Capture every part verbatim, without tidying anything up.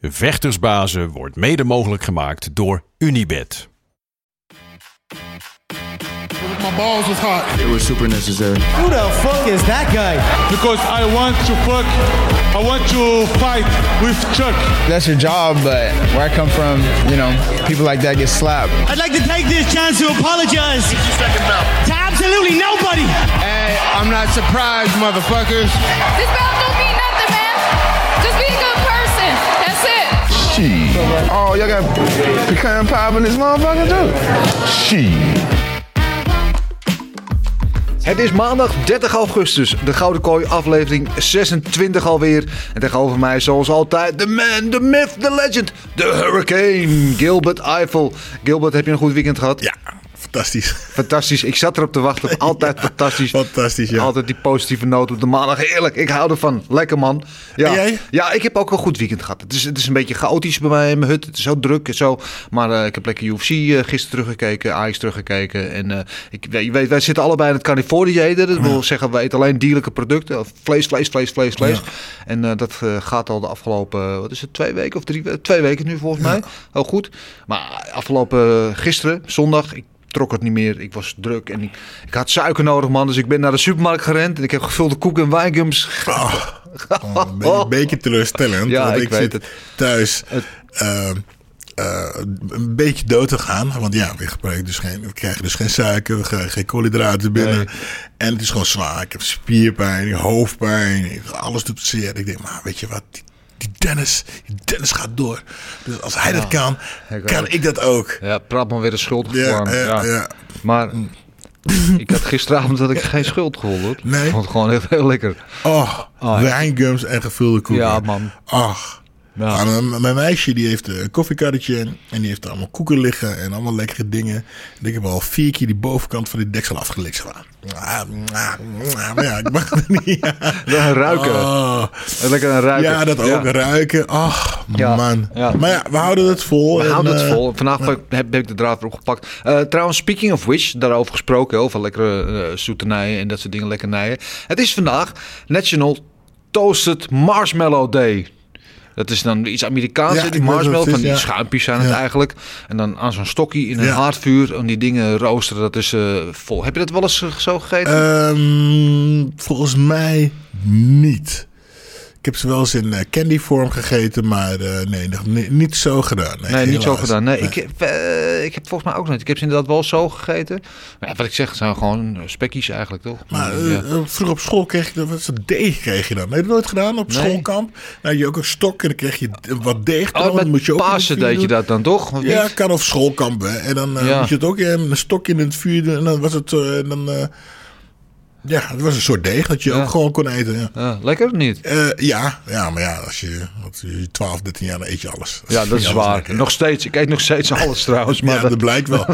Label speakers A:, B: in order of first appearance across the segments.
A: Vechtersbazen wordt mede mogelijk gemaakt door Unibet.
B: My balls was hot.
C: It was super necessary.
D: Who the fuck is that guy?
B: Because I want to fuck, I want to fight with Chuck.
C: That's your job, but where I come from, you know, people like that get slapped.
D: I'd like to take this chance to apologize to absolutely nobody.
E: Hey, I'm not surprised, motherfuckers.
F: This belt don't mean nothing, man. Just be a good person. That's it.
E: Shit. Oh, y'all got pecan pie in this motherfucker too? Shit.
G: Het is maandag dertig augustus, de Gouden Kooi aflevering zesentwintig alweer. En tegenover mij zoals altijd de man, de myth, de legend, de hurricane, Gilbert Eiffel. Gilbert, heb je een goed weekend gehad?
H: Ja, fantastisch.
G: Fantastisch, ik zat erop te wachten, altijd ja, fantastisch.
H: Fantastisch, ja.
G: Altijd die positieve noot op de maandag, heerlijk, ik hou ervan, lekker man. Ja,
H: en jij?
G: Ja, ik heb ook een goed weekend gehad. Het is, het is een beetje chaotisch bij mij in mijn hut, het is zo druk en zo. Maar uh, ik heb lekker U F C uh, gisteren teruggekeken, Ajax teruggekeken. En uh, ik, je weet, wij zitten allebei in het Californië. Dat wil ja. zeggen, wij eten alleen dierlijke producten. Vlees, vlees, vlees, vlees, vlees. Ja. En uh, dat uh, gaat al de afgelopen, wat is het, twee weken of drie Twee weken nu volgens ja. mij. Heel goed. Maar afgelopen uh, gisteren, zondag, ik trok het niet meer. Ik was druk en ik, ik had suiker nodig, man. Dus ik ben naar de supermarkt gerend en ik heb gevulde koek en wijngums.
H: Oh, oh, een, beetje, een beetje teleurstellend.
G: Ja,
H: want
G: ik,
H: ik
G: weet
H: zit
G: het.
H: thuis
G: Het,
H: uh, uh, een beetje dood te gaan. Want ja, we, gebruiken dus geen, we krijgen dus geen suiker, we krijgen geen koolhydraten binnen. Nee. En het is gewoon zwaar. Ik heb spierpijn, hoofdpijn, alles doet zeer. Ik denk, maar weet je wat, die, die Dennis, die Dennis gaat door. Dus als hij ja, dat kan, ik kan ik dat ook.
G: Ja, praat maar weer een schuldig
H: ja,
G: voor hem.
H: Ja,
G: ja.
H: ja.
G: Maar ik had gisteravond dat ik geen schuldgevoel hoor.
H: Nee.
G: Ik vond het gewoon heel, heel lekker.
H: Oh, oh wijngums en gevulde koeken.
G: Ja, man.
H: Ach. Ja. Nou, mijn meisje die heeft een koffiekarretje en die heeft er allemaal koeken liggen en allemaal lekkere dingen. En ik heb al vier keer die bovenkant van die deksel afgelikt. Maar ja, ik mag het niet.
G: Ja, ruiken.
H: Oh.
G: Lekker een ruiken.
H: Ja, dat ook. Ja. Ruiken. Ach,
G: ja.
H: man.
G: Ja.
H: Maar ja, we houden het vol.
G: We
H: en,
G: houden het
H: uh,
G: vol. Vandaag ja. heb, heb ik de draad erop gepakt. Uh, trouwens, speaking of which, daarover gesproken. Over lekkere uh, zoeternijen en dat soort dingen, lekkernijen. Het is vandaag National Toasted Marshmallow Day. Dat is dan iets Amerikaans, ja, die marshmallow, van die ja. schuimpjes zijn het ja. eigenlijk. En dan aan zo'n stokje in een ja. haardvuur en die dingen roosteren, dat is uh, vol. Heb je dat wel eens uh, zo gegeten?
H: Um, volgens mij niet. Ik heb ze wel eens in uh, candy vorm gegeten, maar uh, nee, nog niet, niet zo gedaan. Nee,
G: nee niet
H: helaas.
G: zo gedaan. Nee,
H: nee.
G: Ik, heb, uh, ik heb volgens mij ook niet. Ik heb ze inderdaad wel zo gegeten. Maar ja, wat ik zeg, het zijn gewoon spekjes eigenlijk, toch?
H: Maar uh, ja. vroeger op school kreeg je, wat een deeg kreeg je dan. Heb je dat nooit gedaan op nee. schoolkamp? Nou, je ook een stok en dan kreeg je wat deeg.
G: Oh, met moet je ook Pasen deed je dat dan toch? Of
H: ja, kan op schoolkamp. Hè. En dan uh, ja. moet je het ook in een stok in het vuur doen en dan was het uh, dan... Uh, Ja, het was een soort deeg dat je ja. ook gewoon kon eten. Ja.
G: Ja, lekker of niet?
H: Uh, ja, ja, maar ja, als je, als je twaalf, dertien jaar dan eet je alles. Dat
G: ja, dat is waar. Lekker. Nog steeds. Ik eet nog steeds alles trouwens. Maar
H: ja,
G: dat,
H: dat blijkt wel.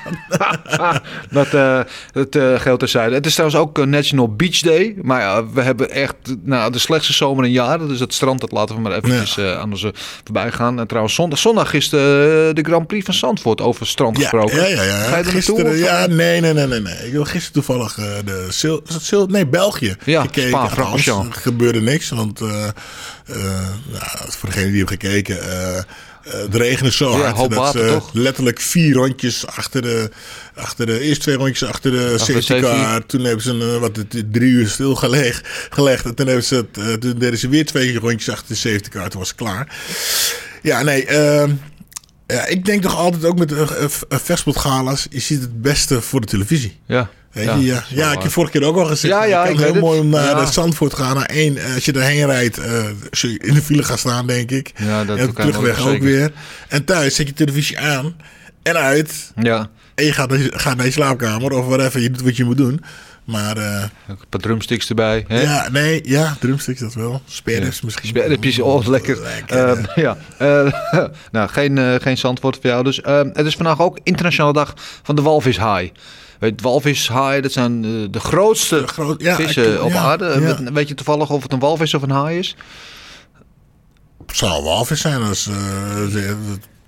G: dat uh, dat uh, geldt terzijde. Het is trouwens ook National Beach Day. Maar ja, we hebben echt nou, de slechtste zomer in jaren. Dus het strand, dat laten we maar eventjes ja. uh, anders uh, voorbij gaan. En trouwens, zondag, zondag is de, de Grand Prix van Zandvoort over het strand
H: ja,
G: gesproken.
H: Ja, ja, ja.
G: Ga je er
H: gisteren,
G: naartoe?
H: Ja, nee, nee, nee, nee, nee. Ik wil gisteren toevallig uh, de Sil- was het Sil- nee, België
G: ja,
H: gekeken.
G: Spa,
H: er gebeurde niks, want uh, uh, nou, voor degenen die hebben gekeken, uh, uh, het regende zo
G: ja,
H: hard dat
G: water,
H: ze
G: toch?
H: letterlijk vier rondjes achter de, achter de eerste twee rondjes achter de safety car. Toen hebben ze een, wat drie uur stil geleg, gelegd. En toen hebben ze het, uh, toen deden ze weer twee rondjes achter de safety car. Toen was het klaar. Ja, nee. Uh, ja, ik denk toch altijd ook met uh, uh, vechtsportgala's, je ziet het beste voor de televisie.
G: Ja.
H: Weet je, ja, ja, ja, ik heb vorige keer ook al gezegd.
G: Ja, ja,
H: het
G: ik
H: kan heel mooi om naar
G: ja.
H: Zandvoort te gaan. Naar één, als je erheen rijdt, uh, als je in de file gaat staan, denk ik.
G: Ja, dat
H: en terugweg ook, ook weer. En thuis zet je televisie aan en uit.
G: Ja.
H: En je gaat, gaat naar je slaapkamer of whatever. Je doet wat je moet doen. Maar... Uh,
G: een paar drumsticks erbij. Hè?
H: Ja, nee, ja, drumsticks dat wel. Sperrips ja. misschien.
G: Sperrips, oh, lekker. lekker uh, ja. Uh, nou, geen, uh, geen Zandvoort voor jou dus. Uh, het is vandaag ook internationale dag van de walvishaai. Weet, walvishaai, dat zijn de, de grootste de groot, ja, vissen ik, op ja, aarde. Ja. Weet je toevallig of het een walvis of een haai is?
H: Het zou een walvis zijn. Als, uh,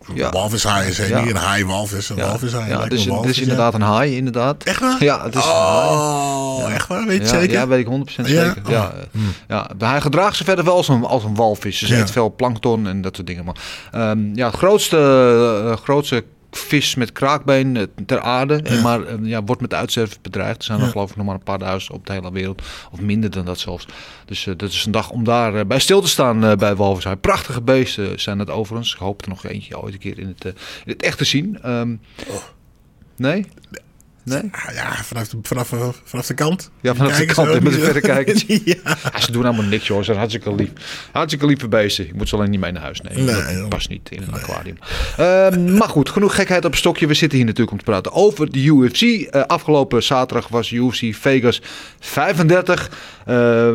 G: Ja.
H: Walvishaai is
G: Ja.
H: niet een haai-walvis. Een
G: Ja.
H: walvishaai.
G: Ja,
H: lijkt
G: het is,
H: een
G: het
H: walvis,
G: is inderdaad een haai, inderdaad.
H: Echt waar?
G: Ja, het is
H: oh,
G: een haai.
H: echt waar? Weet je
G: Ja,
H: zeker?
G: ja, weet ik honderd procent
H: Ja?
G: zeker. Ja.
H: Oh.
G: Ja. Hij gedraagt zich verder wel als een, als een walvis. Ze
H: Ja.
G: eet veel plankton en dat soort dingen. Maar, um, ja, het grootste, uh, grootste vis met kraakbeen uh, ter aarde.
H: Ja.
G: En maar uh, ja, wordt met uitsterven bedreigd. Er zijn er
H: Ja.
G: geloof ik nog maar een paar duizend op de hele wereld. Of minder dan dat zelfs. Dus uh, dat is een dag om daar uh, bij stil te staan uh, bij walvishaai. Prachtige beesten zijn het overigens. Ik hoop er nog eentje ooit een keer in het, uh, in het echt te zien. Um,
H: Oh.
G: Nee? Nee?
H: Ah, ja, vanaf de, vanaf, vanaf de kant.
G: Ja, vanaf de
H: Kijken
G: kant
H: zo,
G: en met de
H: niet zo.
G: verrekijkers.
H: ja.
G: Ja, ze doen helemaal niks, hoor. Ze zijn hartstikke lief. Hartstikke lieve beesten. Ik moet ze alleen niet mee naar huis nemen.
H: Nee,
G: dat
H: joh.
G: past niet in een aquarium. Uh, maar goed, genoeg gekheid op een stokje. We zitten hier natuurlijk om te praten over de U F C. Uh, afgelopen zaterdag was U F C Vegas vijfendertig. Uh,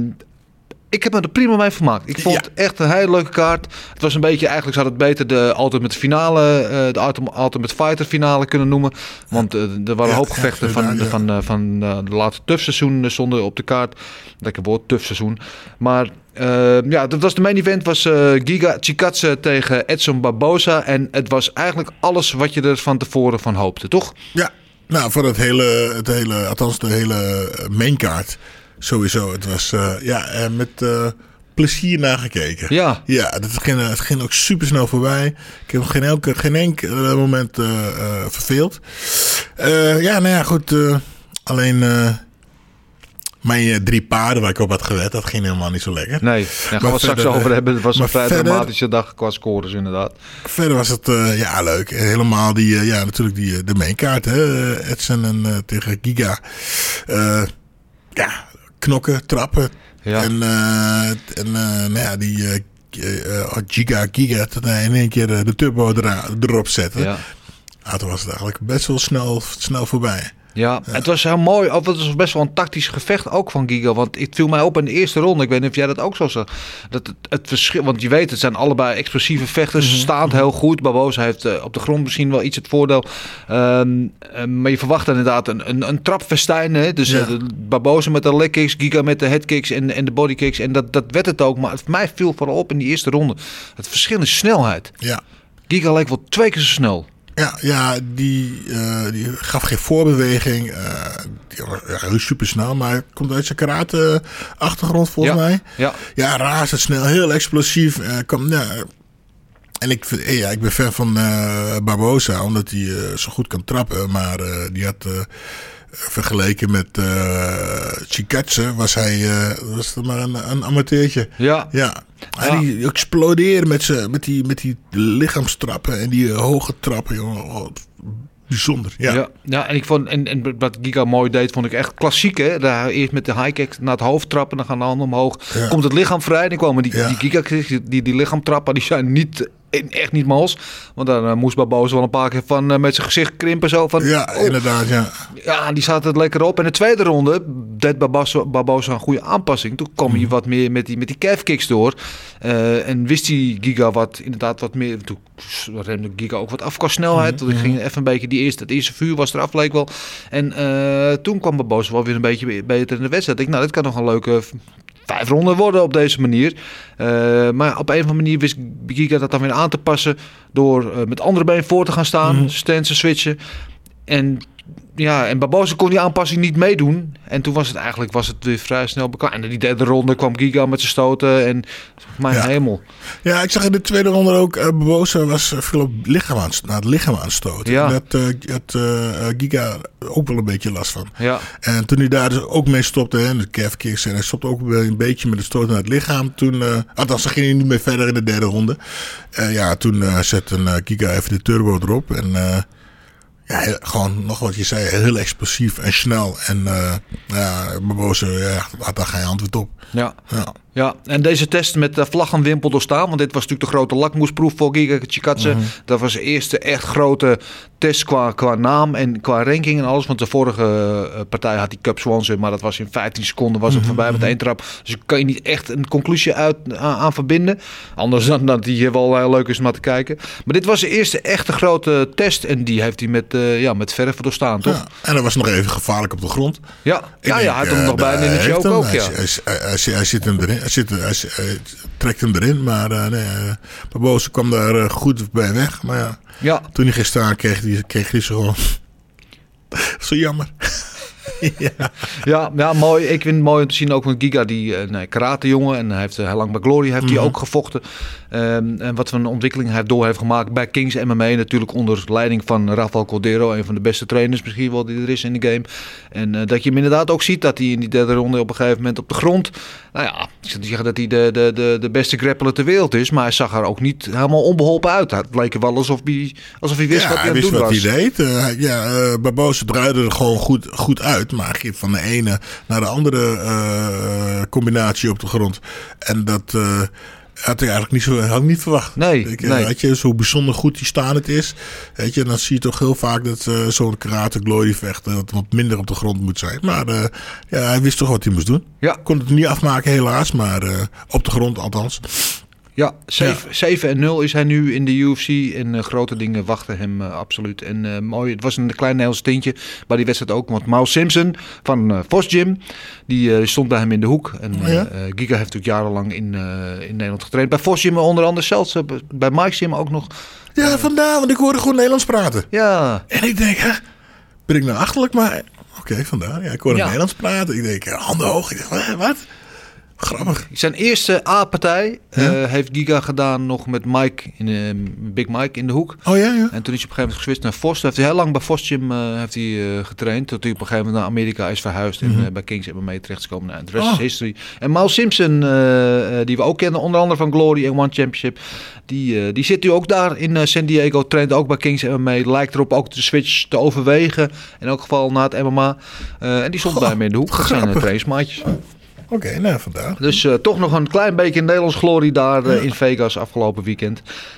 G: Ik heb me er prima mee vermaakt. Ik vond
H: Ja.
G: het echt een hele leuke kaart. Het was een beetje, eigenlijk zou het beter de Ultimate Finale, uh, de Ultimate Fighter finale kunnen noemen. Want uh, er waren
H: Ja,
G: hoopgevechten
H: ja,
G: van,
H: ja.
G: van, uh, van uh, de laatste T U F seizoen stonden op de kaart. Lekker woord, T U F seizoen. Maar uh, ja, dat was de main event was uh, Giga Chikadze tegen Edson Barboza. En het was eigenlijk alles wat je er van tevoren van hoopte, toch?
H: Ja, nou voor het hele, het hele, althans de hele mainkaart sowieso. Het was uh, ja, uh, met uh, plezier nagekeken.
G: Ja.
H: Ja, het ging, het ging ook super snel voorbij. Ik heb geen, elke, geen enkel moment uh, uh, verveeld. Uh, ja, nou ja, goed. Uh, alleen uh, mijn uh, drie paarden waar ik op had gewet, dat ging helemaal niet zo lekker.
G: Nee, daar gaan we het straks
H: verder,
G: over hebben. Het was een
H: maar
G: vrij
H: verder-
G: dramatische dag qua scores inderdaad.
H: Verder was het uh, ja, leuk. Helemaal die, uh, ja, natuurlijk die, uh, de mainkaart. Hè? Uh, Edson en, uh, tegen Giga. Uh, ja, knokken, trappen.
G: Ja.
H: En, uh, en uh, nou ja, die uh, uh, Giga, Giga, dat hij in één keer uh, de turbo era- erop zette.
G: Ja.
H: Ah, toen was het eigenlijk best wel snel, snel voorbij.
G: Ja, het was heel mooi. Of het was best wel een tactisch gevecht ook van Giga. Want het viel mij op in de eerste ronde. Ik weet niet of jij dat ook zo zag. Dat het, het verschil, want je weet, het zijn allebei explosieve vechters. Ze staan heel goed. Barboza heeft uh, op de grond misschien wel iets het voordeel. Um, uh, maar je verwacht inderdaad een, een, een trapfestijn. Hè? Dus
H: Ja.
G: uh, Barboza met de legkicks, Giga met de headkicks en, en de bodykicks. En dat, dat werd het ook. Maar het, mij viel vooral op in die eerste ronde. Het verschil in snelheid.
H: Ja.
G: Giga leek wel twee keer zo snel.
H: Ja, ja die, uh, die gaf geen voorbeweging. Uh, die was ja, heel super snel, maar hij komt uit zijn karate achtergrond volgens
G: Ja,
H: mij.
G: ja.
H: Ja, razendsnel, heel explosief. Uh, kwam, ja, en ik, vind, ja, ik ben fan van uh, Barboza, omdat hij uh, zo goed kan trappen. Maar uh, die had uh, vergeleken met uh, Chikadze, was hij uh, was het maar een, een amateurtje.
G: Ja.
H: Ja. Hij
G: Ja.
H: die explodeerde met, z'n- met, die, met die lichaamstrappen en die uh, hoge trappen. Jongen. Oh, bijzonder. Ja.
G: Ja, ja, en ik vond en, en wat Giga mooi deed, vond ik echt klassiek. Hè? Daar eerst met de high kick naar het hoofd trappen, dan gaan de handen omhoog.
H: Ja.
G: Komt het lichaam vrij, dan komen die,
H: Ja.
G: die Giga kicks, die, die lichaamtrappen, die zijn niet, echt niet mals. Want dan uh, moest Barboza wel een paar keer van uh, met zijn gezicht krimpen zo van.
H: Ja,
G: oh.
H: inderdaad, ja.
G: Ja, die zat het lekker op. En de tweede ronde deed Barboza, Barboza een goede aanpassing. Toen kwam hij wat meer met die, met die calf kicks door. Uh, en wist die Giga wat, inderdaad wat meer. Toen remde Giga ook wat af qua snelheid. Toen ging even een beetje die eerste, het eerste vuur was eraf, leek wel. En uh, toen kwam Barboza wel weer een beetje beter in de wedstrijd. Ik, nou, dit kan nog een leuke vijf ronden worden op deze manier. Uh, maar op een of andere manier wist Giga dat dan weer aan te passen door uh, met andere been voor te gaan staan, mm-hmm. stansen switchen. En ja, en Barboza kon die aanpassing niet meedoen. En toen was het eigenlijk was het weer vrij snel bekend. En in die derde ronde kwam Giga met zijn stoten. En mijn
H: Ja.
G: hemel.
H: Ja, ik zag in de tweede ronde ook, uh, Barboza was uh, veel op lichaam aan, naar het lichaam aan het stoten.
G: Ja.
H: Daar had, uh, had uh, Giga ook wel een beetje last van.
G: Ja.
H: En toen hij daar dus ook mee stopte, hè, de calf kicks, en hij stopte ook een beetje met het stoten naar het lichaam. Toen, uh, althans, ging hij niet meer verder in de derde ronde. Uh, ja, toen uh, zette uh, Giga even de turbo erop. En uh, ja, heel- gewoon nog wat je zei, heel explosief en snel. En uh, ja, Barboza ja, had daar geen antwoord op.
G: Ja.
H: Ja.
G: Ja, en deze test met de vlag en wimpel doorstaan. Want dit was natuurlijk de grote lakmoesproef voor Giga Chikadze.
H: Mhm.
G: Dat was de eerste echt grote test qua, qua naam en qua ranking en alles. Want de vorige uh, partij had die Cup Swanson. Maar dat was in vijftien seconden was het voorbij met één trap. Dus daar kan je niet echt een conclusie uit, aan, aan verbinden. Anders dan dat die wel heel leuk is om naar te kijken. Maar dit was de eerste echte grote test. En die heeft hij met, uh, ja, met verf doorstaan, toch?
H: Ja, en hij was nog even gevaarlijk op de grond.
G: Ja,
H: Ik
G: ja,
H: denk,
G: ja hij had hem
H: uh,
G: nog bijna in de
H: hij heeft
G: choke
H: hem.
G: ook.
H: Hij,
G: Ja.
H: hij, hij, hij, hij zit hem erin. hij, zit, hij, hij trekt hem erin. Maar uh, nee, uh, Barbosa kwam daar uh, goed bij weg. Maar ja,
G: ja.
H: toen hij ging staan, kreeg hij, kreeg hij ze gewoon... Zo jammer.
G: ja. Ja, ja, mooi. Ik vind het mooi om te zien ook met Giga, die uh, nee, karatejongen. En hij heeft uh, heel lang bij Glory heeft mm-hmm. hij ook gevochten. Um, en wat voor een ontwikkeling hij door heeft gemaakt bij Kings M M A. Natuurlijk onder leiding van Rafael Cordero. Een van de beste trainers misschien wel die er is in de game. En uh, dat je hem inderdaad ook ziet dat hij in die derde ronde op een gegeven moment op de grond... Nou ja, ik zou niet zeggen dat hij de, de, de, de beste grappler ter wereld is. Maar hij zag er ook niet helemaal onbeholpen uit. Het leek er wel alsof hij, alsof hij wist
H: ja,
G: wat hij,
H: hij
G: aan het doen was.
H: Ja, hij wist wat hij deed. Uh, ja, uh, Barbosa draaide er gewoon goed, goed uit. Maar hij ging van de ene naar de andere uh, combinatie op de grond. En dat... Uh, had ik eigenlijk niet zo had ik niet verwacht.
G: Nee,
H: ik,
G: nee.
H: Weet je, zo bijzonder goed die staan het is. Weet je, dan zie je toch heel vaak dat uh, zo'n karate glory vechter dat wat minder op de grond moet zijn. Maar uh, ja, hij wist toch wat hij moest doen.
G: Ja.
H: Kon het niet afmaken helaas, maar uh, op de grond althans.
G: Ja, zeven en nul is hij nu in de U F C. En uh, grote dingen wachten hem uh, absoluut. En uh, mooi, het was een klein Nederlands tintje bij die wedstrijd ook. Want Miles Simpson van uh, Vos Gym, die uh, stond bij hem in de hoek. En uh, ja? uh, Giga heeft natuurlijk jarenlang in, uh, in Nederland getraind. Bij Vos Gym onder andere zelfs. Uh, bij Mike Gym ook nog.
H: Ja, uh, vandaar, want ik hoorde gewoon Nederlands praten.
G: Ja.
H: En ik denk, hè, ben ik nou achterlijk? Maar oké, okay, vandaar. Ja, ik hoorde ja. Nederlands praten. Ik denk, handen hoog. Ik denk, wat? Grappig.
G: Zijn eerste A-partij ja? uh, heeft Giga gedaan nog met Mike, in, uh, Big Mike in de hoek.
H: Oh ja, ja.
G: En toen is hij op een gegeven moment geswitcht naar Vos. Toen heeft hij heel lang bij Vos Gym uh, heeft hij, uh, getraind. Tot hij op een gegeven moment naar Amerika is verhuisd. Mm-hmm. En uh, bij Kings M M A terecht is gekomen. Nou, de rest oh. is history. En Miles Simpson, uh, uh, die we ook kennen, onder andere van Glory en One Championship. Die, uh, die zit nu ook daar in uh, San Diego. Traint ook bij Kings M M A. Lijkt erop ook de switch te overwegen. In elk geval na het M M A. Uh, en die stond oh, bij hem in de hoek. Dat zijn uh, trainingsmaatjes.
H: Oké, okay, nou vandaar.
G: Dus uh, toch nog een klein beetje Nederlands glorie daar uh, ja. in Vegas afgelopen weekend.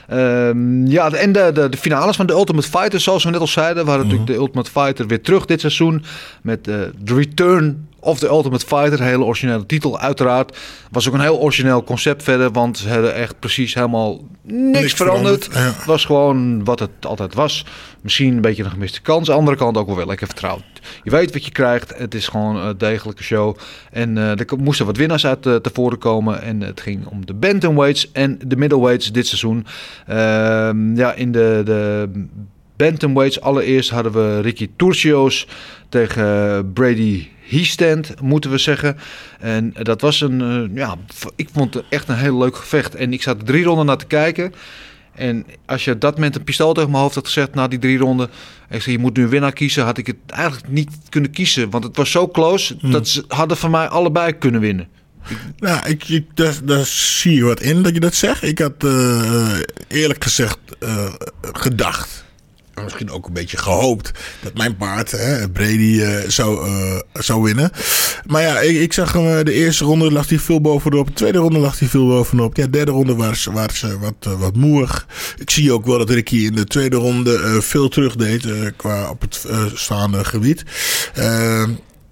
G: Um, ja, en de, de, de finales van de Ultimate Fighter, zoals we net al zeiden. We hadden mm-hmm. natuurlijk de Ultimate Fighter weer terug dit seizoen. Met uh, de Return of the Ultimate Fighter. Hele originele titel uiteraard. Was ook een heel origineel concept verder. Want ze hadden echt precies helemaal niks, niks veranderd. veranderd. Ja. Het was gewoon wat het altijd was. Misschien een beetje een gemiste kans. Aan de andere kant ook wel wel lekker vertrouwd. Je weet wat je krijgt. Het is gewoon een degelijke show. En uh, er moesten wat winnaars uit uh, tevoren komen. En het ging om de bantamweights en de middleweights dit seizoen. Uh, ja, in de... de bantamweights allereerst hadden we Ricky Turcios tegen Brady Hiestand, moeten we zeggen. En dat was een, uh, ja, ik vond het echt een heel leuk gevecht. En ik zat er drie ronden naar te kijken. En als je dat met een pistool tegen mijn hoofd had gezegd na die drie ronden, ik zei, je moet nu een winnaar kiezen, had ik het eigenlijk niet kunnen kiezen. Want het was zo close, hmm. dat ze hadden van mij allebei kunnen winnen.
H: Nou, ik, ik, daar, daar zie je wat in dat je dat zegt. Ik had uh, eerlijk gezegd uh, gedacht, misschien ook een beetje gehoopt, dat mijn paard, hè, Brady, uh, zou, uh, zou winnen. Maar ja, ik, ik zag uh, de eerste ronde lag hij veel bovenop. De tweede ronde lag hij veel bovenop. Ja, de derde ronde was, was uh, wat, uh, wat moeig. Ik zie ook wel dat Ricky in de tweede ronde uh, veel terug deed uh, qua op het uh, staande gebied. Uh,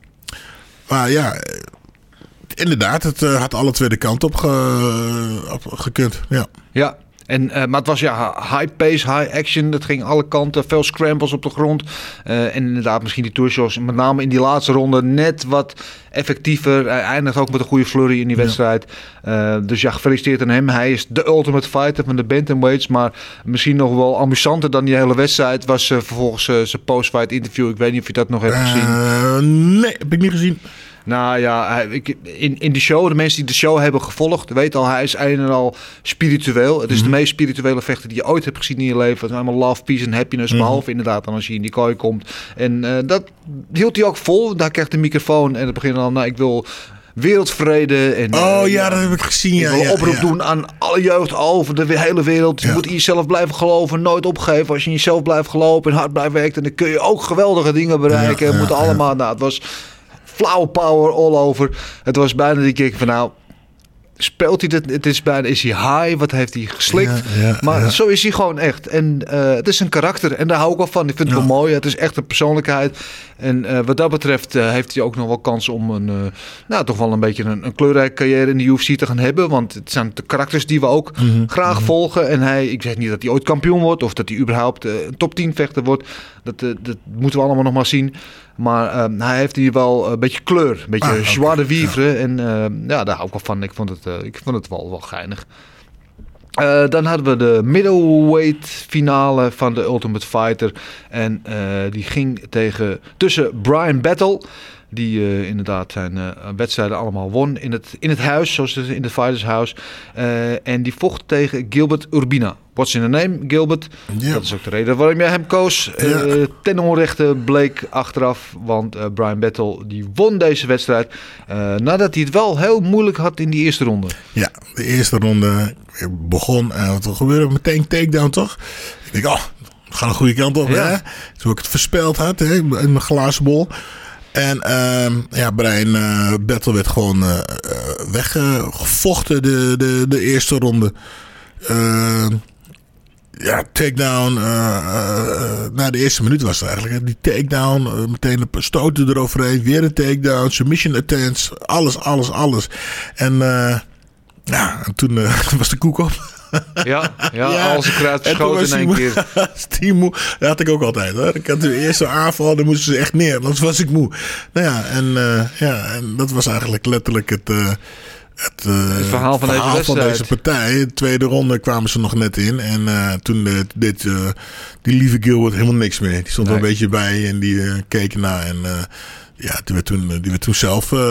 H: maar ja, inderdaad, het uh, had alle twee de kant op, ge, op gekund. Ja.
G: Ja. En, uh, maar het was ja high pace, high action. Het ging alle kanten. Veel scrambles op de grond. Uh, en inderdaad misschien die tourshows. Met name in die laatste ronde net wat effectiever. Hij eindigt ook met een goede flurry in die wedstrijd. Ja. Uh, dus ja, gefeliciteerd aan hem. Hij is de ultimate fighter van de bantamweights. Maar misschien nog wel amusanter dan die hele wedstrijd was uh, vervolgens uh, zijn post-fight interview. Ik weet niet of je dat nog hebt gezien.
H: Uh, nee, heb ik niet gezien.
G: Nou ja, ik, in, in de show, de mensen die de show hebben gevolgd, weten al, hij is een en al spiritueel. Het is mm-hmm. de meest spirituele vechter die je ooit hebt gezien in je leven. Het is allemaal love, peace en happiness, mm-hmm. behalve inderdaad dan als je in die kooi komt. En uh, dat hield hij ook vol. Daar krijgt de microfoon en het begint al, nou ik wil wereldvrede. En,
H: oh uh, ja, dat heb ik gezien.
G: Ik
H: ja,
G: wil een
H: ja,
G: oproep
H: ja.
G: doen aan alle jeugd over de hele wereld. Je ja. moet in jezelf blijven geloven, nooit opgeven. Als je in jezelf blijft geloven en hard blijft werken, dan kun je ook geweldige dingen bereiken.
H: Ja, ja,
G: moet
H: ja.
G: allemaal, nou het was flower power all over. Het was bijna die keer van nou, speelt hij dit? Het is bijna, is hij high? Wat heeft hij geslikt?
H: Ja, ja,
G: maar
H: ja.
G: zo is hij gewoon echt. En uh, het is een karakter en daar hou ik wel van. Ik vind het ja. wel mooi. Het is echt een persoonlijkheid. En uh, wat dat betreft uh, heeft hij ook nog wel kans om een, uh, nou toch wel een beetje een, een kleurrijke carrière in de U F C te gaan hebben. Want het zijn de karakters die we ook mm-hmm. graag mm-hmm. volgen. En hij, ik zeg niet dat hij ooit kampioen wordt of dat hij überhaupt uh, een top tien vechter wordt. Dat, uh, dat moeten we allemaal nog maar zien. Maar uh, hij heeft hier wel een beetje kleur. Een beetje ah, joie de vivre. Ja. En uh, ja, daar hou ik wel van. Ik vond het het, uh, ik vond het wel, wel geinig. Uh, dan hadden we de middleweight finale van de Ultimate Fighter. En uh, die ging tegen tussen Brian Battle, die uh, inderdaad zijn uh, wedstrijden allemaal won in het, in het huis, zoals het in het Fighters House. Uh, en die vocht tegen Gilbert Urbina. What's in the name, Gilbert? Ja. Dat is ook de reden waarom jij hem koos. Ja. Uh, ten onrechte bleek achteraf, want uh, Brian Battle die won deze wedstrijd. Uh, nadat hij het wel heel moeilijk had in die eerste ronde.
H: Ja, de eerste ronde begon en uh, wat gebeurde? Meteen takedown, toch? Ik denk, oh, we gaan de goede kant op. Ja. Hè? Toen ik het voorspeld had, hè, in mijn glazen bol. En uh, ja, Brian uh, Battle werd gewoon uh, weggevochten de, de, de eerste ronde. Uh, ja, takedown. Uh, uh, na de eerste minuut was het eigenlijk. Hè. Die takedown, uh, meteen een stoten eroverheen. Weer een takedown, submission attempts. Alles, alles, alles. En, uh, ja, en toen uh, was de koek op.
G: Ja, ja, ja, als een kruid verschoten in één moe, keer.
H: Die moe, dat had ik ook altijd. Hoor. Ik had de eerste aanval, dan moesten ze echt neer. Anders was ik moe. Nou ja, en, uh, ja, en dat was eigenlijk letterlijk het, uh, het, uh,
G: het verhaal, van,
H: verhaal
G: deze
H: van deze partij. De tweede ronde kwamen ze nog net in. En uh, toen uh, dit, uh, die lieve Gilbert helemaal niks meer. Die stond nee. er een beetje bij en die uh, keek ernaar. En uh, ja, die werd toen, die werd toen zelf, uh,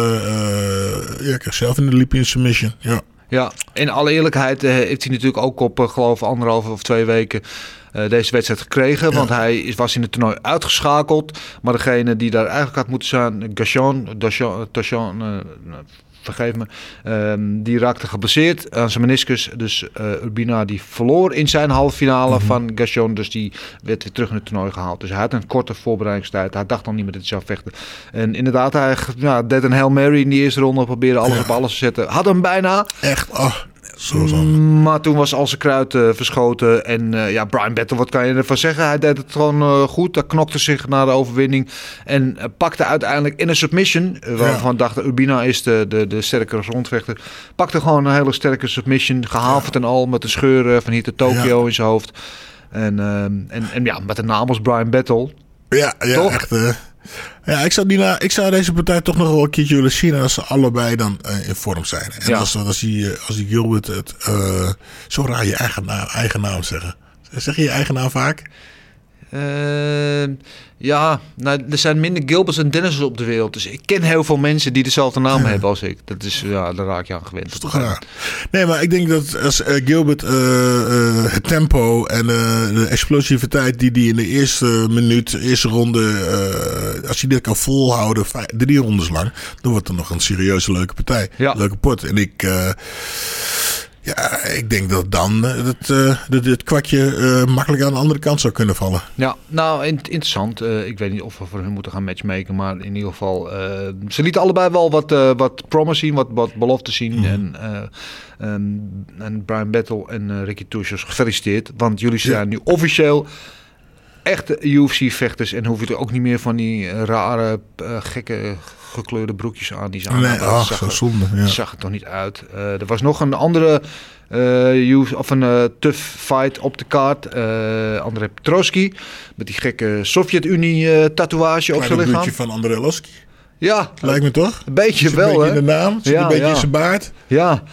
H: uh, ja, kreeg zelf in de liep in submission. Ja.
G: Ja, in alle eerlijkheid uh, heeft hij natuurlijk ook op, uh, geloof anderhalve of twee weken uh, deze wedstrijd gekregen. Ja. Want hij is, was in het toernooi uitgeschakeld. Maar degene die daar eigenlijk had moeten zijn, Gachon, Dachon, Dachon, uh, vergeef me, um, die raakte geblesseerd aan zijn meniscus. Dus uh, Urbina die verloor in zijn halve finale mm-hmm. van Gachon. Dus die werd weer terug in het toernooi gehaald. Dus hij had een korte voorbereidingstijd. Hij dacht dan niet meer dat hij zou vechten. En inderdaad, hij ja, deed een Hail Mary in die eerste ronde. Probeerde alles ja. op alles te zetten. Had hem bijna.
H: Echt, oh. Zo zo.
G: Maar toen was al zijn kruid uh, verschoten. En uh, ja, Brian Battle, wat kan je ervan zeggen? Hij deed het gewoon uh, goed. Hij knokte zich naar de overwinning. En uh, pakte uiteindelijk in een submission. Uh, waarvan ja. dacht Urbina is de, de, de sterkere grondvechter. Pakte gewoon een hele sterke submission. Gehavend ja. en al met de scheuren van hier te Tokio ja. in zijn hoofd. En, uh, en, en ja, met de naam als Brian Battle.
H: Ja, ja toch? Echt. Uh... Ja, ik zou, die na, ik zou deze partij toch nog wel een keertje willen zien als ze allebei dan uh, in vorm zijn. En ja. als, als, die, als die Gilbert het uh, zo raar je eigen naam, eigen naam zeggen. Zeg je je eigen naam vaak?
G: Uh, ja, nou, er zijn minder Gilberts en Dennis op de wereld. Dus ik ken heel veel mensen die dezelfde naam ja. hebben als ik. Dat is, ja, daar raak je aan gewend.
H: Dat is toch raar. Nee, maar ik denk dat als uh, Gilbert uh, uh, het tempo en uh, de explosiviteit die hij in de eerste minuut, de eerste ronde, uh, als hij dit kan volhouden, vijf, drie rondes lang, dan wordt er nog een serieuze leuke partij. Ja. Leuke pot. En ik... Uh, Ja, ik denk dat dan het, uh, het, het kwartje uh, makkelijk aan de andere kant zou kunnen vallen.
G: Ja, nou interessant. Uh, ik weet niet of we voor hun moeten gaan matchmaken. Maar in ieder geval, uh, ze lieten allebei wel wat, uh, wat promise zien, wat, wat belofte zien. Mm. En, uh, um, en Brian Battle en uh, Ricky Tucios, gefeliciteerd. Want jullie zijn ja. nu officieel echte U F C-vechters. En hoef je er ook niet meer van die uh, rare, uh, gekke... gekleurde broekjes aan die ze aan
H: nee, ach, zag, zo zonde, ja.
G: zag het toch niet uit. Uh, er was nog een andere uh, of een uh, tough fight op de kaart. Uh, Andrei Petroski met die gekke Sovjet-Unie uh, tatoeage op zijn lichaam.
H: Een van Andrei Losky.
G: Ja,
H: lijkt me toch?
G: Een beetje
H: een
G: wel,
H: beetje
G: hè?
H: in de naam, zit ja, een beetje ja. in zijn baard.
G: Ja.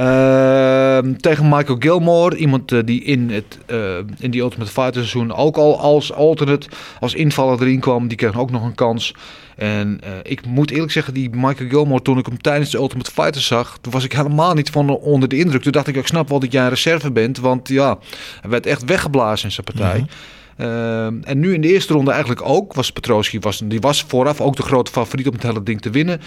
G: Uh, tegen Michael Gilmore, iemand uh, die in, het, uh, in die Ultimate Fighter seizoen ook al als alternate, als invaller erin kwam. Die kreeg ook nog een kans. En uh, ik moet eerlijk zeggen, die Michael Gilmore, toen ik hem tijdens de Ultimate Fighter zag, toen was ik helemaal niet van onder de indruk. Toen dacht ik, ik snap wel dat jij een reserve bent, want ja, hij werd echt weggeblazen in zijn partij. Mm-hmm. Uh, en nu in de eerste ronde eigenlijk ook, was Petroski, was, die was vooraf ook de grote favoriet om het hele ding te winnen.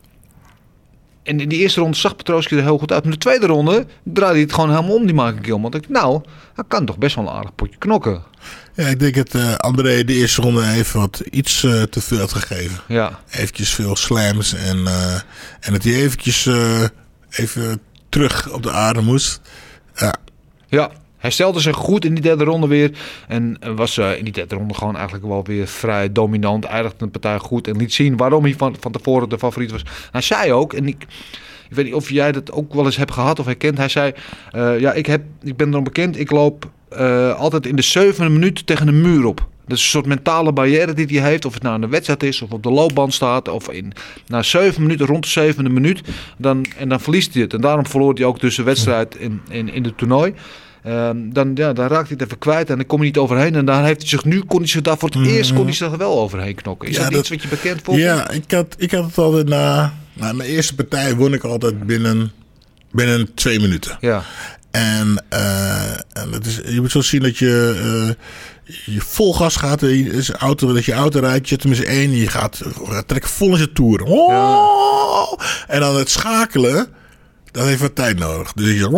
G: En in die eerste ronde zag Petroski er heel goed uit. In de tweede ronde draaide hij het gewoon helemaal om, die Michael Gilmore. Ik dacht, nou, hij kan toch best wel een aardig potje knokken.
H: Ja, ik denk dat uh, André de eerste ronde even wat iets uh, te veel had gegeven.
G: Ja.
H: Eventjes veel slams en, uh, en dat hij eventjes uh, even terug op de aarde moest. Ja.
G: Ja. Hij stelde zich goed in die derde ronde weer. En was uh, in die derde ronde gewoon eigenlijk wel weer vrij dominant. Eindigde de partij goed en liet zien waarom hij van, van tevoren de favoriet was. Hij zei ook, en ik, ik weet niet of jij dat ook wel eens hebt gehad of herkend. Hij zei, uh, ja, ik, heb, ik ben erom bekend, ik loop uh, altijd in de zevende minuut tegen een muur op. Dat is een soort mentale barrière die hij heeft. Of het nou in de wedstrijd is of op de loopband staat. Of in, na zeven minuten, rond de zevende minuut. Dan, en dan verliest hij het. En daarom verloor hij ook tussen wedstrijd in, in, in het toernooi. Um, dan, ja, dan raakt hij het even kwijt en dan kom je niet overheen. En dan heeft hij zich nu, kon hij zich daar voor het eerst kon hij zich er wel overheen knokken. Is ja, dat, dat iets wat je bekend vond?
H: Ja, ik had, ik had het altijd na, na mijn eerste partij won ik altijd binnen, binnen twee minuten.
G: Ja.
H: En, uh, en het is, je moet zo zien dat je, uh, je vol gas gaat. Je auto, dat je auto rijdt, je zit er met z'n één. Je gaat trekken vol in zijn toer. Oh! Ja. En dan het schakelen. Dat heeft wat tijd nodig. Dus ik,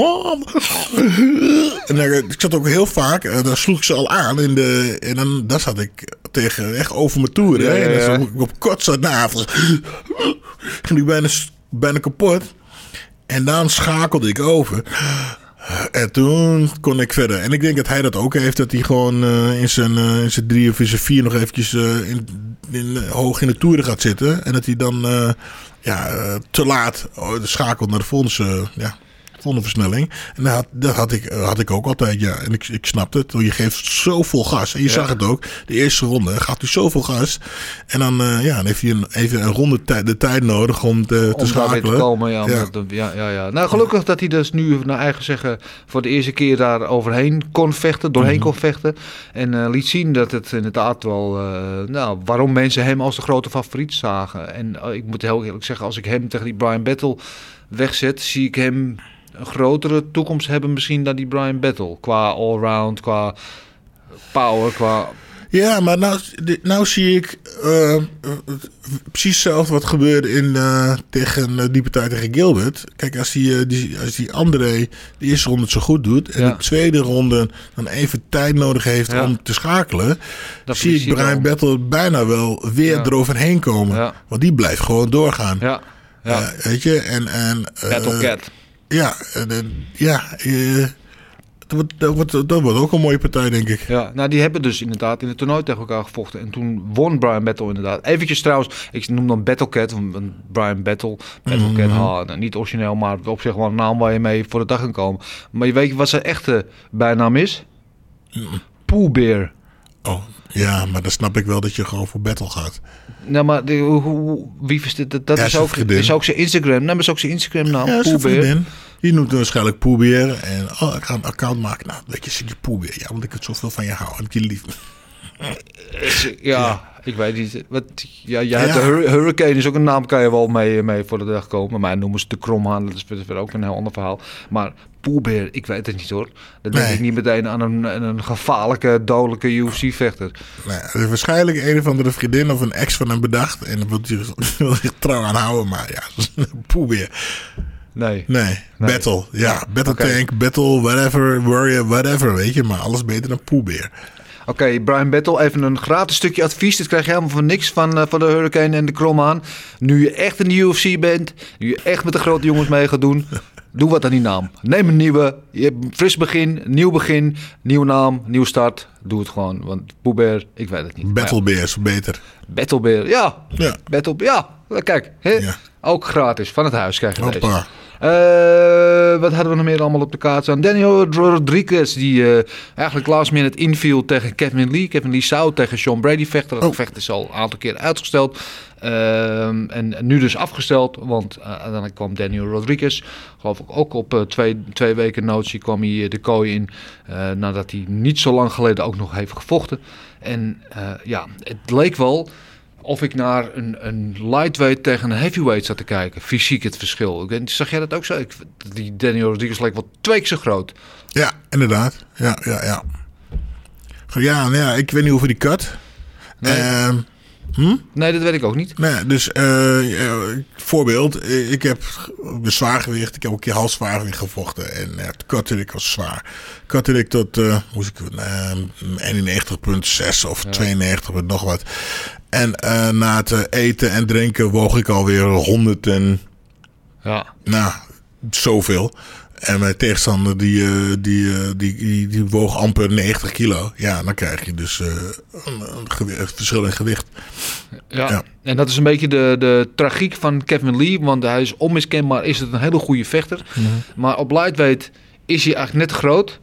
H: en dan, ik zat ook heel vaak, en dan sloeg ik ze al aan. In de, en dan daar zat ik tegen, echt over mijn toer. Ja, ja, ja. En dan zat ik op kort zat navel. Ging ik bijna, bijna kapot. En dan schakelde ik over. En toen kon ik verder. En ik denk dat hij dat ook heeft. Dat hij gewoon uh, in, zijn, uh, in zijn drie of in zijn vier nog eventjes uh, in, in, uh, hoog in de toeren gaat zitten. En dat hij dan... Uh, Ja, uh, te laat oh, schakelt naar de volgende, uh, ja, volgende versnelling. En dat had, dat had, ik, uh, had ik ook altijd, ja. En ik, ik snapte het. Je geeft zoveel gas. En je ja. zag het ook. De eerste ronde gaat hij zoveel gas. En dan, uh, ja, dan heeft hij een, even een ronde tijd, de tijd nodig om te, te
G: om
H: schakelen.
G: Om te komen, ja, ja. Dat, ja, ja, ja. Nou, gelukkig dat hij dus nu, naar eigen zeggen, voor de eerste keer daar overheen kon vechten. Doorheen mm-hmm. kon vechten. En uh, liet zien dat het inderdaad wel, uh, nou, waarom mensen hem als de grote favoriet zagen. En uh, ik moet heel eerlijk zeggen, als ik hem tegen die Brian Battle wegzet, zie ik hem een grotere toekomst hebben misschien dan die Brian Battle. Qua allround, qua power, qua...
H: Ja, maar nou, nou zie ik uh, uh, precies hetzelfde wat gebeurde in, uh, tegen uh, die partij tegen Gilbert. Kijk, als die, uh, die, als die André de eerste ronde het zo goed doet en ja. de tweede ronde dan even tijd nodig heeft ja. om te schakelen, dat zie ik Brian wel. Battle bijna wel weer ja. eroverheen komen. Ja. Want die blijft gewoon doorgaan.
G: Ja. Ja.
H: Uh, weet je? En, en, uh,
G: Battle Cat.
H: Ja, uh, ja uh, dat, dat, wordt, dat wordt ook een mooie partij, denk ik.
G: Ja, nou die hebben dus inderdaad in het toernooi tegen elkaar gevochten. En toen won Brian Battle inderdaad. Eventjes trouwens, ik noem dan Battle Cat, want Brian Battle, Battle mm-hmm. Cat, ha, nou, niet origineel, maar op zich wel een naam waar je mee voor de dag kan komen. Maar je weet wat zijn echte bijnaam is? Mm. Pooh Bear.
H: Oh, ja, maar dan snap ik wel dat je gewoon voor Battle gaat.
G: Nou, maar de, hoe, hoe, wie verstaat dat? Dat ja, is, ook, is ook zijn Instagram. Nou, dat is ook zijn Instagram naam.
H: Ja, Pooh Bear. Je noemt hem waarschijnlijk Pooh Bear. En oh, ik ga een account maken. Nou, weet je, zit je Pooh Bear. Ja, want ik het zoveel van je hou. En ik je lief.
G: Ja, ja, ik weet niet. Wat, ja, ja, ja. De Hurricane is ook een naam, kan je wel mee, mee voor de dag komen. Maar noemen ze de Kromhaan. Dat is weer ook een heel ander verhaal. Maar Pooh Bear, ik weet het niet hoor. Dat denk nee. ik niet meteen aan een, een gevaarlijke, dodelijke U F C-vechter.
H: Nee, er is waarschijnlijk een of andere vriendin of een ex van hem bedacht. En dan wil hij zich trouw aan houden. Maar ja, Pooh Bear.
G: Nee.
H: nee. Nee, Battle. Ja, ja. Battle okay. Tank, Battle, whatever, Warrior, whatever. Weet je, maar alles beter dan Pooh Bear.
G: Oké, okay, Brian Battle, even een gratis stukje advies. Dit krijg je helemaal van niks van, uh, van de Hurricane en de Kromhaan. Nu je echt in de U F C bent, nu je echt met de grote jongens mee gaat doen, doe wat aan die naam. Neem een nieuwe, je hebt een fris begin, nieuw begin, nieuwe naam, nieuw start. Doe het gewoon, want Pooh Bear, ik weet het niet.
H: Battle Bear is beter.
G: Battle Bear, ja. ja. Battle Bear, ja. Kijk, hè? Ja. Ook gratis, van het huis krijg je Hoppa. Deze. Uh, wat hadden we nog meer allemaal op de kaart staan? Daniel Rodriguez, die uh, eigenlijk last minute inviel tegen Kevin Lee. Kevin Lee zou tegen Sean Brady vechten. Dat oh. gevecht is al een aantal keer uitgesteld. Uh, en nu dus afgesteld, want uh, uiteindelijk kwam Daniel Rodriguez, geloof ik ook op uh, twee, twee weken notie, kwam hij de kooi in. Uh, nadat hij niet zo lang geleden ook nog heeft gevochten. En uh, ja, het leek wel of ik naar een, een lightweight tegen een heavyweight zat te kijken. Fysiek het verschil. Zag jij dat ook zo? Ik, die Daniel Rodriguez leek wel twee keer zo groot.
H: Ja, inderdaad. Ja, ja, ja. Ja, nou ja, ik weet niet over die cut.
G: Nee.
H: Uh, hm?
G: nee, dat weet ik ook niet.
H: Nee, dus uh, voorbeeld. Ik heb zwaargewicht. Ik heb ook een keer half zwaargewicht gevochten. En uh, het cutterik was zwaar. Cutterik tot uh, moest ik, uh, eenennegentig komma zes of ja. tweeënnegentig komma nog wat. En uh, na het eten en drinken woog ik alweer honderd en...
G: Ja.
H: Nou, zoveel. En mijn tegenstander die, uh, die, uh, die, die, die woog amper negentig kilo. Ja, dan krijg je dus uh, een, een, gewicht, een verschil in gewicht.
G: Ja. ja, en dat is een beetje de, de tragiek van Kevin Lee. Want hij is onmiskenbaar, is het een hele goede vechter. Mm-hmm. Maar op lightweight is hij eigenlijk net groot.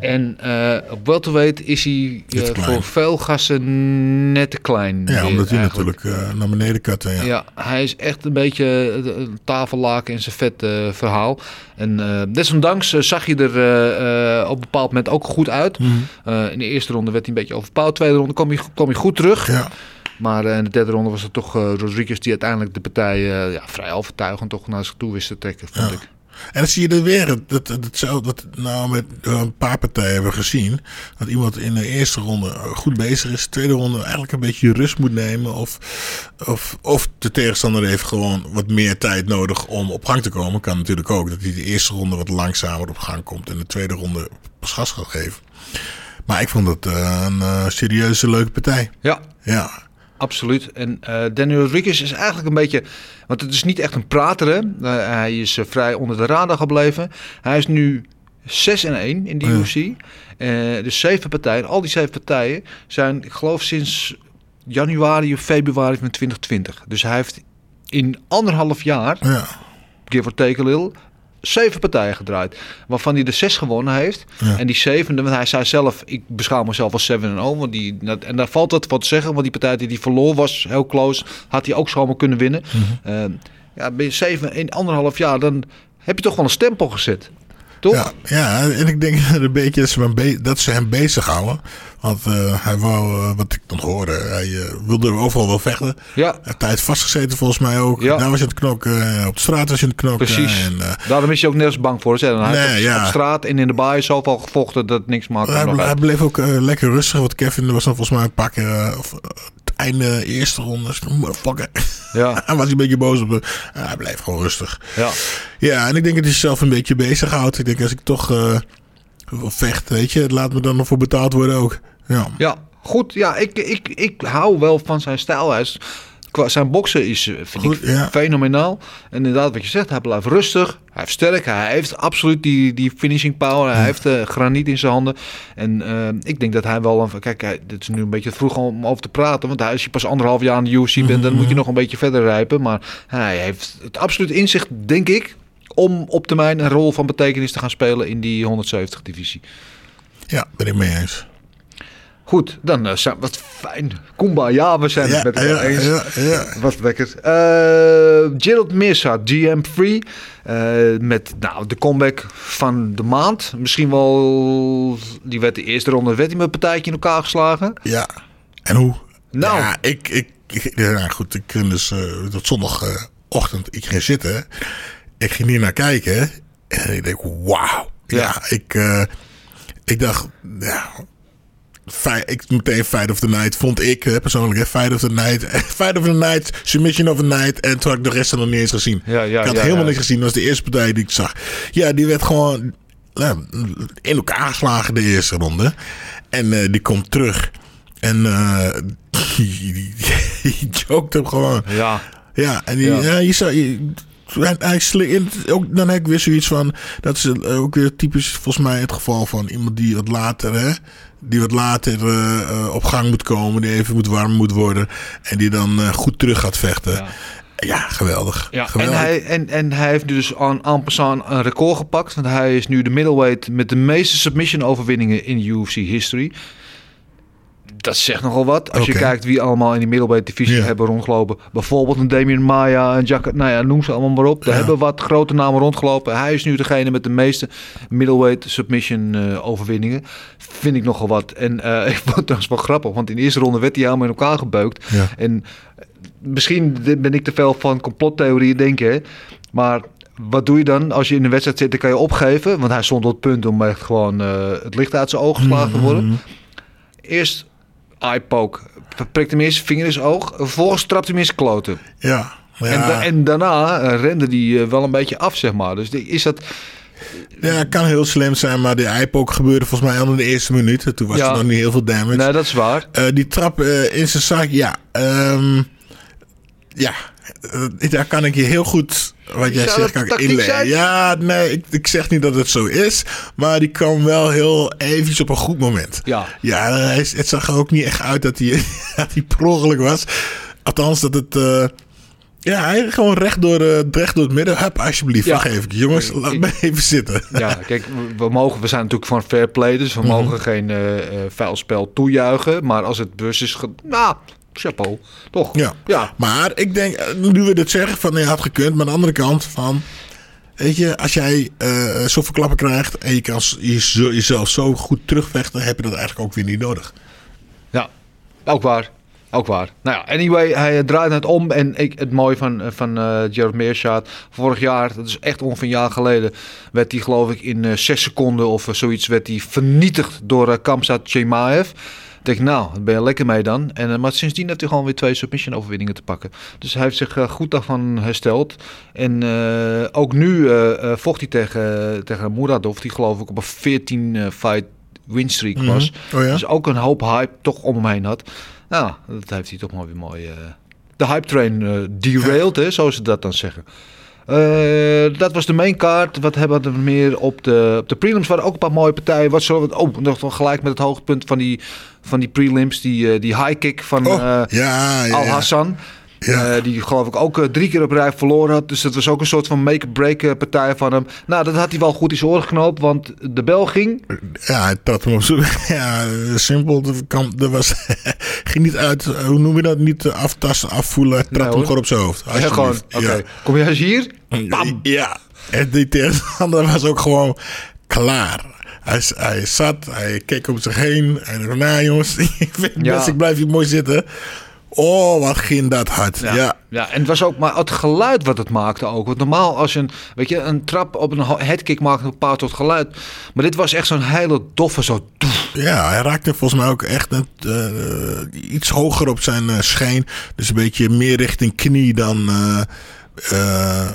G: En uh, op welterweight is hij uh, voor veel gasten net te klein.
H: Ja,
G: weer,
H: omdat hij
G: eigenlijk.
H: natuurlijk uh, naar beneden kutte. Ja.
G: ja, hij is echt een beetje een tafellaken in zijn vet uh, verhaal. En uh, desondanks uh, zag je er uh, uh, op een bepaald moment ook goed uit. Mm. Uh, in de eerste ronde werd hij een beetje overpowered. De tweede ronde kwam hij, kwam hij goed terug.
H: Ja.
G: Maar uh, in de derde ronde was het toch uh, Rodriguez die uiteindelijk de partij uh, ja, vrij overtuigend toch naar zich toe wist te trekken, vond
H: ja.
G: ik.
H: En dan zie je er weer, dat, dat, dat, dat nou met een paar partijen hebben we gezien, dat iemand in de eerste ronde goed bezig is, de tweede ronde eigenlijk een beetje rust moet nemen, of, of, of de tegenstander heeft gewoon wat meer tijd nodig om op gang te komen. Kan natuurlijk ook, dat hij de eerste ronde wat langzamer op gang komt en de tweede ronde pas gas gaat geven. Maar ik vond het uh, een uh, serieuze, leuke partij.
G: Ja.
H: Ja.
G: Absoluut. En uh, Daniel Rodriguez is eigenlijk een beetje... Want het is niet echt een prater, hè. Uh, hij is uh, vrij onder de radar gebleven. Hij is nu zes en één in de ja. U F C. Uh, dus zeven partijen. Al die zeven partijen zijn, ik geloof, sinds januari of februari van twintig twintig. Dus hij heeft in anderhalf jaar... Ja. Give or take a little... zeven partijen gedraaid. Waarvan hij de zes gewonnen heeft. Ja. En die zevende, want hij zei zelf... ik beschouw mezelf als zeven en nul. Want die, en daar valt wat wat te zeggen. Want die partij die hij verloor was heel close. Had hij ook zomaar kunnen winnen. Mm-hmm. Uh, ja, ben je zeven in anderhalf jaar... dan heb je toch wel een stempel gezet. Toch?
H: Ja, ja, en ik denk een beetje dat ze hem, be- dat ze hem bezighouden. Want uh, hij wou, uh, wat ik dan hoorde, hij uh, wilde overal wel vechten.
G: Ja.
H: Hij tijd vastgezeten volgens mij ook.
G: Ja.
H: Daar was je aan het knokken, uh, op de straat was je aan het knokken.
G: Precies.
H: En, uh,
G: daarom is hij ook nergens bang voor. Hij
H: nee,
G: heeft op,
H: ja.
G: op straat en in de baai zoveel gevochten dat niks maakt.
H: Hij, ble- hij bleef ook uh, lekker rustig. Want Kevin was dan volgens mij een paar keer... Uh, of, uh, het einde eerste ronde. Motherfucker.
G: Ja.
H: Hij was een beetje boos op hem. Uh, hij bleef gewoon rustig.
G: Ja.
H: Ja, en ik denk dat hij zichzelf een beetje bezighoudt. Ik denk als ik toch uh, vecht, weet je, laat me dan nog voor betaald worden ook. Ja,
G: ja goed. Ja, ik, ik, ik hou wel van zijn stijl. Hij is, zijn boksen is vind Goed, ik ja. fenomenaal. En inderdaad, wat je zegt, hij blijft rustig. Hij heeft sterk. Hij heeft absoluut die, die finishing power. Hij ja. heeft uh, graniet in zijn handen. En uh, ik denk dat hij wel... Kijk, hij, dit is nu een beetje vroeg om over te praten. Want als je pas anderhalf jaar aan de U F C bent... Mm-hmm. dan moet je nog een beetje verder rijpen. Maar hij heeft het absoluut inzicht, denk ik... om op termijn een rol van betekenis te gaan spelen in die honderdzeventig divisie.
H: Ja, ben ik mee eens.
G: Goed, dan uh, zijn wat fijn. Kumbaya, we zijn
H: ja,
G: het met elkaar
H: ja,
G: eens.
H: Ja, ja.
G: Wat lekker. Uh, Gerald Meerschaert, G M Free. Uh, met nou, de comeback van de maand. Misschien wel... Die werd de eerste ronde werd hij met een partijtje in elkaar geslagen.
H: Ja. En hoe?
G: Nou.
H: Ja, ik... ik, ik ja, goed, ik ging dus... Uh, dat zondagochtend, uh, ik ging zitten... Ik ging hier naar kijken en ik denk, wauw. Ja, ja, ik, uh, ik dacht, ja, fi- ik meteen Fight of the Night vond ik uh, persoonlijk, hè, Fight of the Night, Fight of the Night, Submission of the Night en toen had ik de rest nog niet eens gezien.
G: Ja, ja,
H: ik had
G: ja,
H: helemaal
G: ja.
H: niks gezien, dat was de eerste partij die ik zag. Ja, die werd gewoon uh, in elkaar geslagen de eerste ronde en uh, die komt terug en uh, die, die, die joked hem gewoon.
G: Ja.
H: Ja, en die, ja. Ja, je zou... Je, Eigenlijk, ook, dan heb ik weer zoiets van... Dat is ook weer typisch volgens mij het geval van iemand die wat later... Hè, die wat later uh, op gang moet komen. Die even moet warm moet worden. En die dan uh, goed terug gaat vechten. Ja, ja geweldig.
G: Ja,
H: geweldig.
G: En, hij, en, en hij heeft dus aan en passant een record gepakt. Want hij is nu de middleweight met de meeste submission overwinningen in U F C history. Dat zegt nogal wat. Als okay. je kijkt wie allemaal in die middleweight divisie ja. hebben rondgelopen. Bijvoorbeeld een Damian Maia, een Jack, nou ja, noem ze allemaal maar op. Daar ja. hebben wat grote namen rondgelopen. Hij is nu degene met de meeste middleweight submission uh, overwinningen. Vind ik nogal wat. En uh, ik vond het trouwens wel grappig. Want in de eerste ronde werd hij helemaal in elkaar gebeukt. Ja. En misschien ben ik te veel van complottheorieën denken. Hè? Maar... Wat doe je dan als je in de wedstrijd zit? Dan kan je opgeven. Want hij stond op het punt om echt gewoon uh, het licht uit zijn ogen geslagen te worden. Mm-hmm. Eerst eye-poke. Prikt hem eerst vinger in zijn oog. Vervolgens trapt hij hem in zijn kloten.
H: Ja. ja.
G: En, da- en daarna uh, rende hij uh, wel een beetje af, zeg maar. Dus die, is dat...
H: Ja, het kan heel slim zijn, maar de eye-poke gebeurde volgens mij al in de eerste minuut. Toen was ja. er nog niet heel veel damage.
G: Nee, dat is waar.
H: Uh, die trap uh, in zijn zak, ja. Um, ja, uh, daar kan ik je heel goed... Wat jij
G: Zou
H: zegt, kan ik inleggen. Ja, nee, ik, ik zeg niet dat het zo is. Maar die kwam wel heel eventjes op een goed moment.
G: Ja.
H: Ja, hij, het zag er ook niet echt uit dat hij, dat hij per ongeluk was. Althans, dat het... Uh, Ja, hij gewoon recht door, uh, recht door het midden. Hup, alsjeblieft,
G: ja.
H: wacht even. Jongens, ik, laat me even zitten.
G: Ja, kijk, we, mogen, we zijn natuurlijk van fair play, dus we mm-hmm. mogen geen uh, uh, vuilspel toejuichen. Maar als het bus is... Ge- nou, chapeau, toch?
H: Ja. ja, maar ik denk, nu we dit zeggen, van je had gekund. Maar aan de andere kant van... Weet je, als jij uh, zoveel klappen krijgt en je kan jezelf zo goed terugvechten, heb je dat eigenlijk ook weer niet nodig.
G: Ja, ook waar. Ook waar. Nou ja, anyway, hij draait het om. En ik, het mooie van, van uh, Gerald Meerschaert, vorig jaar, dat is echt ongeveer een jaar geleden, werd hij geloof ik in uh, zes seconden of uh, zoiets, werd hij vernietigd door uh, Khamzat Chimaev. Ik denk, nou, daar ben je lekker mee dan. En, uh, maar sindsdien heeft hij gewoon weer twee submission overwinningen te pakken. Dus hij heeft zich uh, goed daarvan hersteld. En uh, ook nu uh, uh, vocht hij tegen, tegen Muradov, die geloof ik op een veertien uh, fight winstreak was.
H: Mm-hmm. Oh ja?
G: Dus ook een hoop hype toch om hem heen had. Nou, dat heeft hij toch maar weer mooi... Uh, de hype train uh, derailed, hè, zoals ze dat dan zeggen. Uh, dat was de main card. Wat hebben we meer op de, op de prelims? waren ook een paar mooie partijen. Wat zullen we... Oh, nog gelijk met het hoogtepunt van die, van die prelims. Die, uh, die high kick van
H: oh,
G: uh,
H: ja, ja,
G: Al Hassan. Ja. Uh, die geloof ik ook uh, drie keer op rij verloren had. Dus dat was ook een soort van make-or-break uh, partij van hem. Nou, dat had hij wel goed in zijn oren geknoopt. Want de bel ging...
H: Ja, hij trad hem op zo. Ja, simpel. Er was, ging niet uit, hoe noem je dat? Niet aftasten, afvoelen. Hij trad nee, hem gewoon op zijn hoofd.
G: Ja, gewoon, oké. Okay. Ja. Kom je eens hier? Bam!
H: Ja, en die tegenstander was ook gewoon klaar. Hij, hij zat, hij keek om zich heen. En dacht, nou jongens, ik vind het ja. best, ik blijf hier mooi zitten. Oh, wat ging dat hard. Ja, ja.
G: ja, en het was ook maar het geluid wat het maakte ook. Want normaal als je een, weet je, een trap op een headkick maakt een bepaald soort geluid. Maar dit was echt zo'n hele doffe, zo...
H: Ja, hij raakte volgens mij ook echt een, uh, iets hoger op zijn uh, scheen. Dus een beetje meer richting knie dan uh, uh,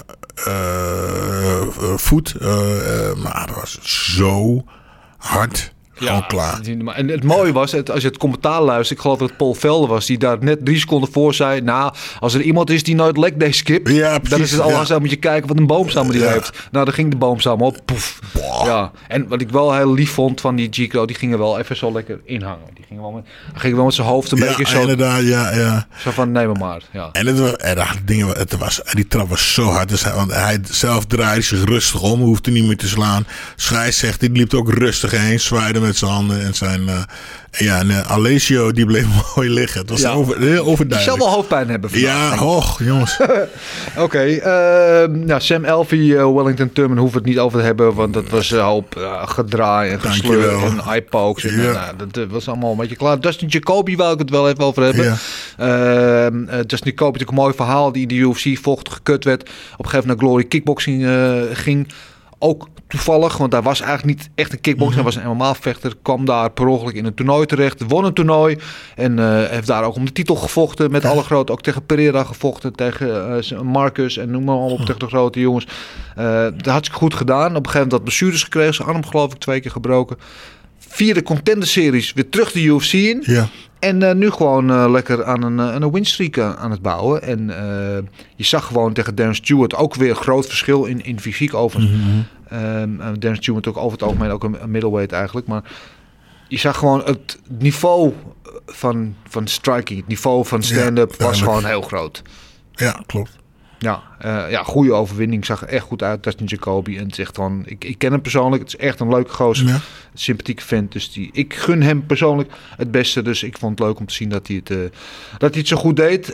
H: uh, uh, voet. Uh, uh, maar dat was zo hard...
G: Ja, klaar. En het mooie was, als je het commentaar luistert, ik geloof dat het Paul Velder was, die daar net drie seconden voor zei, nou, als er iemand is die nooit leg day skip,
H: ja,
G: dan is het al ja. moet je kijken wat een boomstammer die ja. heeft. Nou, dan ging de boomstammer op. Poef.
H: Wow.
G: Ja. En wat ik wel heel lief vond van die Gico, die gingen wel even zo lekker inhangen. Die gingen wel met, ging wel met zijn hoofd een
H: ja,
G: beetje zo.
H: Inderdaad, ja, ja.
G: Zo van, neem maar maar. Ja.
H: En het was, en dingen, het was, die trap was zo hard. Dus hij, want hij zelf draaide zich rustig om, hoefde niet meer te slaan. Scheidsrechter, die liep ook rustig heen, zwaaide met zijn handen en zijn... Uh, ja, en uh, Alessio, die bleef mooi liggen. Het was ja. over, heel overduidelijk.
G: Die zal wel hoofdpijn hebben vandaag.
H: Ja, hoog, jongens.
G: Oké, okay, uh, nou, Sam Alvey, uh, Wellington Turman hoeven we het niet over te hebben, want dat was een uh, hoop uh, gedraai en gesleur en eye-pokes. En, ja. nou, dat uh, was allemaal een beetje klaar. Dustin Jacoby wou ik het wel even over hebben. Ja. Uh, uh, Dustin Jacoby, natuurlijk een mooi verhaal, die in de U F C vocht, gekut werd. Op een gegeven moment naar Glory Kickboxing uh, ging. Ook toevallig, want daar was eigenlijk niet echt een kickboxer. Mm-hmm. Hij was een M M A-vechter. Kwam daar per ongeluk in een toernooi terecht. Won een toernooi. En uh, heeft daar ook om de titel gevochten. Met alle grote. Ook tegen Pereira gevochten. Tegen uh, Marcus. En noem maar op. Tegen de grote jongens. Uh, dat had ze goed gedaan. Op een gegeven moment had blessures gekregen. Zijn arm geloof ik twee keer gebroken. Vierde contender-series. Weer terug de U F C in. Ja. En uh, nu gewoon uh, lekker aan een, uh, een winstreak uh, aan het bouwen. En uh, je zag gewoon tegen Darren Stewart ook weer een groot verschil in, in fysiek over. Mm-hmm. Um, Darren Stewart ook over het algemeen ook een, een middleweight eigenlijk. Maar je zag gewoon het niveau van, van striking, het niveau van stand-up ja, was gewoon heel groot.
H: Ja, klopt.
G: Ja, uh, ja, goede overwinning. Zag er echt goed uit, Dustin Jacoby. En het is echt gewoon, ik, ik ken hem persoonlijk. Het is echt een leuke gozer. Ja. Sympathieke vent. Dus die, ik gun hem persoonlijk het beste. Dus ik vond het leuk om te zien dat hij het, uh, dat hij het zo goed deed.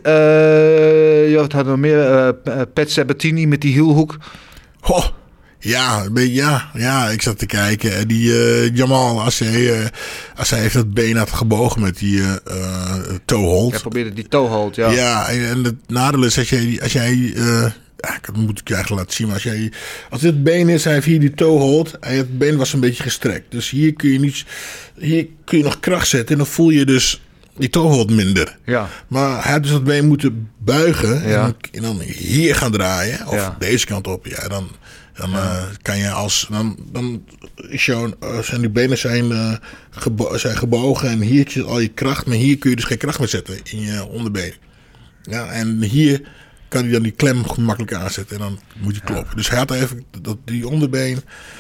G: Uh, ja, wat hadden we meer? Uh, Pat Sabatini met die hielhoek.
H: Oh. Ja, ja, ja, ik zat te kijken. Die uh, Jamal, als hij, uh, als hij heeft dat been had gebogen met die uh, uh, toehold.
G: Hij probeerde die toehold, ja.
H: Ja, en, en het nadeel is als jij, als jij uh, ja, dat moet ik je eigenlijk laten zien. Maar als jij, als dit been is, hij heeft hier die toehold. En het been was een beetje gestrekt. Dus hier kun je niet, hier kun je nog kracht zetten. En dan voel je dus die toehold minder.
G: Ja.
H: Maar hij had dus dat been moeten buigen. Ja. En, dan, en dan hier gaan draaien. Of ja. deze kant op. Ja, dan... Dan uh, kan je als dan, dan is jouw, uh, zijn die benen zijn, uh, gebo- zijn gebogen en hier zit al je kracht, maar hier kun je dus geen kracht meer zetten in je onderbeen. Ja, en hier kan hij dan die klem gemakkelijk aanzetten en dan moet je kloppen. Ja. Dus hij had even dat die onderbeen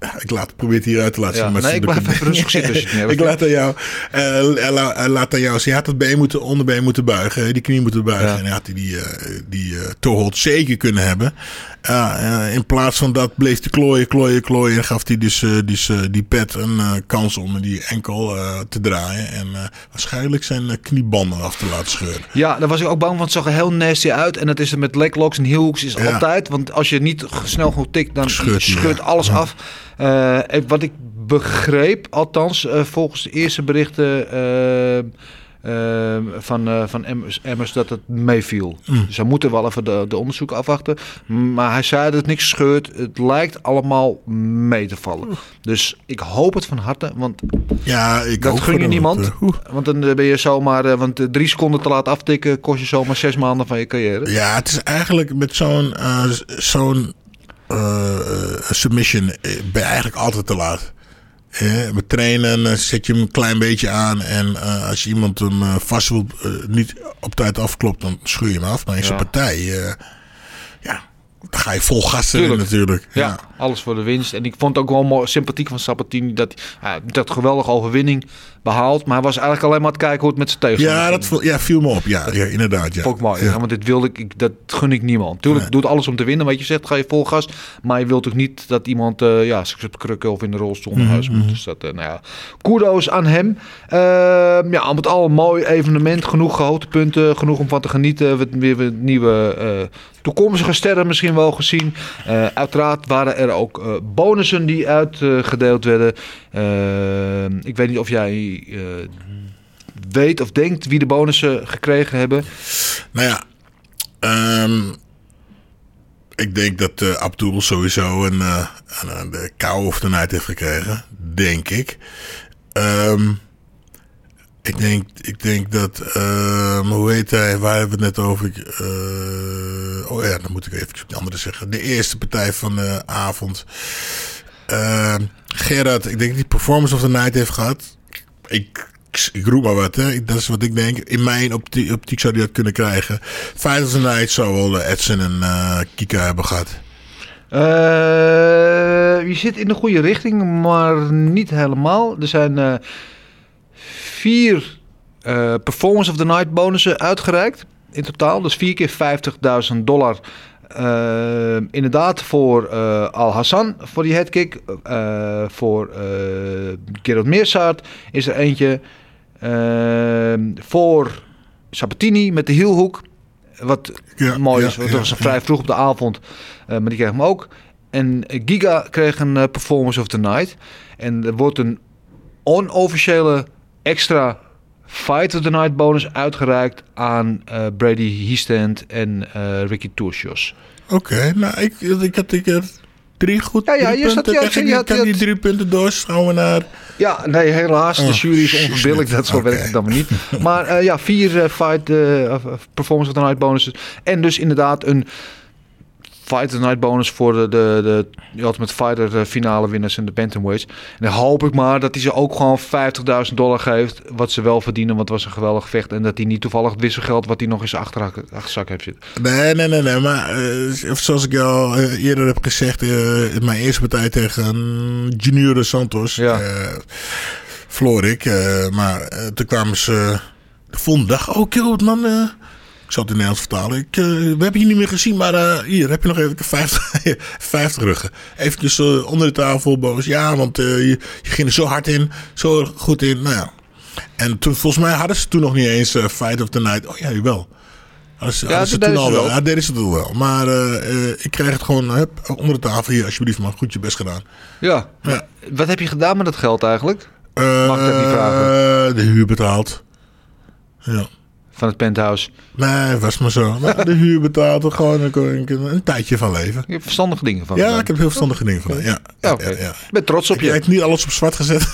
H: Ik laat, probeer het hier uit te laten zien.
G: Ja,
H: maar
G: nee, ik blijf even rustig zitten. Als je het niet
H: ik laat aan jou, uh, la, laat aan jou zien. Hij had het been moeten, onderbeen moeten buigen. Die knie moeten buigen. Ja. En hij had die, die, uh, die uh, toehold zeker kunnen hebben. Uh, uh, in plaats van dat bleef hij klooien, klooien, klooien. En gaf hij dus, uh, dus uh, die pet een uh, kans om die enkel uh, te draaien. En uh, waarschijnlijk zijn uh, kniebanden af te laten scheuren.
G: Ja, daar was ik ook bang van. Het zag er heel nasty uit. En dat is er met leglocks en heelhooks is
H: Ja.
G: altijd. Want als je niet snel genoeg tikt, dan
H: Scheurt
G: scheurt,
H: hij, ja.
G: alles
H: Ja.
G: af. Uh, wat ik begreep, althans uh, volgens de eerste berichten uh, uh, van, uh, van Emmers, Emmers, dat het meeviel.
H: Mm.
G: Dus hij moet er wel even de, de onderzoek afwachten. Maar hij zei dat het niks scheurt. Het lijkt allemaal mee te vallen. Dus ik hoop het van harte, want
H: Ja, ik
G: dat
H: ook
G: gun je
H: voor
G: niemand.
H: dat, uh,
G: Want dan ben je zomaar, uh, want uh, drie seconden te laat aftikken kost je zomaar zes maanden van je carrière.
H: Ja, het is eigenlijk met zo'n uh, zo'n uh, submission uh, ben je eigenlijk altijd te laat. Eh, met trainen uh, zet je hem een klein beetje aan. En uh, als je iemand hem uh, vast wil, uh, niet op tijd afklopt, dan schuur je hem af. Maar in zijn
G: Ja.
H: partij, uh, ja, dan ga je vol gas erin
G: Tuurlijk.
H: natuurlijk.
G: Ja,
H: Ja.
G: alles voor de winst. En ik vond het ook wel mooi, sympathiek van Sabatini dat hij uh, dat geweldige overwinning behaald. Maar hij was eigenlijk alleen maar aan het kijken hoe het met zijn tegenstander
H: Ja, dat
G: ging.
H: vo- ja, viel me op. Ja, ja inderdaad. Ja.
G: Vond ik mooi.
H: Ja.
G: Ja, want dit wilde ik, ik, dat gun ik niemand. Tuurlijk,
H: Nee.
G: doet alles om te winnen. Wat je zegt, ga je vol gas. Maar je wilt ook niet dat iemand uh, ja, zich op krukken of in de rolstoel naar huis moet. Dus dat, uh, nou ja, kudos aan hem. Uh, ja, al met al een mooi evenement. Genoeg hoogtepunten, genoeg om van te genieten. We weer weer nieuwe uh, toekomstige sterren misschien wel gezien. Uh, uiteraard waren er ook uh, bonussen die uitgedeeld uh, werden. Uh, ik weet niet of jij uh, weet of denkt wie de bonussen gekregen hebben.
H: Nou ja, um, ik denk dat uh, Abdul sowieso een, uh, een, de kou of the night heeft gekregen. Denk ik. Um, ik, denk ik denk dat, um, hoe heet hij, waar hebben we het net over? Uh, oh ja, dan moet ik even de andere zeggen. De eerste partij van de avond. Uh, Gerard, ik denk dat hij Performance of the Night heeft gehad. Ik... Ik roep maar wat, hè. Dat is wat ik denk. In mijn optie, optiek zou hij dat kunnen krijgen. Fight of the Night zou wel uh, Edson en uh, Kika hebben gehad.
G: Uh, je zit in de goede richting, maar niet helemaal. Er zijn uh, vier uh, Performance of the Night bonussen uitgereikt in totaal. Dus vier keer vijftigduizend dollar. Uh, inderdaad voor uh, Al Hassan voor die headkick. Uh, voor uh, Gerald Meersaert is er eentje. Uh, voor Sabatini met de hielhoek. Wat
H: Ja,
G: mooi
H: ja,
G: is, want
H: ja,
G: dat was
H: ja.
G: vrij vroeg op de avond. Uh, maar die kreeg hem ook. En Giga kreeg een uh, Performance of the Night. En er wordt een onofficiële extra Fight of the Night bonus uitgereikt aan uh, Brady Hiestand en uh, Ricky Turcios.
H: Oké, okay, nou, ik, ik had ik had drie goed.
G: Ja, ja,
H: drie
G: je zat-
H: punten.
G: ja,
H: Krijg ik,
G: je had-
H: kan
G: je
H: die
G: had-
H: drie punten doorschouwen naar...
G: Ja, nee, helaas. De
H: Oh,
G: jury is
H: shit.
G: onverbillig. Dat zo
H: Oké.
G: werkt het dan maar niet. Maar uh, ja, vier uh, Fight uh, Performance of the Night bonuses. En dus inderdaad een Fight of the Night bonus voor de, de, de Ultimate Fighter uh, finale winnaars in de bantamweights. En dan hoop ik maar dat hij ze ook gewoon vijftigduizend dollar geeft. Wat ze wel verdienen, want het was een geweldig gevecht. En dat hij niet toevallig het wisselgeld wat hij nog in zijn achterak- achterzak heeft zitten.
H: Nee, nee, nee, nee. Maar uh, zoals ik al uh, eerder heb gezegd, uh, in mijn eerste partij tegen Junior Santos,
G: Ja.
H: uh, verloor ik. Uh, maar uh, toen kwamen ze de volgende dag. Oh, kill man. Uh, ik zal het in Nederlands vertalen. Ik, uh, we hebben je niet meer gezien, maar uh, hier heb je nog even vijftig, vijftig ruggen. Eventjes uh, onder de tafel boos. Ja, want uh, je, je ging er zo hard in, zo goed in. Nou ja. En toen, volgens mij hadden ze toen nog niet eens uh, Fight of the Night. Oh ja, jawel. Hadden ze,
G: Ja,
H: hadden ze
G: dat
H: toen
G: deden
H: al
G: ze
H: wel.
G: wel.
H: Ja, dat is het toen wel. Maar uh, uh, ik kreeg het gewoon uh, hup, onder de tafel. Hier, alsjeblieft man. Goed je best gedaan.
G: Ja.
H: Ja.
G: Wat heb je gedaan met dat geld eigenlijk?
H: Uh,
G: Mag ik dat niet vragen?
H: De huur betaald. Ja.
G: Van het penthouse.
H: Nee, was maar zo. Maar de huur betaald. Gewoon een, een, een tijdje van leven.
G: Je hebt verstandige dingen van
H: Ja,
G: gedaan.
H: ik heb heel verstandige dingen gedaan. Ja,
G: Ja, oké.
H: ja, ja.
G: Ik ben trots op
H: Ik
G: je.
H: heb niet alles op zwart gezet.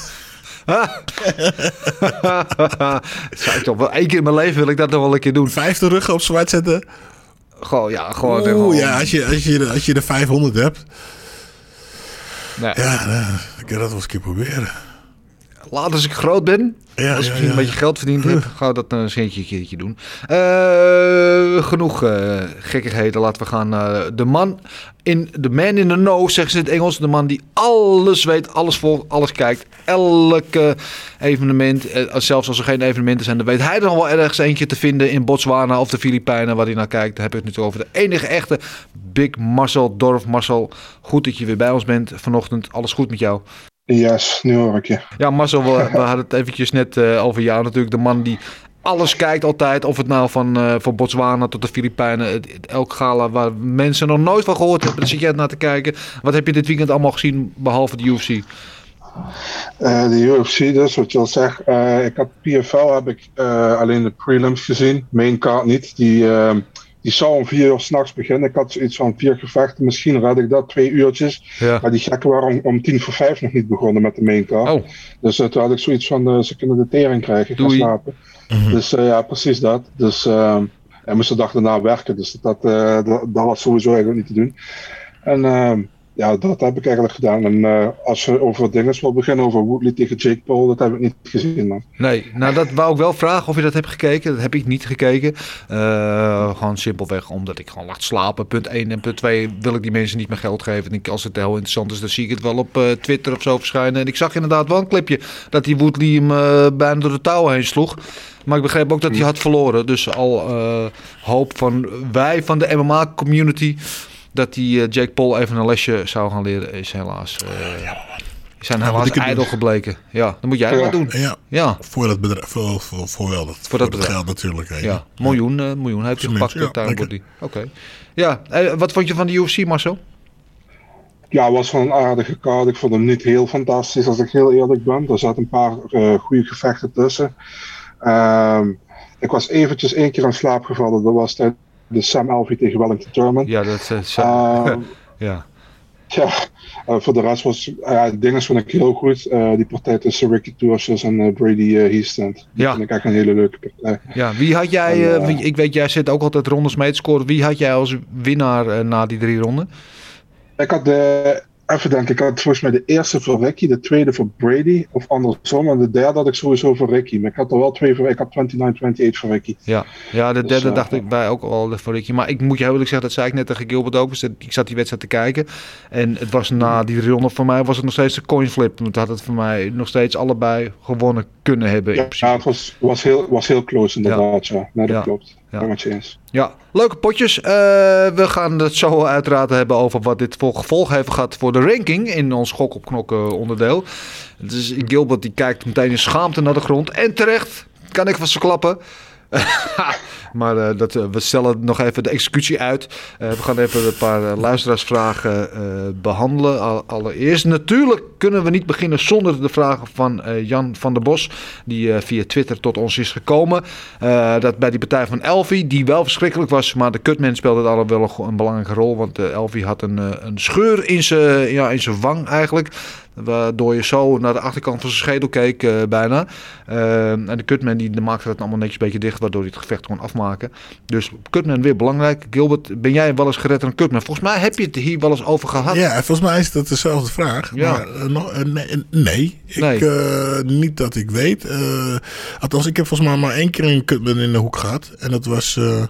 G: Dat zou ik toch wel één keer in mijn leven wil ik dat nog wel een keer doen.
H: Vijfde ruggen op zwart zetten.
G: Gewoon, ja, gewoon.
H: Oeh,
G: gewoon-
H: ja, als je, als, je, als je er vijfhonderd hebt.
G: Nee.
H: Ja, nou, ik kan dat wel eens een keer proberen.
G: later als ik groot ben,
H: Ja,
G: als ik
H: ja,
G: ja,
H: ja,
G: een beetje
H: ja.
G: geld verdiend heb, ga ik dat een scheentje een keertje doen. Uh, genoeg uh, gekkigheden. Laten we gaan naar de man in de man in the know, zeggen ze in het Engels. De man die alles weet, alles volgt, alles kijkt. Elke evenement, uh, zelfs als er geen evenementen zijn, dan weet hij er nog wel ergens eentje te vinden in Botswana of de Filipijnen waar hij naar kijkt. Dan heb ik het nu over de enige echte Big Marcel Dorff. Marcel, goed dat je weer bij ons bent vanochtend. Alles goed met jou?
I: Yes, nu hoor ik je.
G: Ja, Marcel, we, we hadden het eventjes net uh, over jou natuurlijk. De man die alles kijkt altijd. Of het nou van, uh, van Botswana tot de Filipijnen. Het, het, elk gala waar mensen nog nooit van gehoord hebben. Daar zit jij naar te kijken. Wat heb je dit weekend allemaal gezien, behalve de U F C?
I: Uh, de U F C dus, wat je al zegt. Uh, ik had P F L, heb ik uh, alleen de prelims gezien. Main card niet. Die, uh, die zou om vier uur 's nachts beginnen. Ik had zoiets van vier gevechten. Misschien red ik dat, twee uurtjes. Ja. Maar die gekken waren om, om tien voor vijf nog niet begonnen met de main card. Oh. Dus uh, toen had ik zoiets van, uh, ze kunnen de tering krijgen. Gaan slapen. Mm-hmm. Dus uh, ja, precies dat. Dus uh, en moest de dag daarna werken. Dus dat, uh, dat, dat was sowieso eigenlijk niet te doen. En uh, ja, dat heb ik eigenlijk gedaan. En uh, als je over dingen wil beginnen, over Woodley tegen Jake Paul, dat heb ik niet gezien, man.
G: Nee, nou dat wou ik wel vragen of je dat hebt gekeken. Dat heb ik niet gekeken. Uh, gewoon simpelweg omdat ik gewoon lag te slapen. Punt één en punt twee wil ik die mensen niet meer geld geven. En als het heel interessant is, dan zie ik het wel op uh, Twitter of zo verschijnen. En ik zag inderdaad wel een clipje dat die Woodley hem uh, bijna door de touwen heen sloeg. Maar ik begreep ook dat hij had verloren. Dus al uh, hoop van wij van de M M A community dat die uh, Jake Paul even een lesje zou gaan leren is helaas uh, ja, zijn helaas ja, ijdel gebleken. Ja, dan moet jij het ja. doen.
H: Ja.
G: ja.
H: Voor dat bedrijf, voor, voor, voor wel dat, voor, voor dat, dat geld natuurlijk. Hè.
G: Ja, miljoen, uh, miljoen heeft hij gepakt. Ja, Oké. Okay. Ja, uh, wat vond je van de U F C, Marcel?
I: Ja, het was wel een aardige kaart. Ik vond hem niet heel fantastisch, als ik heel eerlijk ben. Er zaten een paar uh, goede gevechten tussen. Uh, ik was eventjes één keer in slaap gevallen. Dat was tijdens de Sam Alvey tegen Wellington Turman.
G: Ja, dat is uh, uh, ja.
I: Ja, uh, voor de rest was uh, dingen vond ik heel goed. Uh, die partij tussen Ricky Turcios en uh, Brady uh, Easton. Die
G: ja.
I: vind ik echt een hele leuke partij.
G: Ja, wie had jij, en, uh, uh, ik weet jij zit ook altijd rondes mee te scoren. Wie had jij als winnaar uh, na die drie ronden?
I: Ik had de, even denken, ik had volgens mij de eerste voor Ricky, de tweede voor Brady, of andersom. En de derde had ik sowieso voor Ricky. Maar ik had er wel twee voor, ik had negenentwintig achtentwintig voor Ricky.
G: Ja, ja de derde dus, uh, dacht ik bij ook al voor Ricky. Maar ik moet je heel eerlijk zeggen, dat zei ik net tegen Gilbert ook. Dus ik zat die wedstrijd te kijken. En het was na die drie ronden voor mij, was het nog steeds een coinflip. Want had het voor mij nog steeds allebei gewonnen kunnen hebben.
I: Ja, ja het was, was, heel, was heel close inderdaad. Ja, ja. Nee, dat ja. klopt. Ja. Met je eens.
G: Ja, leuke potjes. Uh, we gaan het zo uiteraard hebben over wat dit voor gevolg heeft gehad voor de ranking in ons gok op knokken onderdeel. Dus Gilbert die kijkt meteen in schaamte naar de grond. En terecht, kan ik vast klappen. Maar uh, dat, uh, we stellen nog even de executie uit. Uh, we gaan even een paar uh, luisteraarsvragen uh, behandelen. Al, allereerst, natuurlijk kunnen we niet beginnen zonder de vragen van uh, Jan van der Bos. Die uh, via Twitter tot ons is gekomen. Uh, dat bij die partij van Elfie, die wel verschrikkelijk was. Maar de Cutman speelde daar wel een, een belangrijke rol. Want uh, Elfie had een, uh, een scheur in zijn ja, in zijn wang eigenlijk. Waardoor je zo naar de achterkant van zijn schedel keek uh, bijna. Uh, en de Cutman die maakte dat allemaal netjes een beetje dicht. Waardoor hij het gevecht kon afmaken. Dus Cutman weer belangrijk. Gilbert, ben jij wel eens gered aan Cutman? Volgens mij heb je het hier wel eens over gehad.
H: Ja, volgens mij is dat dezelfde vraag. Ja. Maar uh, nog, uh, nee, nee. nee. Ik, uh, niet dat ik weet. Uh, althans, ik heb volgens mij maar één keer een Cutman in de hoek gehad. En dat was... Uh,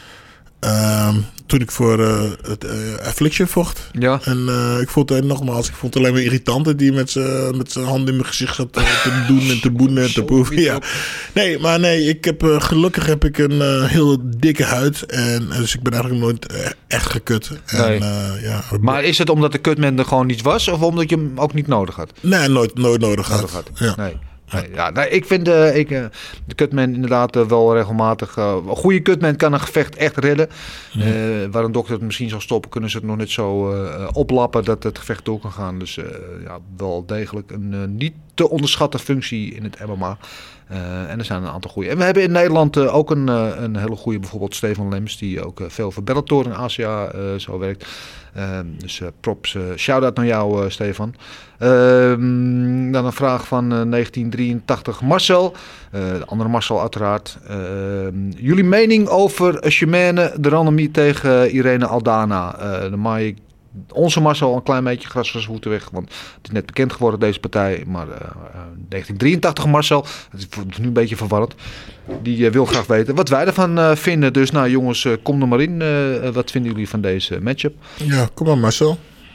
H: Uh, toen ik voor uh, het uh, Affliction vocht.
G: Ja.
H: En uh, ik vond het nogmaals, ik vond het alleen maar irritant dat die met zijn met zijn hand in mijn gezicht zat uh, te doen en te boenen en te proeven. Ja. Nee, maar nee, ik heb uh, gelukkig heb ik een uh, heel dikke huid en uh, dus ik ben eigenlijk nooit uh, echt gekut. En,
G: nee.
H: uh, ja,
G: maar is het omdat de Cutman er gewoon niet was of omdat je hem ook niet nodig had?
H: Nee, nooit, nooit nodig had.
G: Nodig had.
H: Ja.
G: Nee. Nee, ja, nee, ik vind uh, ik, uh, de Cutman inderdaad uh, wel regelmatig... Uh, een goede Cutman kan een gevecht echt redden. Uh, waar een dokter het misschien zal stoppen... kunnen ze het nog net zo uh, oplappen dat het gevecht door kan gaan. Dus uh, ja, wel degelijk een uh, niet te onderschatten functie in het M M A. Uh, en er zijn een aantal goede. En we hebben in Nederland uh, ook een, uh, een hele goede... bijvoorbeeld Stefan Lems... die ook uh, veel voor Bellator in Azië uh, zo werkt. Uh, dus uh, props, uh, shout-out naar jou, uh, Stefan. Uh, dan een vraag van uh, negentien drieëntachtig Marcel. Uh, de andere Marcel uiteraard. Uh, jullie mening over Shimane de Randamie tegen Irene Aldana. Uh, de Mai onze Marcel een klein beetje gras van zijn voeten weg. Want het is net bekend geworden, deze partij. Maar uh, negentien drieëntachtig Marcel, het is nu een beetje verwarrend. Die uh, wil graag weten wat wij ervan uh, vinden. Dus nou jongens, uh, kom er maar in. Uh, wat vinden jullie van deze matchup?
H: Ja, kom maar Marcel.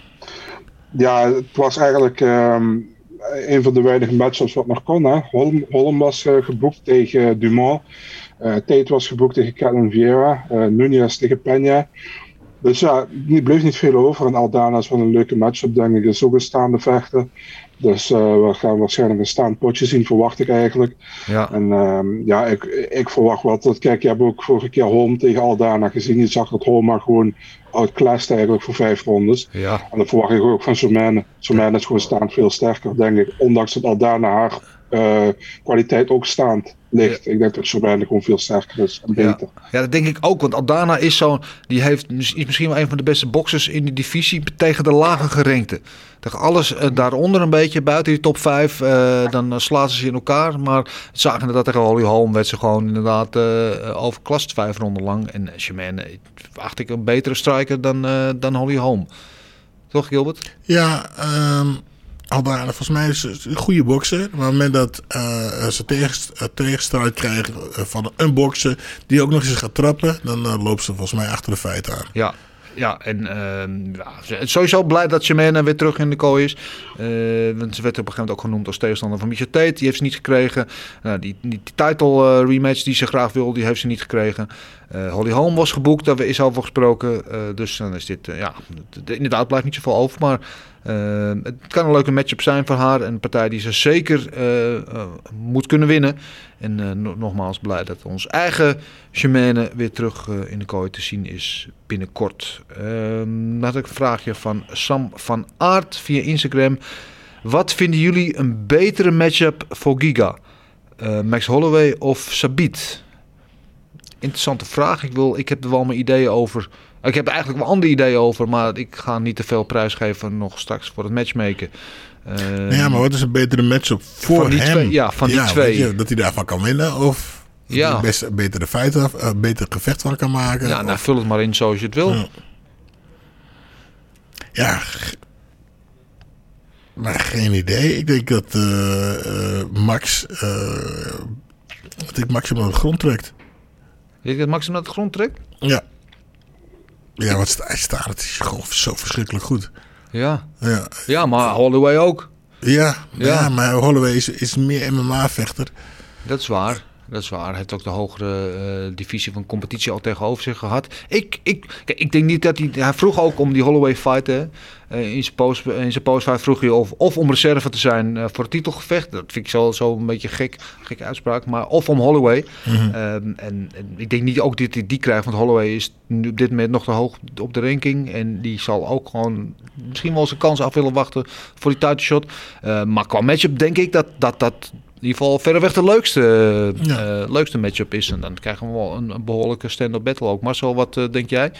I: Ja, het was eigenlijk um, een van de weinige matchups wat nog kon. Hè. Holm, Holm was uh, geboekt tegen Dumont. Uh, Tate was geboekt tegen Catelyn Vieira. Uh, Nunes tegen Peña. Dus ja, er bleef niet veel over. En Aldana is wel een leuke matchup, denk ik. Het is ook een staande vechter. Dus uh, we gaan waarschijnlijk een staand potje zien, verwacht ik eigenlijk.
G: Ja.
I: En um, ja, ik, ik verwacht wel dat... Kijk, je hebt ook vorige keer Holm tegen Aldana gezien. Je zag dat Holm maar gewoon outclassed eigenlijk voor vijf rondes.
G: Ja.
I: En dat verwacht ik ook van Soumane. Soumane is gewoon staand veel sterker, denk ik. Ondanks dat Aldana haar uh, kwaliteit ook staand ligt. Ja. Ik denk dat Soumane gewoon veel sterker is en beter.
G: Ja. ja, dat denk ik ook. Want Aldana is zo'n... Die heeft, is misschien wel een van de beste boxers in de divisie tegen de lage gerankte. Tegen alles uh, daaronder een beetje, buiten die top vijf, uh, dan uh, slaan ze ze in elkaar. Maar het zagen inderdaad tegen Holly Holm werd ze gewoon inderdaad uh, overklast vijf ronden lang. En Soumane acht ik een betere striker dan, uh, dan Holly Holm. Toch, Gilbert?
H: Ja, um, Aldana volgens mij is een goede bokser. Maar op het moment dat uh, ze tegen, uh, tegenstrijd krijgen uh, van een bokser die ook nog eens gaat trappen, dan uh, loopt ze volgens mij achter de feiten aan.
G: Ja. Ja, en uh, ja, sowieso blij dat Soumane weer terug in de kooi is. Uh, want ze werd op een gegeven moment ook genoemd als tegenstander van Miesha Tate. Die heeft ze niet gekregen. Uh, die, die, die title uh, rematch die ze graag wil, die heeft ze niet gekregen. Uh, Holly Holm was geboekt, daar is over gesproken. Uh, dus dan is dit, uh, ja, inderdaad blijft niet zoveel over. Maar uh, het kan een leuke matchup zijn voor haar. Een partij die ze zeker uh, uh, moet kunnen winnen. En uh, no- nogmaals blij dat ons eigen Soumane weer terug uh, in de kooi te zien is binnenkort. Uh, dan had ik een vraagje van Sam van Aert via Instagram. Wat vinden jullie een betere matchup voor Giga? Uh, Max Holloway of Sabit? Interessante vraag. Ik, wil, ik heb er wel mijn ideeën over. Ik heb er eigenlijk wel andere ideeën over, maar ik ga niet te veel prijsgeven nog straks voor het matchmaken. Uh,
H: ja, maar wat is een betere matchup voor
G: van die
H: hem?
G: Twee, ja, van die
H: ja,
G: twee.
H: Je, dat hij daarvan kan winnen of
G: ja.
H: dat hij best een betere fight af, een beter gevecht van kan maken.
G: Ja, nou
H: of,
G: vul het maar in zoals je het wil.
H: Ja, ja maar geen idee. Ik denk dat uh, uh, Max uh, dat ik Max hem aan de grond trekt.
G: Je denkt dat Max hem naar de grond trekt?
H: Ja. Ja, want hij staat, het is gewoon zo verschrikkelijk goed.
G: Ja.
H: Ja,
G: ja maar Holloway ook.
H: Ja, ja.
G: Ja.
H: ja maar Holloway is, is meer M M A-vechter.
G: Dat is waar. Dat is waar. Hij heeft ook de hogere uh, divisie van competitie al tegenover zich gehad. Ik, ik, kijk, ik denk niet dat hij... Hij vroeg ook om die Holloway fight. Hè. Uh, in zijn post, in zijn postfight vroeg hij of, of om reserve te zijn uh, voor het titelgevecht. Dat vind ik zo, zo een beetje gek, gekke uitspraak. Maar of om Holloway. Mm-hmm. Um, en, en ik denk niet ook dat hij die krijgt. Want Holloway is nu op dit moment nog te hoog op de ranking. En die zal ook gewoon misschien wel zijn kans af willen wachten voor die title shot. Uh, maar qua matchup denk ik dat dat... dat in ieder geval verreweg de leukste, ja. uh, leukste matchup is. En dan krijgen we wel een, een behoorlijke stand-up battle ook. Marcel, wat uh, denk jij?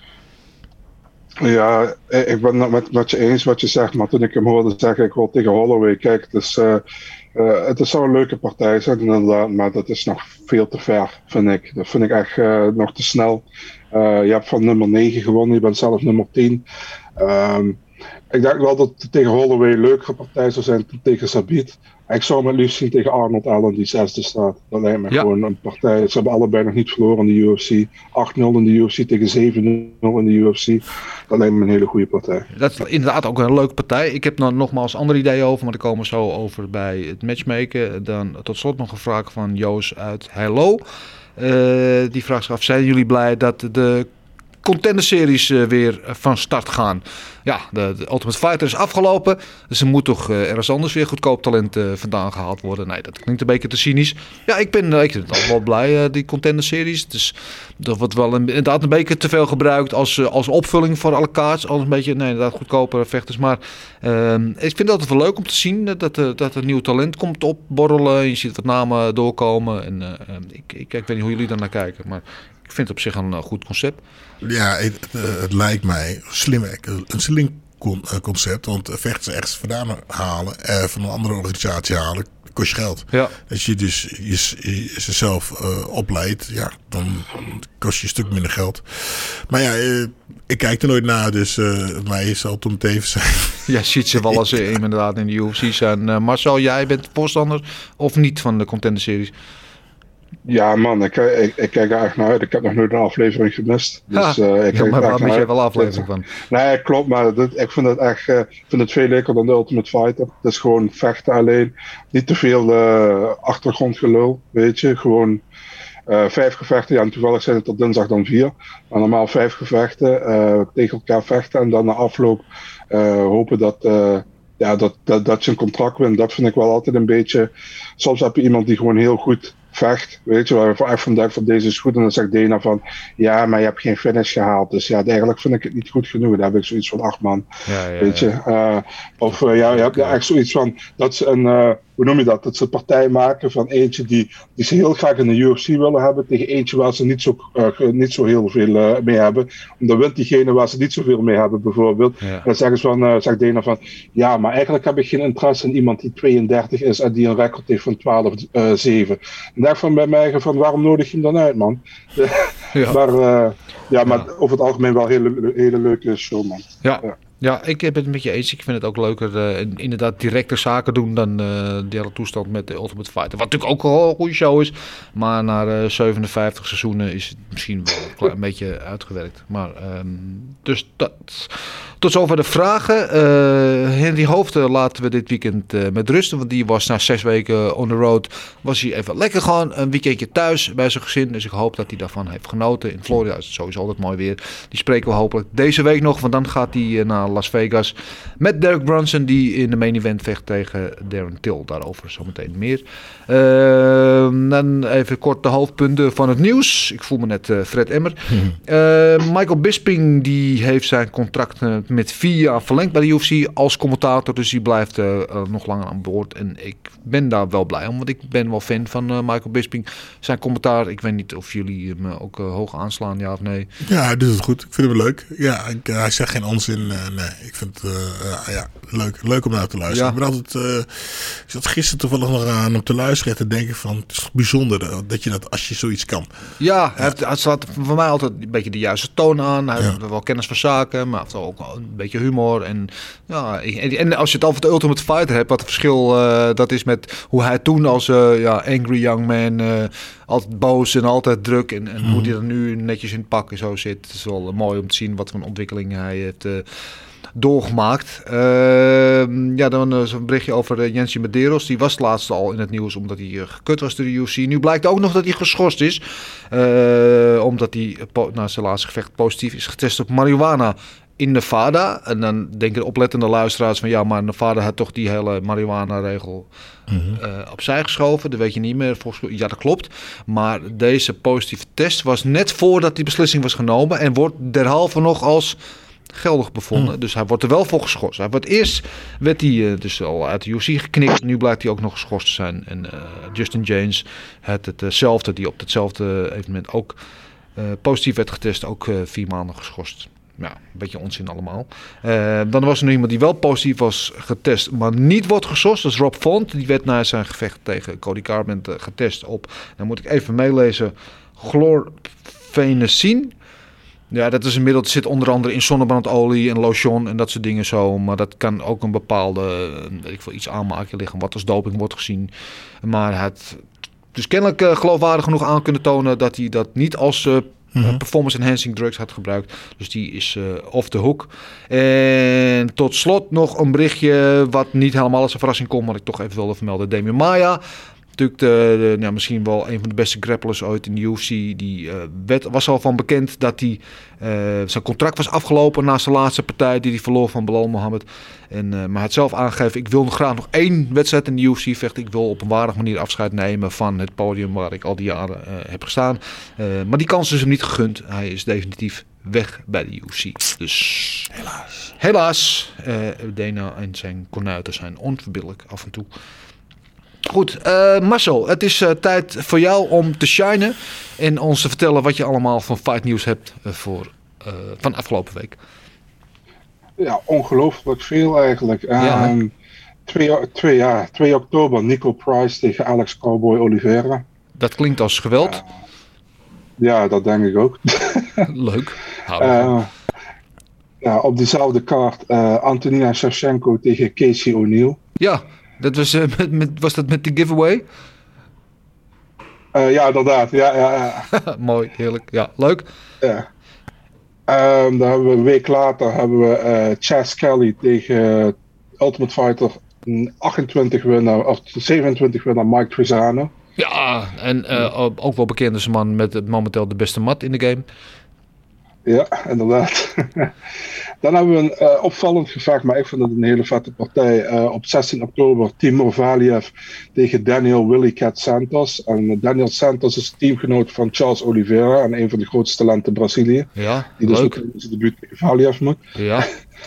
I: Ja, ik ben het met, met je eens wat je zegt. Maar toen ik hem hoorde zeggen, ik wil tegen Holloway. Kijk, het is, uh, uh, het is zo'n leuke partij zijn inderdaad. Maar dat is nog veel te ver, vind ik. Dat vind ik echt uh, nog te snel. Uh, je hebt van nummer negen gewonnen. Je bent zelf nummer tien. Um, ik denk wel dat het tegen Holloway een leukere partij zou zijn dan tegen Sabit. Ik zou me het liefst zien tegen Arnold Allen die zesde staat. Dat lijkt me ja. gewoon een partij. Ze hebben allebei nog niet verloren in de U F C. acht nul in de U F C tegen zeven nul in de U F C. Dat lijkt me een hele goede partij.
G: Dat is inderdaad ook een leuke partij. Ik heb nog nogmaals andere ideeën over, maar daar komen we zo over bij het matchmaken. Dan tot slot nog een vraag van Joos uit Hello. Uh, die vraagt zich af, zijn jullie blij dat de Contender-series uh, weer uh, van start gaan? Ja, de, de Ultimate Fighter is afgelopen. Dus er moet toch uh, ergens anders weer goedkoop talent uh, vandaan gehaald worden. Nee, dat klinkt een beetje te cynisch. Ja, ik ben uh, ik vind het wel blij, uh, die Contender-series. Dus dat wordt wel een, inderdaad een beetje te veel gebruikt als, uh, als opvulling voor alle kaarts. Als een beetje, nee, inderdaad goedkope vechters. Maar uh, ik vind het altijd wel leuk om te zien uh, dat, uh, dat er nieuw talent komt opborrelen. Je ziet wat namen doorkomen. En uh, ik, ik, ik weet niet hoe jullie daar naar kijken, maar ik vind het op zich een uh, goed concept.
H: Ja, het, het lijkt mij slim, een slim concept. Want vechters ergens vandaan halen, eh, van een andere organisatie halen, kost je geld.
G: Ja.
H: Als je dus je, je, jezelf uh, opleidt, ja, dan kost je een stuk minder geld. Maar ja, uh, ik kijk er nooit naar, dus uh, mij zal het om het even zijn.
G: Ja, ziet ze wel als ze inderdaad in de U F C zijn. Uh, Marcel, jij bent voorstander of niet van de Contender-series?
I: Ja man, ik, ik, ik kijk er echt naar uit. Ik heb nog nooit een aflevering gemist. Dus,
G: ja,
I: uh, ik
G: ja,
I: kijk
G: maar waar
I: mis
G: jij wel aflevering van?
I: Nee, klopt, maar dit, ik vind het echt uh, ik vind het veel leuker dan de Ultimate Fighter. Het is gewoon vechten alleen. Niet te veel uh, achtergrondgelul, weet je. Gewoon uh, vijf gevechten. Ja, en toevallig zijn het tot dinsdag dan vier. Maar normaal vijf gevechten. Uh, tegen elkaar vechten. En dan na afloop uh, hopen dat... Uh, Ja, dat, dat, dat je een contract wint, dat vind ik wel altijd een beetje... Soms heb je iemand die gewoon heel goed vecht, weet je, waar je echt van denkt van deze is goed. En dan zegt Dana van, ja, maar je hebt geen finish gehaald. Dus ja, eigenlijk vind ik het niet goed genoeg. Daar heb ik zoiets van, ach man,
G: ja, ja,
I: weet je.
G: Ja.
I: Uh, of uh, ja, je hebt ja, echt zoiets van, dat ze een... Uh, hoe noem je dat? Dat ze een partij maken van eentje die, die ze heel graag in de U F C willen hebben, tegen eentje waar ze niet zo, uh, niet zo heel veel uh, mee hebben. En dan wint diegene waar ze niet zoveel mee hebben, bijvoorbeeld. Ja. En dan zeggen ze van, uh, zegt Dana van, ja, maar eigenlijk heb ik geen interesse in iemand die tweeëndertig is en die een record heeft van twaalf zeven. En daar van bij mij van, waarom nodig je hem dan uit, man? Ja. maar uh, ja, maar ja. over het algemeen wel een hele, hele leuke show, man.
G: Ja. ja. Ja, ik ben het met je eens. Ik vind het ook leuker uh, inderdaad directe zaken doen dan uh, die hele toestand met de Ultimate Fighter. Wat natuurlijk ook al een goede show is. Maar na uh, zevenenvijftig seizoenen is het misschien wel een, klein, een beetje uitgewerkt. Maar um, dus dat. Tot zover de vragen. Uh, Henry Hoofden laten we dit weekend uh, met rusten. Want die was na zes weken on the road. Was hij even lekker gewoon een weekendje thuis bij zijn gezin. Dus ik hoop dat hij daarvan heeft genoten. In Florida is het sowieso altijd mooi weer. Die spreken we hopelijk deze week nog. Want dan gaat hij uh, naar Las Vegas met Derek Brunson, die in de main event vecht tegen Darren Till. Daarover zometeen meer. Uh, dan even kort de hoofdpunten van het nieuws. Ik voel me net uh, Fred Emmer. Uh, Michael Bisping die heeft zijn contract uh, met vier jaar verlengd bij de U F C als commentator. Dus die blijft uh, uh, nog langer aan boord. En ik ben daar wel blij om, want ik ben wel fan van uh, Michael Bisping. Zijn commentaar, ik weet niet of jullie hem uh, ook uh, hoog aanslaan, ja of nee.
H: Ja, hij doet het goed. Ik vind hem leuk. Ja, ik, uh, hij zegt geen onzin. Uh, nee, ik vind het uh, uh, ja, leuk, leuk om naar te luisteren. Ja. Ik, ben altijd, uh, ik zat gisteren toevallig nog aan om te luisteren en te denken van, het is bijzonder uh, dat je dat als je zoiets kan.
G: Ja, hij, heeft, hij slaat voor mij altijd een beetje de juiste toon aan. Hij ja. heeft wel kennis van zaken, maar heeft ook wel een beetje humor. En, ja, en, en als je het over de Ultimate Fighter hebt, wat het verschil uh, dat is met hoe hij toen als uh, ja, angry young man, uh, altijd boos en altijd druk. En, en mm. hoe hij er nu netjes in het pak en zo zit. Het is wel uh, mooi om te zien wat voor een ontwikkeling hij heeft uh, doorgemaakt. Uh, ja, dan uh, zo'n berichtje over uh, Yancy Medeiros. Die was laatst al in het nieuws omdat hij uh, gekut was door de U F C. Nu blijkt ook nog dat hij geschorst is. Uh, omdat hij uh, po- na zijn laatste gevecht positief is getest op marihuana in Nevada. En dan denken de oplettende luisteraars van ja, maar Nevada had toch die hele marihuana-regel mm-hmm. uh, opzij geschoven. Dat weet je niet meer. Volgens, ja, dat klopt. Maar deze positieve test was net voordat die beslissing was genomen en wordt derhalve nog als geldig bevonden. Mm. Dus hij wordt er wel voor geschorst. Hij wordt eerst werd hij uh, dus al uit de U F C geknikt. Nu blijkt hij ook nog geschorst te zijn. En uh, Justin James had hetzelfde, die op hetzelfde evenement ook uh, positief werd getest, ook uh, vier maanden geschorst. Ja, een beetje onzin allemaal. Uh, dan was er nog iemand die wel positief was getest, maar niet wordt geschorst. Dat is Rob Font. Die werd na zijn gevecht tegen Cody Garbrandt uh, getest op, dan moet ik even meelezen, chlorphenazine. Ja, dat is een middel, het zit onder andere in zonnebrandolie en lotion en dat soort dingen zo. Maar dat kan ook een bepaalde, weet ik veel, iets aanmaken liggen wat als doping wordt gezien. Maar het dus kennelijk uh, geloofwaardig genoeg aan kunnen tonen dat hij dat niet als uh, mm-hmm. performance enhancing drugs had gebruikt. Dus die is uh, off the hook. En tot slot nog een berichtje wat niet helemaal als een verrassing komt, maar ik toch even wilde vermelden. Demian Maia. Natuurlijk de, de, nou, misschien wel een van de beste grapplers ooit in de U F C. Die uh, werd, was al van bekend dat hij uh, zijn contract was afgelopen na zijn laatste partij die hij verloor van Belal Mohammed. En, uh, maar hij had zelf aangegeven, ik wil nog graag nog één wedstrijd in de U F C vechten. Ik wil op een waardige manier afscheid nemen van het podium waar ik al die jaren uh, heb gestaan. Uh, maar die kans is hem niet gegund. Hij is definitief weg bij de U F C. Dus helaas. Helaas. Uh, Dana en zijn kornuiten zijn onverbiddelijk af en toe. Goed, uh, Marcel, het is uh, tijd voor jou om te shinen en ons te vertellen wat je allemaal van Fight News hebt uh, voor, uh, van afgelopen week.
I: Ja, ongelooflijk veel eigenlijk.
G: Ja,
I: um, twee, ja, twee oktober Nico Price tegen Alex Cowboy Oliveira.
A: Dat klinkt als geweld.
I: Uh, ja, dat denk ik ook.
A: Leuk.
I: Uh, ja, op diezelfde kaart uh, Antonina Shevchenko tegen Casey O'Neill.
A: Ja, dat was, uh, met, met, was dat met de giveaway?
I: Uh, ja, inderdaad. Ja, ja, ja.
A: Mooi, heerlijk. Ja, leuk.
I: Ja. Um, dan hebben we een week later hebben we uh, Chas Kelly tegen Ultimate Fighter achtentwintig winnaar, of zevenentwintig winnaar Mike Trizano.
A: Ja, en uh, ook wel bekend als een man met momenteel de beste mat in de game.
I: Ja, inderdaad. Dan hebben we een uh, opvallend gevecht, maar ik vind het een hele vette partij. Uh, op zestien oktober Timur Valiev tegen Daniel Willy Cat Santos. En Daniel Santos is teamgenoot van Charles Oliveira en een van de grootste talenten Brazilië.
A: Ja,
I: die dus
A: leuk.
I: ook in zijn debuut tegen Valiev moet.
A: Ja.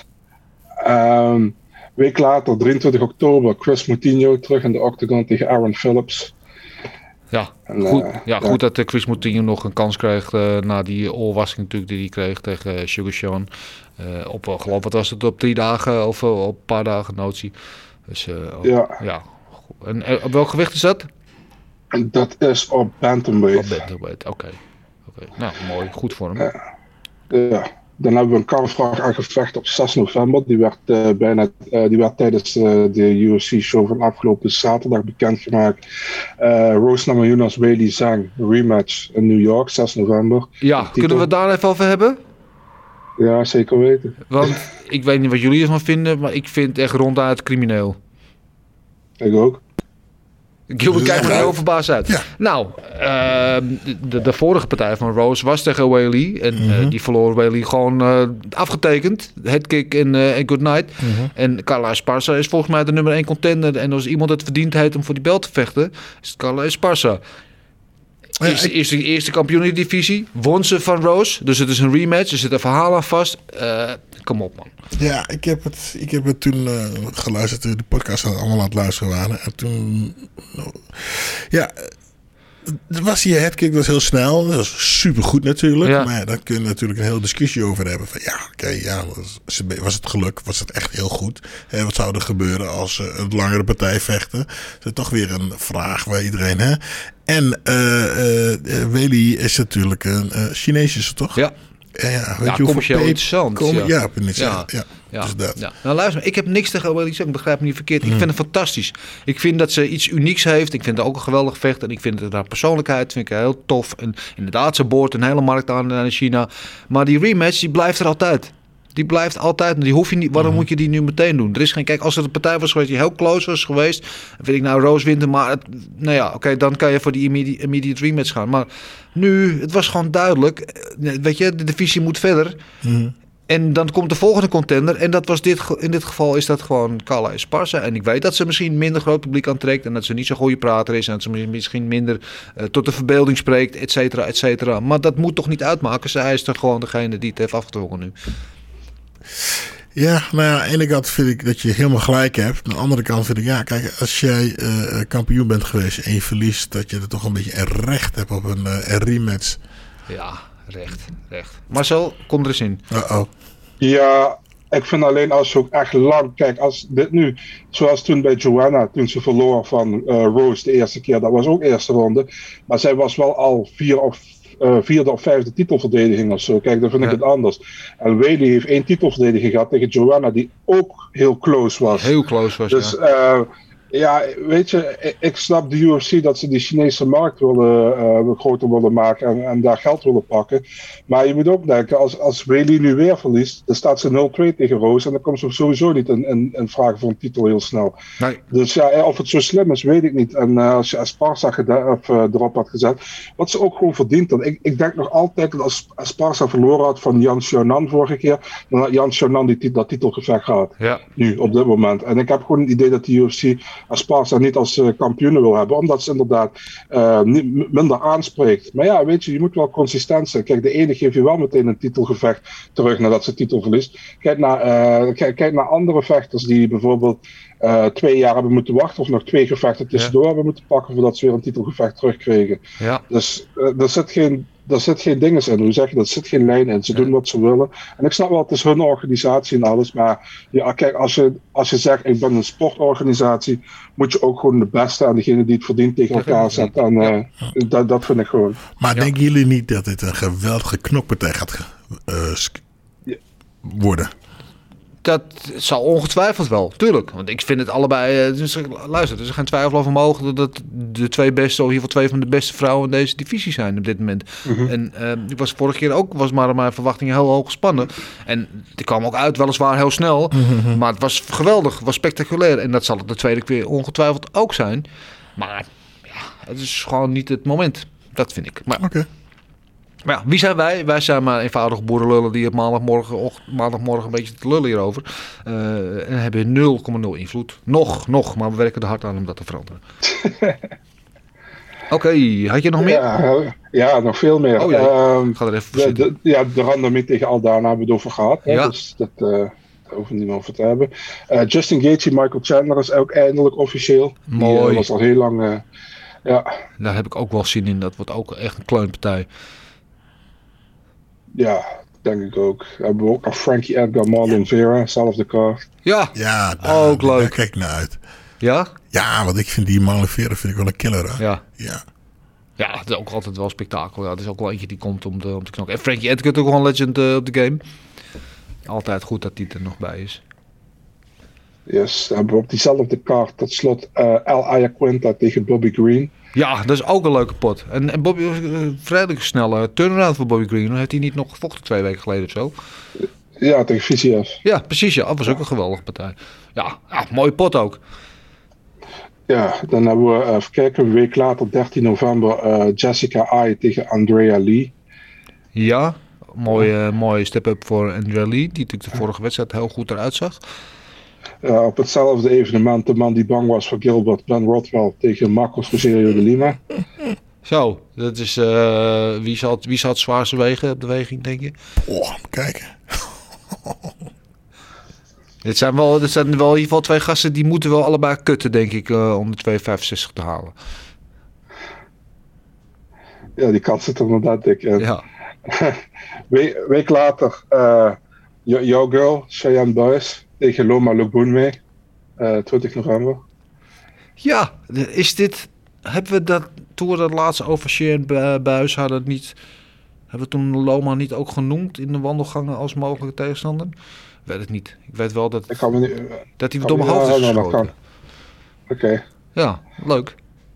I: um, week later, drieëntwintig oktober, Chris Moutinho terug in de octagon tegen Aaron Phillips.
A: Ja,
I: en,
A: goed,
I: uh,
A: ja, goed dat Chris Moutinho nog een kans kreeg uh, na die oorwassing natuurlijk die hij kreeg tegen uh, Sugar Sean. Uh, op, uh, geloof wat was het, op drie dagen of uh, op een paar dagen notie. Dus uh,
I: ja.
A: ja. En uh, op welk gewicht is dat?
I: En dat is op bantamweight.
A: Op bantamweight, oké. Okay. Okay. Nou, mooi. Goed voor hem.
I: Uh, ja. Dan hebben we een kampvraag aangevecht op zes november. Die werd, uh, bijna, uh, die werd tijdens uh, de U F C-show van afgelopen zaterdag bekendgemaakt. Uh, Rose Namajunas, Weili Zhang, rematch in New York, zes november.
A: Ja, kunnen we het daar even over hebben?
I: Ja, zeker weten.
A: Want ik weet niet wat jullie ervan vinden, maar ik vind het echt ronduit crimineel.
I: Ik ook.
A: Gilbert kijkt me heel verbaasd uit. Ja. Nou, uh, de, de vorige partij van Rose was tegen Weili. En mm-hmm. uh, die verloor Weili gewoon uh, afgetekend. Headkick en uh, good night. Mm-hmm. En Carla Esparza is volgens mij de nummer één contender. En als iemand het verdient heeft om voor die belt te vechten, is het Carla Esparza. Is, is de eerste kampioen in de divisie. Won ze van Rose. Dus het is een rematch. Er zit een verhaal aan vast. Uh, kom op, man.
H: Ja, ik heb het, ik heb het toen uh, geluisterd. De podcast allemaal aan het luisteren waren. En toen... Uh, ja... Was die headkick was heel snel. Dat was supergoed natuurlijk. Ja. Maar ja, daar kun je natuurlijk een hele discussie over hebben. Van ja, oké, okay, ja, was, was het geluk? Was het echt heel goed? En wat zou er gebeuren als uh, een langere partij vechten? Dat is toch weer een vraag waar iedereen... Hè? En uh, uh, Weili is natuurlijk een uh, Chinees, is het toch?
A: Ja.
H: Ja, ja, weet
A: ja,
H: je
A: commercieel interessant.
H: Kom, ja,
A: ja,
H: ja, ja, ja. Dus dat.
A: Ja. Nou luister, ik heb niks tegen Weili Zhang, begrijp me niet verkeerd. Ik mm. vind het fantastisch. Ik vind dat ze iets unieks heeft. Ik vind het ook een geweldig vecht. En ik vind het haar persoonlijkheid vind ik heel tof. En inderdaad, ze boort een hele markt aan naar China. Maar die rematch, die blijft er altijd. Die blijft altijd. Die hoef je niet, waarom mm. moet je die nu meteen doen? Er is geen, kijk, als er een partij was geweest die heel close was geweest, dan vind ik nou Rose wint, maar het, nou ja, oké, okay, dan kan je voor die immediate, immediate rematch gaan. Maar nu, het was gewoon duidelijk. Weet je, de divisie moet verder. Mm. En dan komt de volgende contender. En dat was dit, in dit geval is dat gewoon Carla Esparza. En ik weet dat ze misschien minder groot publiek aantrekt. En dat ze niet zo'n goede prater is. En dat ze misschien minder uh, tot de verbeelding spreekt, et cetera, et cetera. Maar dat moet toch niet uitmaken. Zij is toch gewoon degene die het heeft afgedwongen nu.
H: Ja, nou ja, aan de ene kant vind ik dat je helemaal gelijk hebt. Aan de andere kant vind ik, ja, kijk, als jij uh, kampioen bent geweest en je verliest, dat je er toch een beetje een recht hebt op een, uh, een rematch.
A: Ja, recht, recht. Marcel, kom er eens in.
H: Uh-oh.
I: Ja, ik vind alleen als je ook echt lang... Kijk, als dit nu... Zoals toen bij Joanna, toen ze verloor van uh, Rose de eerste keer. Dat was ook eerste ronde. Maar zij was wel al vier of... Uh, vierde of vijfde titelverdediging of zo. Kijk, dan vind ja. ik het anders. En Weili heeft één titelverdediging gehad tegen Joanna, die ook heel close was.
A: Heel close was,
I: dus,
A: ja.
I: Uh, ja, weet je, ik snap de U F C dat ze die Chinese markt willen, uh, groter willen maken en, en daar geld willen pakken. Maar je moet ook denken, als, als Weili nu weer verliest, dan staat ze nul twee tegen Rose en dan komt ze sowieso niet in, in, in vragen voor een titel heel snel.
A: Nee.
I: Dus ja, of het zo slim is, weet ik niet. En uh, als je Esparza geda- of, uh, erop had gezet, wat ze ook gewoon verdient had. Ik, ik denk nog altijd dat als Esparza verloren had van Yan Xiaonan vorige keer, dan had Yan Xiaonan die, dat titelgevecht gehad.
A: Ja.
I: Nu, op dit moment. En ik heb gewoon het idee dat de U F C Esparza niet als uh, kampioen wil hebben, omdat ze inderdaad uh, niet, minder aanspreekt. Maar ja, weet je, je moet wel consistent zijn. Kijk, de ene geeft je wel meteen een titelgevecht terug nadat ze titel verliest. Kijk naar, uh, kijk, kijk naar andere vechters die bijvoorbeeld uh, twee jaar hebben moeten wachten of nog twee gevechten tussendoor ja. hebben moeten pakken voordat ze weer een titelgevecht terugkregen.
A: Ja.
I: Dus uh, er zit geen daar zit geen dinges in. Hoe zeg je dat? Er zit geen lijn in. Ze doen wat ze willen. En ik snap wel, het is hun organisatie en alles. Maar ja, kijk, als je, als je zegt, ik ben een sportorganisatie, moet je ook gewoon de beste en degene die het verdient tegen elkaar zetten. En uh, ja. dat, dat vind ik gewoon.
H: Maar ja. denken jullie niet dat dit een geweldige knokpartij gaat uh, ja. worden?
A: Dat zal ongetwijfeld wel, tuurlijk. Want ik vind het allebei... Uh, dus, luister, er is geen twijfel over mogelijk dat de twee beste, of in ieder geval twee van de beste vrouwen in deze divisie zijn op dit moment. Mm-hmm. En uh, ik was vorige keer ook, was maar mijn verwachtingen heel hoog gespannen. En die kwam ook uit, weliswaar heel snel. Mm-hmm. Maar het was geweldig, het was spectaculair. En dat zal het de tweede keer ongetwijfeld ook zijn. Maar ja, het is gewoon niet het moment. Dat vind ik. Maar...
H: Oké. Okay.
A: Maar ja, wie zijn wij? Wij zijn maar eenvoudige boerenlullen die op maandagmorgen, maandagmorgen een beetje te lullen hierover. Uh, en hebben nul komma nul invloed. Nog, nog, maar we werken er hard aan om dat te veranderen. Oké, okay, had je nog meer?
I: Ja, ja nog veel meer.
A: Oh, ja. um, Ga er even voor
I: de, de, ja, de randomie tegen Aldana hebben we het over gehad. Ja. Dus dat uh, daar hoeven we niet meer over te hebben. Uh, Justin Gaethje, Michael Chandler is ook eindelijk officieel.
A: Mooi.
I: Die uh, was al heel lang... Uh, ja.
A: Daar heb ik ook wel zin in. Dat wordt ook echt een kleunpartij.
I: Ja, denk ik ook. We hebben ook nog Frankie Edgar, Marlon Vera, zelfde kaart.
A: Ja,
H: ja daar,
A: ook leuk.
H: Daar kijk ik naar uit.
A: Ja?
H: Ja, want ik vind die Marlon Vera vind ik wel een killer. Hè?
A: Ja.
H: Ja.
A: Ja, het is ook altijd wel spektakel. Ja, het is ook wel eentje die komt om, de, om te knokken. En Frankie Edgar is ook gewoon legend uh, op de game. Altijd goed dat die er nog bij is.
I: Yes, dan hebben we op diezelfde kaart tot slot uh, El Ayaquinta tegen Bobby Green.
A: Ja, dat is ook een leuke pot. En, en Bobby was een vrij snelle turnaround voor Bobby Green. Heeft hij niet nog gevochten twee weken geleden of zo?
I: Ja, tegen V C F.
A: Ja, precies. Ja, dat was ook een geweldige partij. Ja, ja, mooie pot ook.
I: Ja, dan hebben we, uh, even kijken, een week later, dertien november, uh, Jessica Ai tegen Andrea Lee.
A: Ja, mooie, uh, mooie step-up voor Andrea Lee, die natuurlijk de vorige wedstrijd heel goed eruit zag.
I: Uh, op hetzelfde evenement de man die bang was voor Gilbert, Ben Rothwell tegen Marcos Rogerio de Lima.
A: Zo, dat is, uh, wie, zal het, wie zal het zwaarste wegen op de weging, denk je?
H: Oh, kijken.
A: Dit zijn wel, dit zijn wel in ieder geval twee gasten die moeten wel allebei kutten, denk ik, uh, om de twee vijfenzestig te halen.
I: Ja, die kans zit er inderdaad dik in.
A: Ja.
I: week, week later, uh, jouw girl, Cheyenne Buys tegen Loma Lookboonmee, uh, twintig november.
A: Ja, is dit... Hebben we dat, toen we dat laatst over Cheyenne Buys hadden, niet... Hebben we toen Loma niet ook genoemd in de wandelgangen als mogelijke tegenstander? Ik weet het niet. Ik weet wel dat,
I: ik kan me niet, uh,
A: dat hij door mijn hoofd is geschoten.
I: Oké. Okay.
A: Ja, leuk.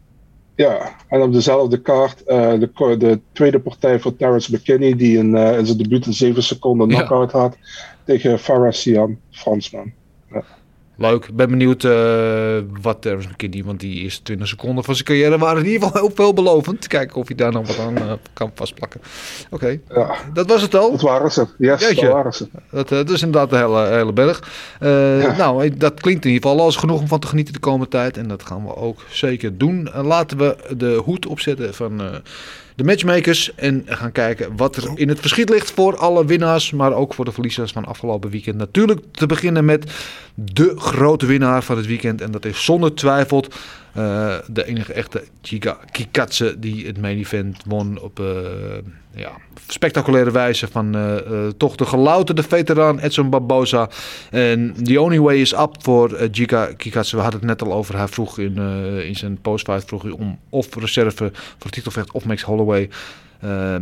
I: Ja, en op dezelfde kaart uh, de, de tweede partij voor Terrence McKinney, die in, uh, in zijn debuut in zeven seconden knockout ja. had tegen Fares Siam, Fransman. Ja.
A: Leuk. Ik ben benieuwd uh, wat Terrence McKinney, want die eerste twintig seconden van zijn carrière waren in ieder geval heel veelbelovend. Kijken of hij daar nog wat aan uh, kan vastplakken. Oké, okay.
I: ja.
A: Dat was het al.
I: Dat waren ze. Yes,
A: Jeetje.
I: dat waren ze.
A: Dat, uh, dat is inderdaad een hele, hele berg. Uh, ja. Nou, dat klinkt in ieder geval als genoeg om van te genieten de komende tijd. En dat gaan we ook zeker doen. Uh, laten we de hoed opzetten van... Uh, de matchmakers en gaan kijken wat er in het verschiet ligt voor alle winnaars, maar ook voor de verliezers van afgelopen weekend. Natuurlijk te beginnen met de grote winnaar van het weekend en dat is zonder twijfel uh, de enige echte Giga Chikadze die het main event won op uh, ja, spectaculaire wijze van uh, uh, toch de gelouterde veteraan Edson Barboza. En the only way is up voor uh, Giga Chikadze. We hadden het net al over. Hij vroeg in, uh, in zijn postfight vroeg hij om of reserve voor titelvecht of Max Holloway. Uh,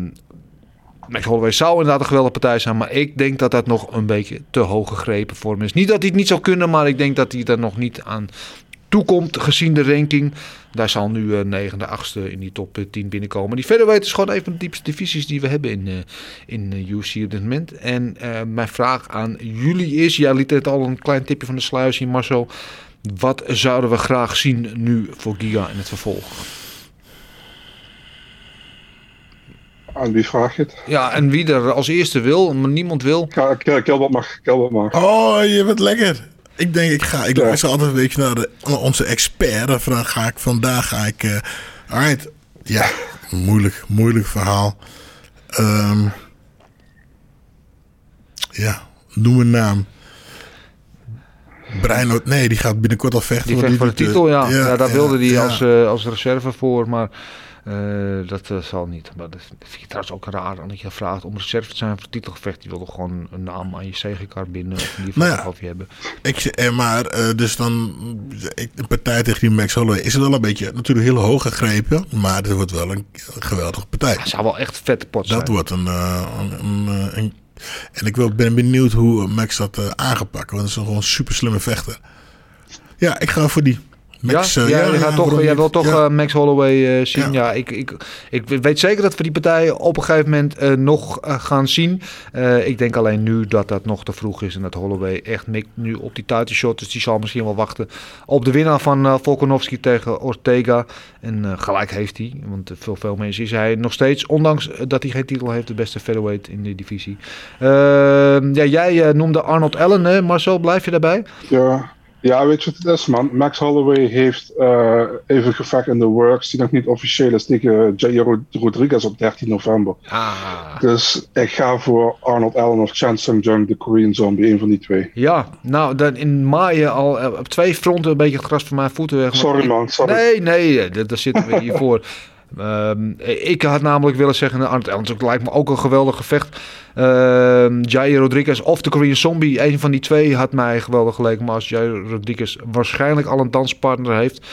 A: Max Holloway zou inderdaad een geweldige partij zijn, maar ik denk dat dat nog een beetje te hoog gegrepen voor hem is. Niet dat hij het niet zou kunnen, maar ik denk dat hij er nog niet aan toekomt gezien de ranking. Daar zal nu uh, negende, achtste in die top tien binnenkomen. Die featherweight is gewoon een van de diepste divisies die we hebben in, uh, in uh, U F C op dit moment. En uh, mijn vraag aan jullie is, jij liet het al een klein tipje van de sluier zien, Marcel. Wat zouden we graag zien nu voor Giga in het vervolg?
I: Aan wie vraag je het?
A: Ja, en wie er als eerste wil, maar niemand wil.
I: Gilbert mag, Gilbert mag.
H: Oh, je bent lekker. Ik denk, ik ga, ik luister altijd een beetje naar, de, naar onze expert. Dan ga ik vandaag, ga ik, uh, alright. Ja, moeilijk, moeilijk verhaal. Um, ja, noem een naam. Brian, nee, die gaat binnenkort al vechten.
G: Die vecht voor de titel, ja. ja. ja daar
H: ja,
G: wilde hij
H: ja.
G: als, uh, als reserve voor, maar uh, dat uh, zal niet. Maar dat vind ik trouwens ook raar, dat je vraagt om reserve te zijn voor het titelgevecht. Die wilde gewoon een naam aan je zegenkaart binden of in ieder geval nou ja, je hebben.
H: Ik, maar uh, dus dan een partij tegen die Max Holloway is het wel een beetje natuurlijk heel hoog gegrepen, maar het wordt wel een, een geweldige partij.
G: Het zou wel echt vette pot zijn.
H: Dat wordt een, uh, een, een, een en ik ben benieuwd hoe Max dat uh, aangepakt, want het is een gewoon super slimme vechter. Ja, ik ga voor die. Max,
G: ja,
H: uh,
G: ja,
H: ja,
G: je gaat
H: ja,
G: toch, jij wil toch ja. uh, Max Holloway uh, zien. Ja. Ja, ik, ik, ik weet zeker dat we die partij op een gegeven moment uh, nog uh, gaan zien. Uh, ik denk alleen nu dat dat nog te vroeg is. En dat Holloway echt mikt nu op die title shot. Dus die zal misschien wel wachten op de winnaar van uh, Volkanovski tegen Ortega. En uh, gelijk heeft hij. Want uh, veel, veel mensen is hij nog steeds, ondanks dat hij geen titel heeft, de beste featherweight in de divisie. Uh, ja, jij uh, noemde Arnold Allen, hè? Marcel, blijf je daarbij?
I: Ja. Ja, weet je wat het is, man? Max Holloway heeft uh, even gevecht in de works die nog niet officieel is tegen Jair Rodriguez op dertien november.
G: Ah.
I: Dus ik ga voor Arnold Allen of Chan Sung Jung, de Korean Zombie, een van die twee.
G: Ja, nou, dan in maaien al uh, op twee fronten een beetje het gras van mijn voeten weg.
I: Sorry man, sorry.
G: Nee, nee, daar zitten we hier voor. Um, ik had namelijk willen zeggen, Arnold Allen lijkt me ook een geweldig gevecht. Uh, Jair Rodriguez of de Korean Zombie, een van die twee had mij geweldig geleken. Maar als Jair Rodriguez waarschijnlijk al een danspartner heeft,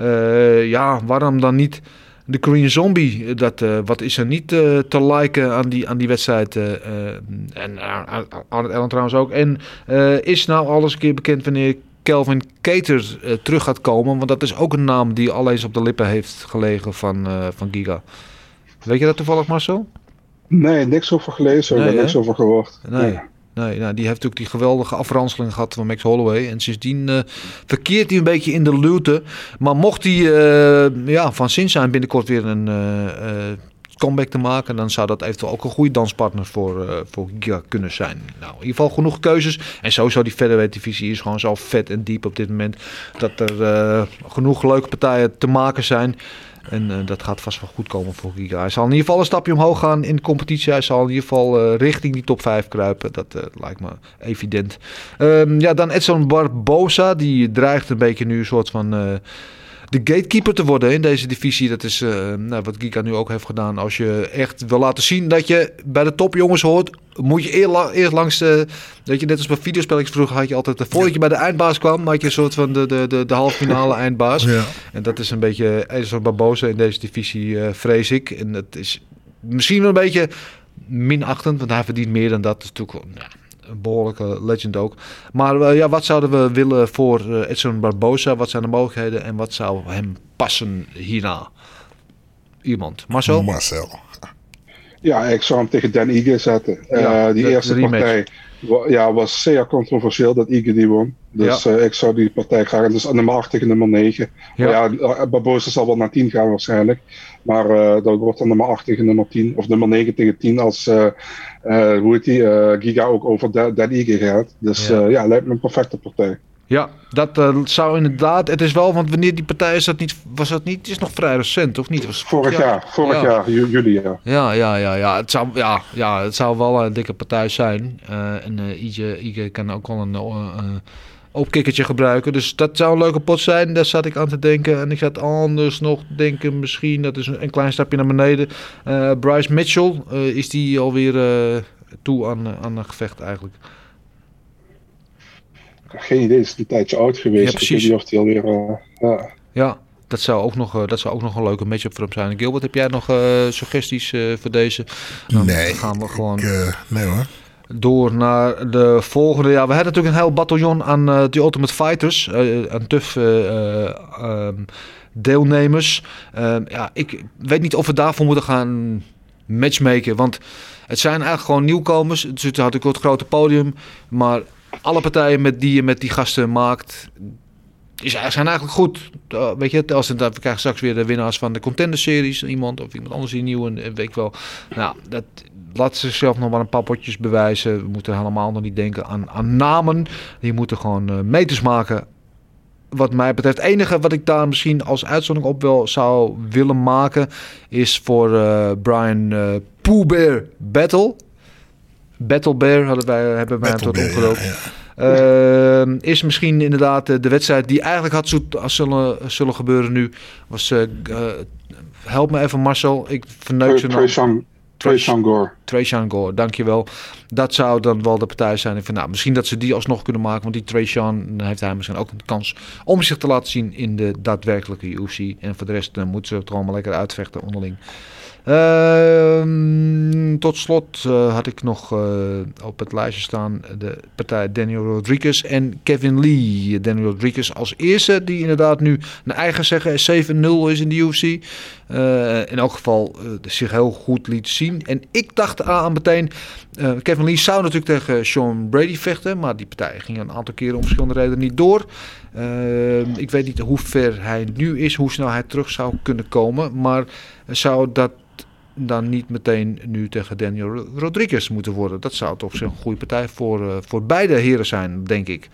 G: uh, ja, waarom dan niet de Korean Zombie? Dat, uh, wat is er niet uh, te liken aan die, aan die wedstrijd? Uh, uh, en uh, Arnold Allen trouwens ook. En uh, is nou al eens een keer bekend wanneer Calvin Kattar uh, terug gaat komen? Want dat is ook een naam die al eens op de lippen heeft gelegen van, uh, van Giga. Weet je dat toevallig, Marcel?
I: Nee, niks over gelezen, nee, niks over gehoord.
G: Nee, nee. nee nou, die heeft natuurlijk die geweldige afranseling gehad van Max Holloway. En sindsdien uh, verkeert hij een beetje in de luwte. Maar mocht hij uh, ja, van zin zijn binnenkort weer een uh, uh, comeback te maken, dan zou dat eventueel ook een goede danspartner voor, uh, voor Giga kunnen zijn. Nou, in ieder geval genoeg keuzes. En sowieso die featherweight divisie is gewoon zo vet en diep op dit moment, dat er uh, genoeg leuke partijen te maken zijn. En uh, dat gaat vast wel goed komen voor Giga. Hij zal in ieder geval een stapje omhoog gaan in de competitie. Hij zal in ieder geval uh, richting die top vijf kruipen. Dat uh, lijkt me evident. Um, ja, dan Edson Barboza. Die dreigt een beetje nu een soort van Uh, de gatekeeper te worden in deze divisie. Dat is uh, nou, wat Giga nu ook heeft gedaan. Als je echt wil laten zien dat je bij de topjongens hoort, moet je eer, eerst langs de, dat je net als bij videospelletjes vroeger had je altijd, voordat je bij de eindbaas kwam, had je een soort van de, de, de, de halve finale eindbaas. Ja. En dat is een beetje Edson Barboza in deze divisie, uh, vrees ik. En dat is misschien wel een beetje minachtend, want hij verdient meer dan dat. Dat is natuurlijk nou, een behoorlijke legend ook. Maar uh, ja, wat zouden we willen voor uh, Edson Barboza? Wat zijn de mogelijkheden en wat zou hem passen hierna? Iemand. Marcel?
H: Marcel.
I: Ja, ik zou hem tegen Dan Ige zetten. Ja, uh, die de, eerste de partij ja, was zeer controversieel dat Ige die won. Dus ja. uh, ik zou die partij graag. Dus nummer acht tegen nummer negen. Ja, ja Barboza zal wel naar tien gaan waarschijnlijk. Maar uh, dat wordt dan nummer acht tegen nummer tien. Of nummer negen tegen tien als uh, uh, hoe heet die, uh, Giga ook over Dan Ige gaat. Dus ja, uh, ja lijkt me een perfecte partij.
G: Ja, dat uh, zou inderdaad. Het is wel, want wanneer die partij is dat niet, was dat niet? Het is nog vrij recent, of niet? Was
I: vorig
G: jaar,
I: jaar, vorig ja. jaar, juli, ja.
G: Ja, ja, ja, ja. Het zou, ja, ja, het zou wel een dikke partij zijn. Uh, en uh, Ige, Ige kan ook wel een uh, uh, opkikkertje gebruiken. Dus dat zou een leuke pot zijn. Daar zat ik aan te denken. En ik zat anders nog denken, misschien, dat is een, een klein stapje naar beneden. Uh, Bryce Mitchell, uh, is die alweer uh, toe aan, aan een gevecht eigenlijk?
I: Geen idee, is een tijdje oud geweest.
G: Ja, precies.
I: Ik weet niet of hij alweer. Uh, ja.
G: ja, dat zou ook nog, uh, dat zou ook nog een leuke matchup voor hem zijn. Gilbert, heb jij nog uh, suggesties uh, voor deze?
H: Dan nee.
G: gaan we gewoon.
H: Ik, uh, nee hoor.
G: Door naar de volgende. Ja, we hebben natuurlijk een heel bataljon aan uh, The Ultimate Fighters. Uh, aan tuf uh, uh, um, deelnemers. Uh, ja, ik weet niet of we daarvoor moeten gaan matchmaken. Want het zijn eigenlijk gewoon nieuwkomers. Dus het had ik het grote podium. Maar alle partijen met die je met die gasten maakt, is, zijn eigenlijk goed. Uh, weet je, als het, we krijgen straks weer de winnaars van de Contender Series. Iemand of iemand anders die nieuw. En weet ik wel. Nou, dat laat zichzelf nog maar een paar potjes bewijzen. We moeten helemaal nog niet denken aan, aan namen. Die moeten gewoon uh, meters maken. Wat mij betreft, het enige wat ik daar misschien als uitzondering op wel zou willen maken, is voor uh, Brian uh, Pooh Bear Battle. Battle Bear hadden wij, hebben wij hem tot omgedoopt. Ja,
A: Uh, is misschien inderdaad uh, de wedstrijd die eigenlijk had zo, zullen, zullen gebeuren nu. Was, uh, uh, help me even Marcel. Ik verneuk ze nog.
I: Tresean Gore.
A: Tresean Gore, dankjewel. Dat zou dan wel de partij zijn. Ik vind, nou, misschien dat ze die alsnog kunnen maken. Want die Tresean heeft hij misschien ook een kans om zich te laten zien in de daadwerkelijke U F C. En voor de rest uh, moeten ze het gewoon maar lekker uitvechten onderling. Uh, tot slot uh, had ik nog uh, op het lijstje staan de partij Daniel Rodriguez en Kevin Lee. Daniel Rodriguez als eerste, die inderdaad nu naar eigen zeggen zeven nul is in de U F C. Uh, in elk geval uh, zich heel goed liet zien. En ik dacht aan meteen, uh, Kevin Lee zou natuurlijk tegen Sean Brady vechten, maar die partij ging een aantal keren om verschillende redenen niet door. Uh, ik weet niet hoe ver hij nu is, hoe snel hij terug zou kunnen komen, maar zou dat dan niet meteen nu tegen Daniel Rodriguez moeten worden? Dat zou toch een goede partij voor, uh, voor beide heren zijn, denk ik.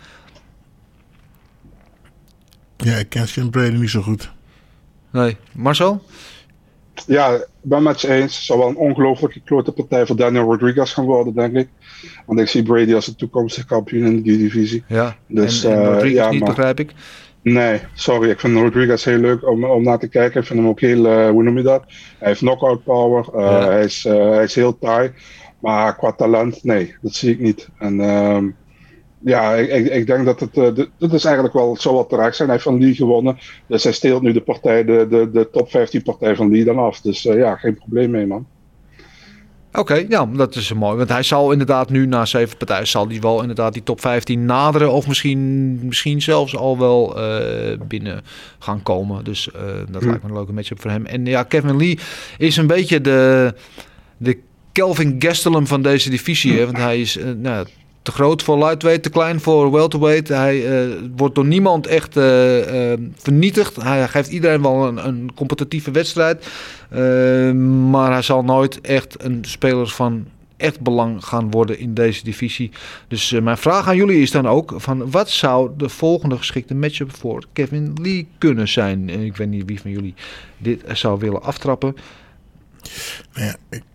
H: Ja, ik ken Sean Brady niet zo goed.
A: Nee. Marcel?
I: Ja, ik ben met je eens. Het zou wel een ongelooflijke klote partij voor Daniel Rodriguez gaan worden, denk ik. Want ik zie Brady als de toekomstige kampioen in die divisie.
A: Ja,
I: dus,
A: en, en Rodriguez uh, ja, niet, maar, begrijp ik.
I: Nee, sorry. Ik vind Rodriguez heel leuk om, om naar te kijken. Ik vind hem ook heel, uh, hoe noem je dat? Hij heeft knockout power. Uh, ja. hij, is, uh, hij is heel taai. Maar qua talent, nee, dat zie ik niet. En uh, ja, ik, ik, ik denk dat het, uh, d- dat is eigenlijk wel, zo wel terecht zijn. Hij heeft van Lee gewonnen. Dus hij steelt nu de partij, de, de, de top vijftien partij van Lee dan af. Dus uh, ja, geen probleem mee, man.
A: Oké, okay, ja, dat is mooi. Want hij zal inderdaad nu na zeven partijen zal hij wel inderdaad die top vijftien naderen. Of misschien, misschien zelfs al wel uh, binnen gaan komen. Dus uh, dat hm. lijkt me een leuke matchup voor hem. En ja, Kevin Lee is een beetje de, de Kelvin Gastelum van deze divisie. Hè? Want hij is uh, nou, te groot voor lightweight, te klein voor welterweight. Hij uh, wordt door niemand echt uh, uh, vernietigd. Hij geeft iedereen wel een, een competitieve wedstrijd. Uh, maar hij zal nooit echt een speler van echt belang gaan worden in deze divisie. Dus uh, mijn vraag aan jullie is dan ook van wat zou de volgende geschikte matchup voor Kevin Lee kunnen zijn? Uh, ik weet niet wie van jullie dit zou willen aftrappen.
H: Nou ja, ik...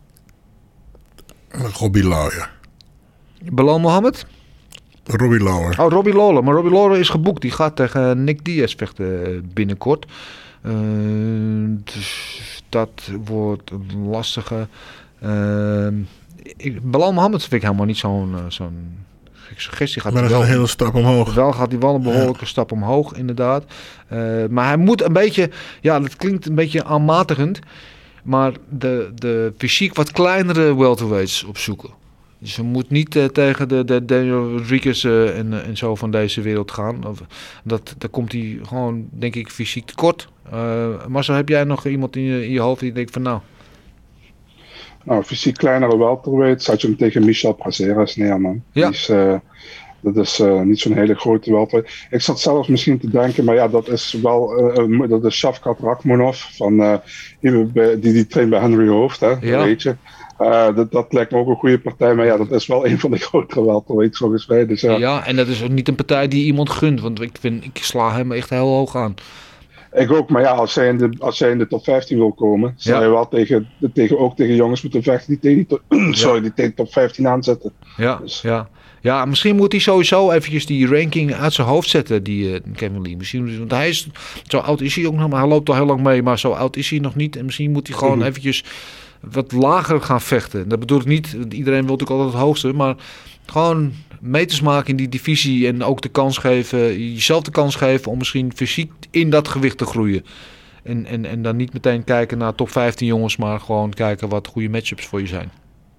H: Robbie Lawler.
A: Belal Mohammed?
H: Robbie Lawler.
A: Oh, Robbie Lawler. Maar Robbie Lawler is geboekt. Die gaat tegen Nick Diaz vechten binnenkort. Uh, dus dat wordt een lastige. Uh, ik, Belal Mohammed vind ik helemaal niet zo'n, zo'n suggestie. Gaat
H: maar dat
A: wel,
H: is een hele stap omhoog.
A: Wel gaat hij wel een behoorlijke ja. stap omhoog, inderdaad. Uh, maar hij moet een beetje... Ja, dat klinkt een beetje aanmatigend. Maar de, de fysiek wat kleinere welterweights opzoeken. Dus je moet niet uh, tegen de, de Daniel Rodriguez uh, en, uh, en zo van deze wereld gaan. Of, dat, daar komt hij gewoon, denk ik, fysiek tekort. Uh, Marcel, heb jij nog iemand in je, in je hoofd die denkt van nou...
I: Nou, fysiek kleinere welterweight zat je hem tegen Michel Prazeres neer, man.
A: Ja.
I: Die is, uh, dat is uh, niet zo'n hele grote welterweight. Ik zat zelfs misschien te denken, maar ja, dat is wel... Uh, dat is Shavkat Rakhmonov, van, uh, die, die, die traint bij Henry Hooft, hè,
A: ja.
I: weet je. Uh, dat, dat lijkt me ook een goede partij, maar ja, dat is wel een van de grotere welterweights volgens mij. Dus, uh,
A: ja, en dat is ook niet een partij die iemand gunt, want ik, vind, ik sla hem echt heel hoog aan.
I: Ik ook, maar ja, als zij in de, als zij in de top vijftien wil komen, zou ja. je wel tegen, tegen, ook tegen jongens moeten vechten die tegen die, to- ja. sorry, die tegen top vijftien aanzetten.
A: Ja,
I: dus.
A: ja. Ja, misschien moet hij sowieso eventjes die ranking uit zijn hoofd zetten, die uh, Kevin Lee. Misschien, want hij is, zo oud is hij ook nog, maar hij loopt al heel lang mee, maar zo oud is hij nog niet. En misschien moet hij gewoon mm-hmm. eventjes wat lager gaan vechten. Dat bedoel ik niet, iedereen wil natuurlijk altijd het hoogste, maar gewoon meters maken in die divisie en ook de kans geven, jezelf de kans geven om misschien fysiek in dat gewicht te groeien. En, en, en dan niet meteen kijken naar top vijftien jongens, maar gewoon kijken wat goede matchups voor je zijn.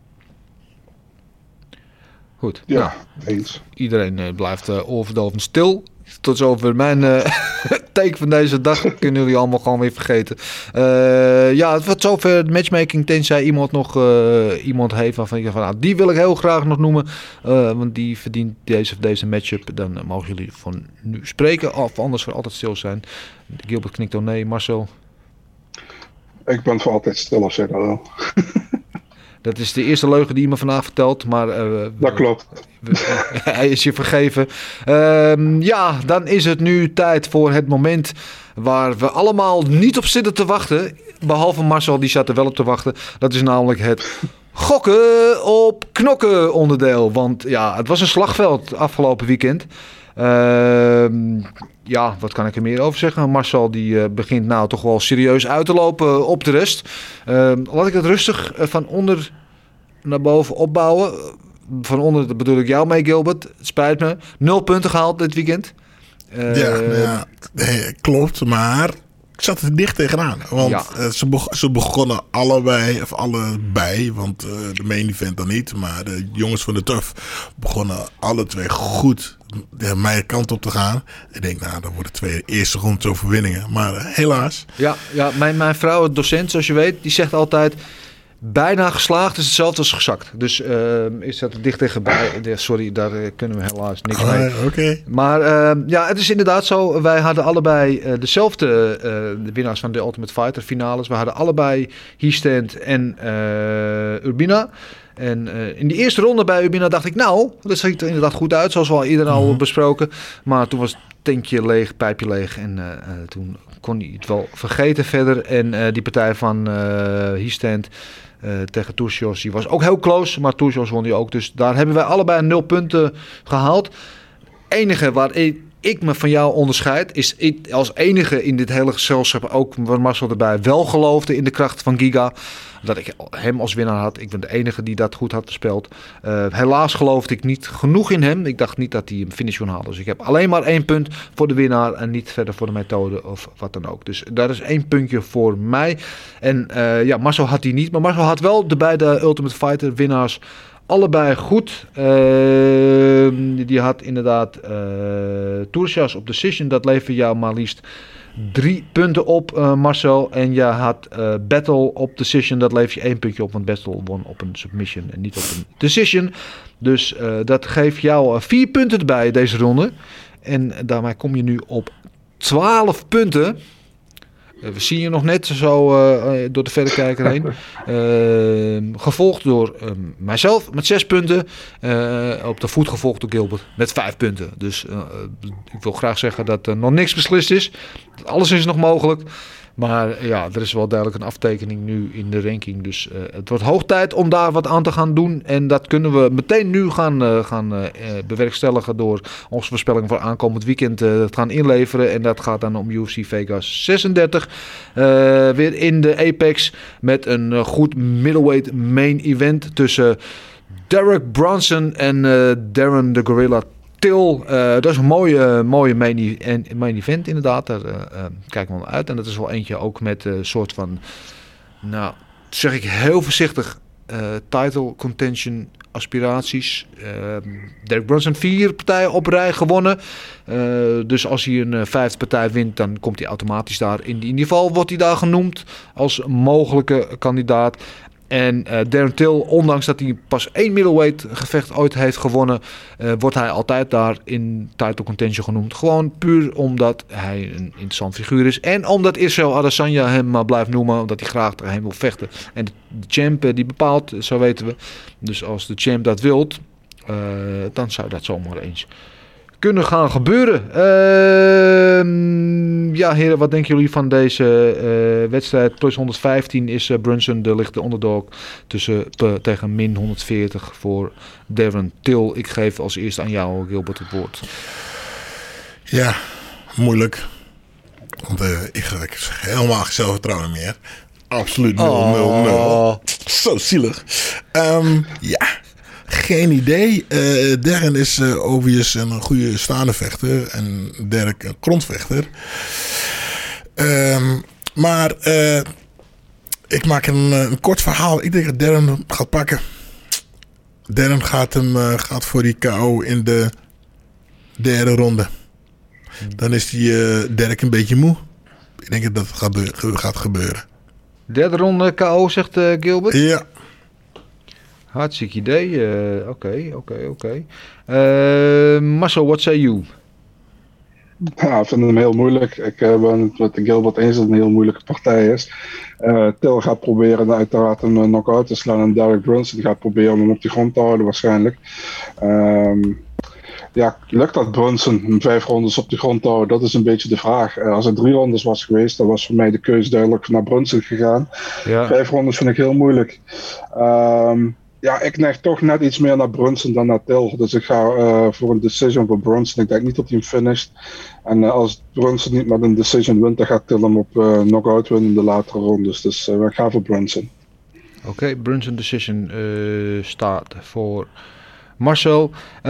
A: Goed.
I: Ja,
A: nou,
I: eens.
A: Iedereen uh, blijft uh, oorverdovend stil. Tot zover mijn uh, take van deze dag. Kunnen jullie allemaal gewoon weer vergeten. Uh, ja, het wordt zover de matchmaking. Tenzij iemand nog uh, iemand heeft waarvan je van, nou, die wil ik heel graag nog noemen. Uh, want die verdient deze of deze matchup. Dan uh, mogen jullie van nu spreken. Of anders voor altijd stil zijn. Gilbert knikt al nee. Marcel?
I: Ik ben voor altijd stil, of zeg dat wel.
A: Dat is de eerste leugen die je me vandaag vertelt. Maar, uh,
I: dat klopt.
A: Hij is je vergeven. Uh, ja, dan is het nu tijd voor het moment waar we allemaal niet op zitten te wachten. Behalve Marcel, die zat er wel op te wachten. Dat is namelijk het Gokken op knokken onderdeel. Want ja, het was een slagveld afgelopen weekend. Uh, ja, wat kan ik er meer over zeggen? Marcel die uh, begint nou toch wel serieus uit te lopen op de rest. Uh, laat ik het rustig uh, van onder naar boven opbouwen. Van onder dat bedoel ik jou mee, Gilbert. Het spijt me. Nul punten gehaald dit weekend. Uh,
H: ja, ja, nee, klopt. Maar ik zat er dicht tegenaan. Want ja. uh, ze, be- ze begonnen allebei, of allebei, want uh, de main event dan niet. Maar de jongens van de Tough begonnen alle twee goed de mijn kant op te gaan. Ik denk, nou, dat worden twee eerste rondes overwinningen. Maar uh, helaas.
A: Ja, ja mijn, mijn vrouw, het docent, zoals je weet, die zegt altijd... Bijna geslaagd is hetzelfde als gezakt. Dus uh, is dat dicht tegenbij. Sorry, daar uh, kunnen we helaas niks
H: oh,
A: mee.
H: Okay.
A: Maar uh, ja, het is inderdaad zo. Wij hadden allebei uh, dezelfde uh, de winnaars van de Ultimate Fighter finales. We hadden allebei Hiestand en uh, Urbina. En uh, in die eerste ronde bij Urbina dacht ik... Nou, dat ziet er inderdaad goed uit. Zoals we al eerder al mm-hmm. besproken. Maar toen was het tankje leeg, pijpje leeg. En uh, uh, toen kon hij het wel vergeten verder. En uh, die partij van uh, Hiestand... Uh, tegen Tourcios, die was ook heel close, maar Tourcios won die ook. Dus daar hebben wij allebei nul punten gehaald. Het enige waar ik, ik me van jou onderscheid, is ik als enige in dit hele gezelschap, ook waar Marcel erbij, wel geloofde in de kracht van Giga. Dat ik hem als winnaar had. Ik ben de enige die dat goed had gespeeld. Uh, helaas geloofde ik niet genoeg in hem. Ik dacht niet dat hij een finish kon halen. Dus ik heb alleen maar één punt voor de winnaar en niet verder voor de methode of wat dan ook. Dus daar is één puntje voor mij. En uh, ja, Marcel had die niet. Maar Marcel had wel de beide Ultimate Fighter winnaars allebei goed. Uh, die had inderdaad uh, Tourcios op decision. Dat levert jou maar liefst drie punten op, uh, Marcel. En je had uh, Battle op decision. Dat levert je één puntje op. Want Battle won op een submission en niet op een decision. Dus uh, dat geeft jou uh, vier punten erbij deze ronde. En daarmee kom je nu op twaalf punten. Uh, we zien je nog net zo uh, door de verrekijker heen. Uh, gevolgd door uh, mijzelf met zes punten. Uh, op de voet gevolgd door Gilbert met vijf punten. Dus uh, ik wil graag zeggen dat er nog niks beslist is. Alles is nog mogelijk. Maar ja, er is wel duidelijk een aftekening nu in de ranking. Dus uh, het wordt hoog tijd om daar wat aan te gaan doen. En dat kunnen we meteen nu gaan, uh, gaan uh, bewerkstelligen door onze voorspelling voor aankomend weekend uh, te gaan inleveren. En dat gaat dan om U F C Vegas zesendertig. Uh, weer in de Apex met een uh, goed middleweight main event tussen Derek Brunson en uh, Darren de Gorilla Till. Uh, dat is een mooie, mooie main, main event inderdaad. Daar uh, uh, kijken we naar uit. En dat is wel eentje ook met een uh, soort van, nou, zeg ik heel voorzichtig, uh, title contention aspiraties. Uh, Derek Brunson vier partijen op rij gewonnen. Uh, dus als hij een uh, vijfde partij wint, dan komt hij automatisch daar. In, in ieder geval wordt hij daar genoemd als mogelijke kandidaat. En uh, Darren Till, ondanks dat hij pas één middleweight gevecht ooit heeft gewonnen, uh, wordt hij altijd daar in title contention genoemd. Gewoon puur omdat hij een interessant figuur is. En omdat Israel Adesanya hem uh, blijft noemen, omdat hij graag tegen hem wil vechten. En de, de champ uh, die bepaalt, zo weten we. Dus als de champ dat wilt, uh, dan zou dat zomaar eens kunnen gaan gebeuren. Uh, ja, heren, wat denken jullie van deze uh, wedstrijd? Plus honderdvijftien is uh, Brunson de lichte underdog tussen, uh, tegen min honderdveertig voor Darren Till. Ik geef als eerste aan jou, Gilbert, het woord.
H: Ja, moeilijk. Want uh, ik heb helemaal geen zelfvertrouwen meer. Absoluut nul, nul, nul. Zo zielig. Um, ja. Geen idee. Uh, Darren is uh, obvious een goede staande vechter. En Derek een grondvechter. Um, maar uh, ik maak een, een kort verhaal. Ik denk dat Darren hem gaat pakken. Darren gaat hem uh, gaat voor die K O in de derde ronde. Dan is die uh, Derek een beetje moe. Ik denk dat dat gaat, gaat gebeuren.
A: Derde ronde K O, zegt uh, Gilbert?
H: Ja.
A: Hartstikke idee. Oké, oké, oké. Marcel, what say you?
I: Ja, ik vind hem heel moeilijk. Ik uh, ben het met Gilbert eens dat het een heel moeilijke partij is. Uh, Till gaat proberen uiteraard een knock-out te slaan. En Derek Brunson gaat proberen hem op de grond te houden waarschijnlijk. Um, ja, lukt dat Brunson om vijf rondes op de grond te houden? Dat is een beetje de vraag. Uh, als het drie rondes was geweest, dan was voor mij de keuze duidelijk naar Brunson gegaan. Ja. Vijf rondes vind ik heel moeilijk. Um, ja, ik neig toch net iets meer naar Brunson dan naar Till. Dus ik ga uh, voor een decision voor Brunson. Ik denk niet dat hij hem finisht. En uh, als Brunson niet met een decision wint, dan gaat Till hem op uh, knockout winnen in de latere rondes. Dus uh, we gaan voor Brunson.
A: Oké, okay, Brunson decision uh, staat voor Marcel.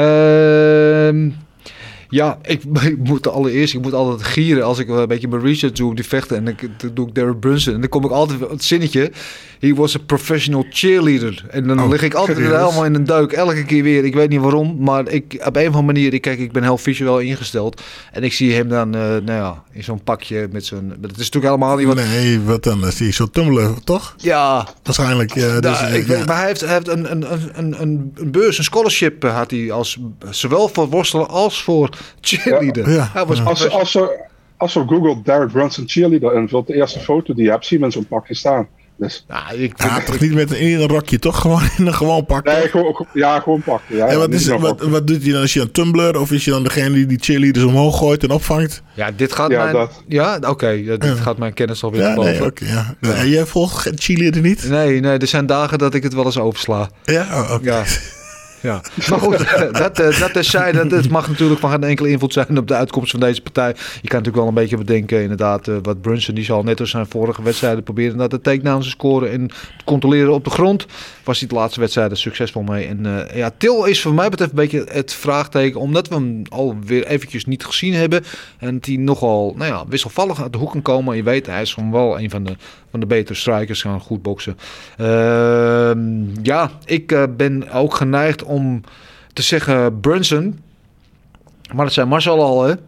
A: Uh, ja, ik, ik moet allereerst, ik moet altijd gieren als ik een beetje mijn research doe op die vechten. En dan, dan doe ik Derek Brunson. En dan kom ik altijd het zinnetje. He was a professional cheerleader. En dan oh, lig ik altijd serieus? helemaal in een duik. Elke keer weer. Ik weet niet waarom. Maar ik, op een of andere manier. Ik, kijk, ik ben heel visueel ingesteld. En ik zie hem dan uh, nou ja, in zo'n pakje met zo'n... Het is natuurlijk helemaal niet wat...
H: Nee, wat dan? Zie je zo'n tumbler, toch?
A: Ja.
H: Waarschijnlijk. Ja, dus,
A: nou, ik, ja. Maar hij heeft, hij heeft een, een, een, een, een beurs, een scholarship had hij. Als, zowel voor worstelen als voor cheerleader.
I: Ja. Ja. Hij was ja. Als, als, als, als we Google Derek Brunson cheerleader invult, de eerste foto die je hebt, zie je met zo'n pakje staan. Dus.
H: Nou, ik, ja, ik, toch ik, niet met een, in een rokje, toch? Gewoon in een gewoon pak.
I: Nee, gewoon, ja, gewoon pakken. Ja,
H: en wat,
I: ja,
H: is, wat, wat doet hij dan? Is je een tumbler of is je dan degene die die cheerleaders omhoog gooit en opvangt?
A: Ja, dit gaat
I: ja,
A: mijn...
I: Dat.
A: Ja, oké. Okay, dit ja. gaat mijn kennis alweer
H: ja,
A: boven.
H: Nee, okay, ja. Ja. En jij volgt cheerleader niet?
A: Nee, nee, er zijn dagen dat ik het wel eens oversla.
H: Ja, oh, oké. Okay.
A: Ja. Ja, maar goed, dat, dat terzijde, dat mag natuurlijk van geen enkele invloed zijn op de uitkomst van deze partij. Je kan natuurlijk wel een beetje bedenken, inderdaad, uh, wat Brunson, die zal net als zijn vorige wedstrijden proberen dat de takedowns te scoren en te controleren op de grond. Was hij de laatste wedstrijden succesvol mee. En uh, ja, Till is voor mij betreft een beetje het vraagteken, omdat we hem alweer eventjes niet gezien hebben en die nogal, nou ja, wisselvallig uit de hoek kan komen. Je weet, hij is gewoon wel een van de, van de betere strikers, kan goed boksen. Uh, ja, ik uh, ben ook geneigd om te zeggen Brunson. Maar dat zei Marcel al, hè?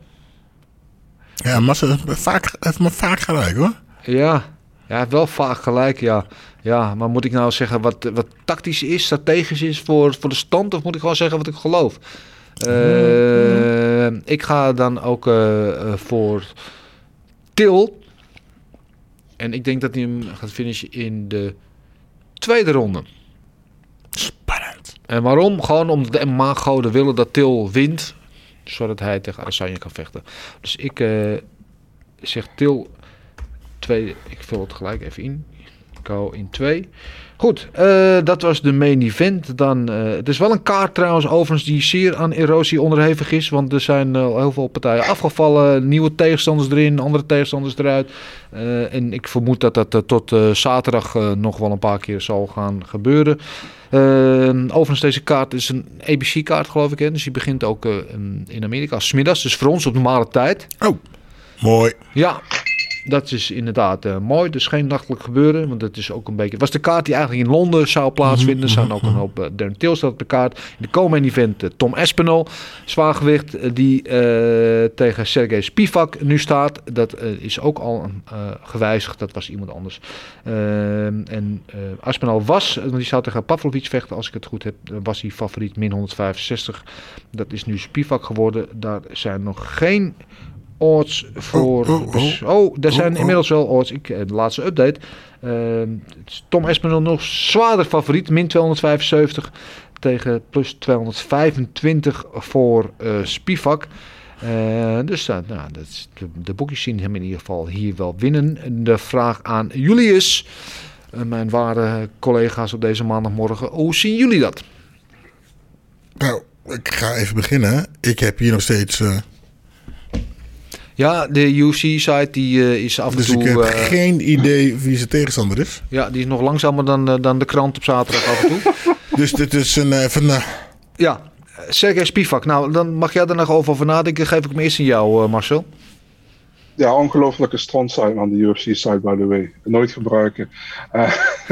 H: Ja, Marcel heeft vaak, heeft me vaak gelijk, hoor.
A: Ja, hij heeft wel vaak gelijk, ja. Ja, maar moet ik nou zeggen wat, wat tactisch is, strategisch is voor, voor de stand? Of moet ik gewoon zeggen wat ik geloof? Uh, mm. Ik ga dan ook uh, uh, voor Till. En ik denk dat hij hem gaat finishen in de tweede ronde.
H: Spannend.
A: En waarom? Gewoon omdat de M M A-goden willen dat Till wint, zodat hij tegen Adesanya kan vechten. Dus ik uh, zeg Till twee. Ik vul het gelijk even in. Ik hou in twee. Goed, uh, dat was de main event. Dan, uh, het is wel een kaart trouwens overigens die zeer aan erosie onderhevig is. Want er zijn uh, heel veel partijen afgevallen. Nieuwe tegenstanders erin, andere tegenstanders eruit. Uh, en ik vermoed dat dat uh, tot uh, zaterdag uh, nog wel een paar keer zal gaan gebeuren. Uh, overigens, deze kaart is een A B C-kaart geloof ik. Hè? Dus die begint ook uh, in Amerika 's middags. Dus voor ons op normale tijd.
H: Oh, mooi.
A: Ja. Dat is inderdaad uh, mooi. Dus geen nachtelijk gebeuren. Want het is ook een beetje. Het was de kaart die eigenlijk in Londen zou plaatsvinden. Er staan ook een hoop. Uh, Darren Till staat op de kaart. In de komende event uh, Tom Aspinall. Zwaargewicht. Uh, die uh, tegen Sergej Spivak nu staat. Dat uh, is ook al uh, gewijzigd. Dat was iemand anders. Uh, en uh, Aspinall was. Want die zou tegen Pavlovic vechten. Als ik het goed heb. Was hij favoriet min honderdvijfenzestig. Dat is nu Spivak geworden. Daar zijn nog geen odds voor. Oh, oh, oh. oh daar zijn oh, oh. inmiddels wel odds. Ik, de laatste update. Uh, Tom Aspinall nog zwaarder favoriet. Min tweehonderdvijfenzeventig tegen plus tweehonderdvijfentwintig voor uh, Spivak. Uh, dus uh, nou, dat is, de, de boekjes zien hem in ieder geval hier wel winnen. De vraag aan Julius. Uh, mijn waarde collega's op deze maandagmorgen. Hoe zien jullie dat?
H: Nou, ik ga even beginnen. Ik heb hier nog steeds... Uh...
A: Ja, de U F C-site die uh, is af en
H: dus
A: toe...
H: Dus ik heb
A: uh,
H: geen idee wie zijn tegenstander is.
A: Ja, die is nog langzamer dan, uh, dan de krant op zaterdag af en toe.
H: Dus dit is een... Uh, van, uh...
A: Ja, Sergej Spivak. Nou, dan mag jij er nog over, over nadenken. Geef ik hem eerst aan jou, uh, Marcel.
I: Ja, ongelofelijke strontsite aan de U F C-site, by the way. Nooit gebruiken. Uh,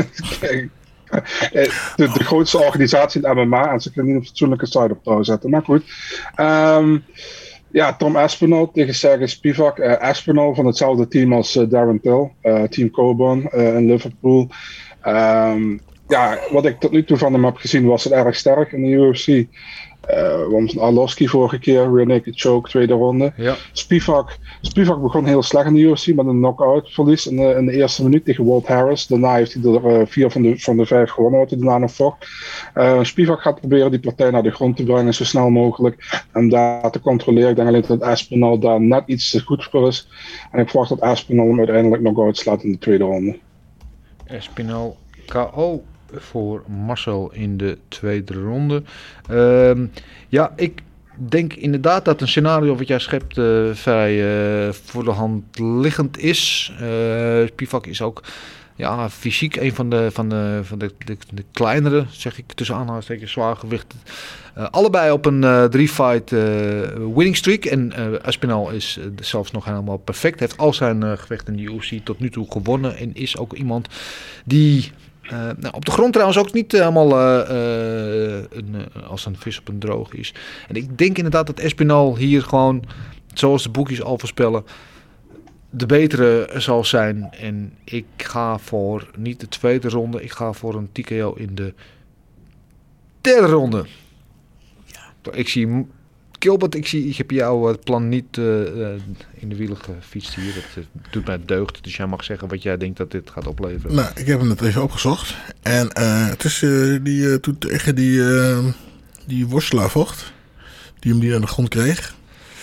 I: de, de grootste organisatie in M M A. En ze kunnen niet een fatsoenlijke site op touw zetten. Maar goed. Um, Ja, Tom Aspinall tegen Sergej Spivak. Uh, Aspinall van hetzelfde team als uh, Darren Till. Uh, team Coburn uh, in Liverpool. Um, ja, wat ik tot nu toe van hem heb gezien was het erg sterk in de U F C. Uh, want Arlovski vorige keer, rear naked choke, tweede ronde.
A: Ja.
I: Spivak, Spivak begon heel slecht in de U F C met een knockout verlies in de, in de eerste minuut tegen Walt Harris. Daarna heeft hij er uh, vier van de, van de vijf gewonnen wat hij daarna nog vocht. Uh, Spivak gaat proberen die partij naar de grond te brengen zo snel mogelijk. En daar te controleren. Ik denk alleen dat Aspinall daar net iets te goed voor is. En ik verwacht dat Aspinall hem uiteindelijk knock-out slaat in de tweede ronde.
A: Aspinall K O voor Marcel in de tweede ronde. Uh, ja, ik denk inderdaad dat een scenario wat jij schept uh, vrij uh, voor de hand liggend is. Uh, Spivak is ook ja, fysiek een van de, van de, van de, de, de kleinere, zeg ik tussen aanhalingstekens, zwaargewichten. Uh, allebei op een uh, drie-fight uh, winning streak. En uh, Aspinall is uh, zelfs nog helemaal perfect. Heeft al zijn uh, gevechten in de U F C tot nu toe gewonnen. En is ook iemand die Uh, nou, op de grond trouwens ook niet helemaal uh, uh, een, uh, als een vis op een droog is. En ik denk inderdaad dat Aspinall hier gewoon, zoals de boekjes al voorspellen, de betere zal zijn. En ik ga voor niet de tweede ronde, ik ga voor een T K O in de derde ronde. Ja. Ik zie Gilbert, ik, zie, ik heb jouw uh, plan niet uh, uh, in de wielen gefietst hier. Dat uh, doet mij deugd. Dus jij mag zeggen wat jij denkt dat dit gaat opleveren.
H: Nou, ik heb hem net even opgezocht. En uh, het is uh, die, uh, toen tegen die, uh, die worstelaar vocht. Die hem die aan de grond kreeg.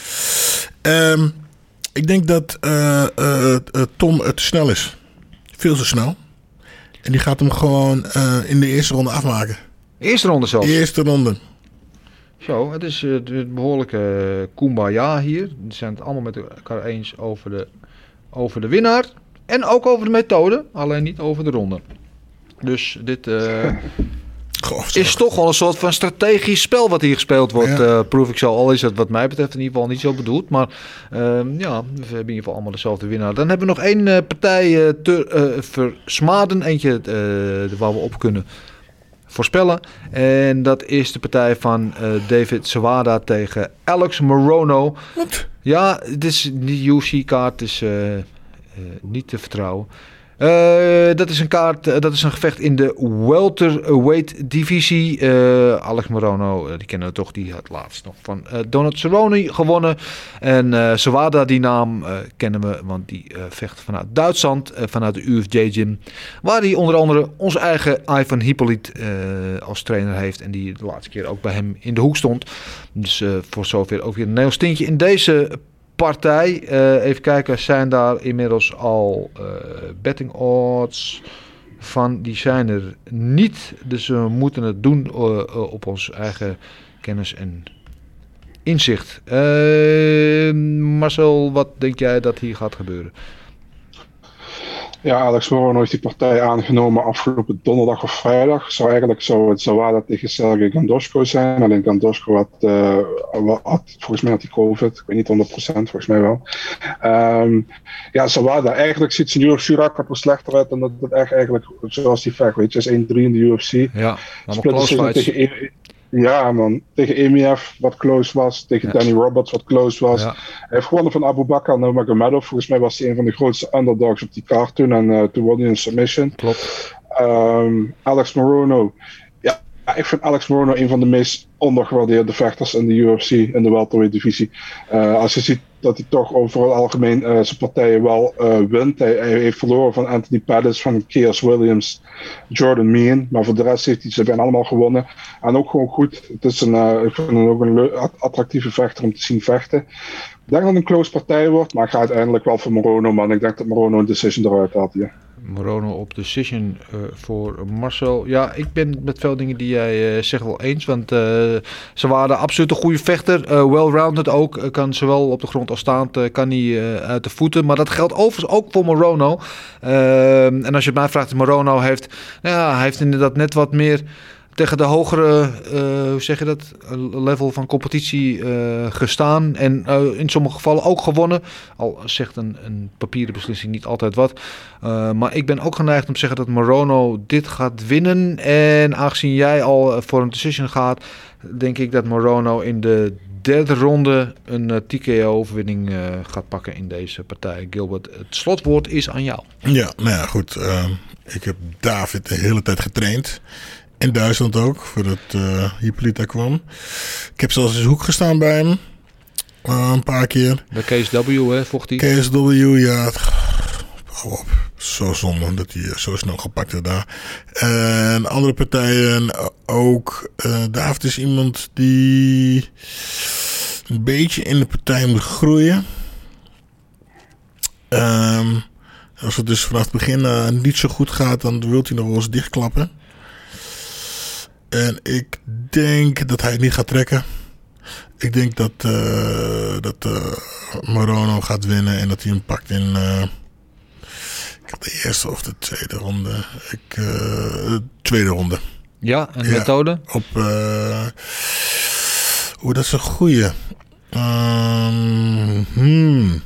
H: Um, ik denk dat uh, uh, uh, Tom uh, te snel is. Veel te snel. En die gaat hem gewoon uh, in de eerste ronde afmaken.
A: Eerste ronde zelfs?
H: Eerste ronde.
A: Zo, het is uh, het behoorlijke kumbaya hier. Ze zijn het allemaal met elkaar eens over de, over de winnaar. En ook over de methode, alleen niet over de ronde. Dus dit uh, Goh, is toch wel een soort van strategisch spel wat hier gespeeld wordt. Ja. Uh, proef ik zo, al is het wat mij betreft in ieder geval niet zo bedoeld. Maar uh, ja, we hebben in ieder geval allemaal dezelfde winnaar. Dan hebben we nog één uh, partij uh, te uh, versmaden. Eentje uh, waar we op kunnen voorspellen. En dat is de partij van uh, David Zawada tegen Alex Morono.
H: Wat?
A: Ja, het is die U F C-kaart is uh, uh, niet te vertrouwen. Uh, dat is een kaart, uh, dat is een gevecht in de welterweight divisie. Uh, Alex Morono, uh, die kennen we toch, die had laatst nog van uh, Donald Cerrone gewonnen. En uh, Zawada, die naam uh, kennen we, want die uh, vecht vanuit Duitsland, uh, vanuit de U F J-gym. Waar hij onder andere onze eigen Ivan Hippolyt uh, als trainer heeft. En die de laatste keer ook bij hem in de hoek stond. Dus uh, voor zover ook weer een heel stintje in deze partij. Uh, even kijken, zijn daar inmiddels al uh, betting odds van? Die zijn er niet. Dus we moeten het doen uh, uh, op ons eigen kennis en inzicht. Uh, Marcel, wat denk jij dat hier gaat gebeuren?
I: Ja, Alex Morono heeft die partij aangenomen afgelopen donderdag of vrijdag. Zou eigenlijk zou het Zawada tegen Sergey Gandoshko zijn. Alleen Gandoshko had, uh, had, volgens mij had hij COVID. Ik weet niet honderd procent, volgens mij wel. Um, ja, Zawada, eigenlijk ziet zijn U F C-record er slechter uit dan dat het echt eigenlijk, zoals die vecht, weet je, is één drie in de U F C.
A: Ja, maar close fights.
I: Tegen, ja, man. Tegen Emiev, wat close was. Tegen ja. Danny Roberts, wat close was. Ja. Hij heeft gewonnen van Abu Bakar Nurmagomedov. Volgens mij was hij een van de grootste underdogs op die kaart toen. En uh, toen won hij een submission.
A: Klopt.
I: Um, Alex Morono. Ja, ik vind Alex Morono een van de meest ondergewaardeerde vechters in de U F C. In de welterweight divisie. Uh, als je ziet dat hij toch over het algemeen uh, zijn partijen wel uh, wint. Hij, hij heeft verloren van Anthony Pettis, van Kears Williams, Jordan Meehan. Maar voor de rest heeft hij ze bijna allemaal gewonnen. En ook gewoon goed. Het is een, uh, ik vind hem ook een le- attractieve vechter om te zien vechten. Ik denk dat het een close partij wordt, maar ik ga uiteindelijk wel voor Morono. Maar ik denk dat Morono een decision eruit haalt hier.
A: Morono op decision uh, voor Marcel. Ja, ik ben met veel dingen die jij uh, zegt wel eens. Want uh, ze waren absoluut een goede vechter. Uh, well-rounded ook. Uh, kan zowel op de grond als staand uh, kan hij uh, uit de voeten. Maar dat geldt overigens ook voor Morono. Uh, en als je het mij vraagt, Morono heeft, ja, hij heeft inderdaad net wat meer tegen de hogere, uh, hoe zeg je dat, level van competitie uh, gestaan. En uh, in sommige gevallen ook gewonnen. Al zegt een, een papieren beslissing niet altijd wat. Uh, maar ik ben ook geneigd om te zeggen dat Morono dit gaat winnen. En aangezien jij al voor een decision gaat, denk ik dat Morono in de derde ronde een uh, T K O-overwinning uh, gaat pakken in deze partij. Gilbert, het slotwoord is aan jou.
H: Ja, nou ja, goed. Uh, ik heb David de hele tijd getraind. In Duitsland ook, voordat uh, Hippolyta kwam. Ik heb zelfs in zijn hoek gestaan bij hem. Uh, een paar keer.
A: De K S W, hè, vocht hij?
H: K S W, ja. Hou op. Zo zonde dat hij zo snel gepakt werd daar. En andere partijen ook. Uh, David is iemand die een beetje in de partij moet groeien. Um, als het dus vanaf het begin uh, niet zo goed gaat, dan wil hij nog wel eens dichtklappen. En ik denk dat hij het niet gaat trekken. Ik denk dat, uh, dat uh, Morono gaat winnen en dat hij hem pakt in uh, ik had de eerste of de tweede ronde. Ik, uh, de tweede ronde.
A: Ja, en de
H: ja,
A: methode?
H: Op, uh, hoe dat is een goeie. Um, hmm.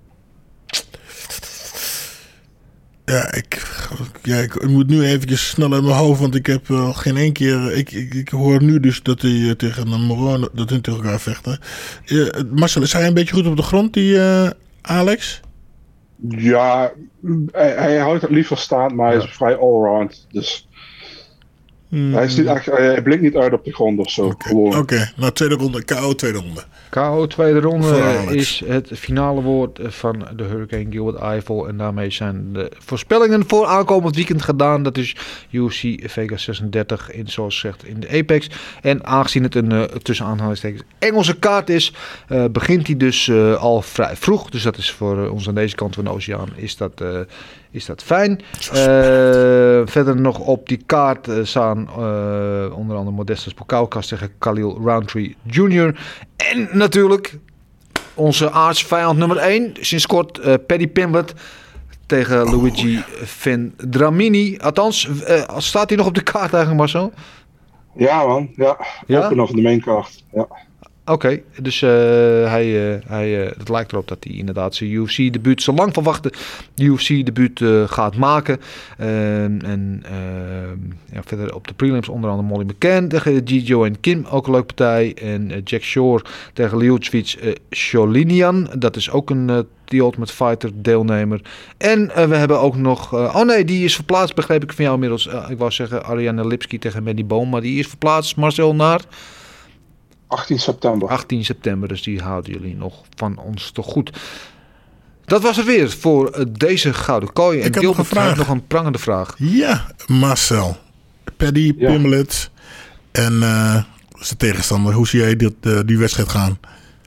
H: Ja, ik, ja, ik moet nu eventjes snel uit mijn hoofd, want ik heb uh, geen één keer... Ik, ik, ik hoor nu dus dat hij uh, tegen een Morono, dat hun tegen elkaar vechten. Uh, Marcel, is hij een beetje goed op de grond, die uh, Alex?
I: Ja, hij, hij houdt het liever staan, maar hij is ja. vrij allround. Dus hmm. hij, is niet echt, hij blinkt niet uit op de grond of zo.
H: Oké, okay. okay. Nou, tweede ronde, K O tweede ronde.
A: K O tweede ronde is het finale woord van de Hurricane Gilbert Eiffel. En daarmee zijn de voorspellingen voor aankomend weekend gedaan. Dat is U F C Vegas zesendertig in, zoals gezegd, in de Apex. En aangezien het een uh, tussen aanhalingstekens Engelse kaart is, uh, begint hij dus uh, al vrij vroeg. Dus dat is voor uh, ons aan deze kant van de oceaan is dat... Uh, Is dat fijn. Uh, verder nog op die kaart uh, staan uh, onder andere Modestas Bukauskas tegen Khalil Rountree junior En natuurlijk onze aartsvijand nummer één. Sinds kort uh, Paddy Pimblett tegen oh, Luigi ja. Vendramini. Althans, uh, staat hij nog op de kaart eigenlijk, Marcel?
I: Ja man, ja. ja? Open of de main kaart. Ja.
A: Oké, okay, dus uh, hij, uh, hij, uh, het lijkt erop dat hij inderdaad zijn U F C-debuut, zo lang verwachte U F C-debuut uh, gaat maken. Uh, en uh, ja, verder op de prelims onder andere Molly McCann tegen Gijo en Kim, ook een leuke partij. En uh, Jack Shore tegen Liuchvich uh, Sholinian, dat is ook een uh, The Ultimate Fighter deelnemer. En uh, we hebben ook nog... Uh, oh nee, die is verplaatst, begreep ik van jou inmiddels. Uh, ik wou zeggen Ariane Lipski tegen Mandy Boom, maar die is verplaatst, Marcel, naar...
I: achttien september.
A: achttien september, dus die houden jullie nog van ons te goed. Dat was het weer voor uh, deze Gouden Kooi. En Gilbert nog, vraag. nog een prangende vraag.
H: Ja, Marcel. Paddy ja. Pimblett en uh, zijn tegenstander. Hoe zie jij dit, uh, die wedstrijd gaan?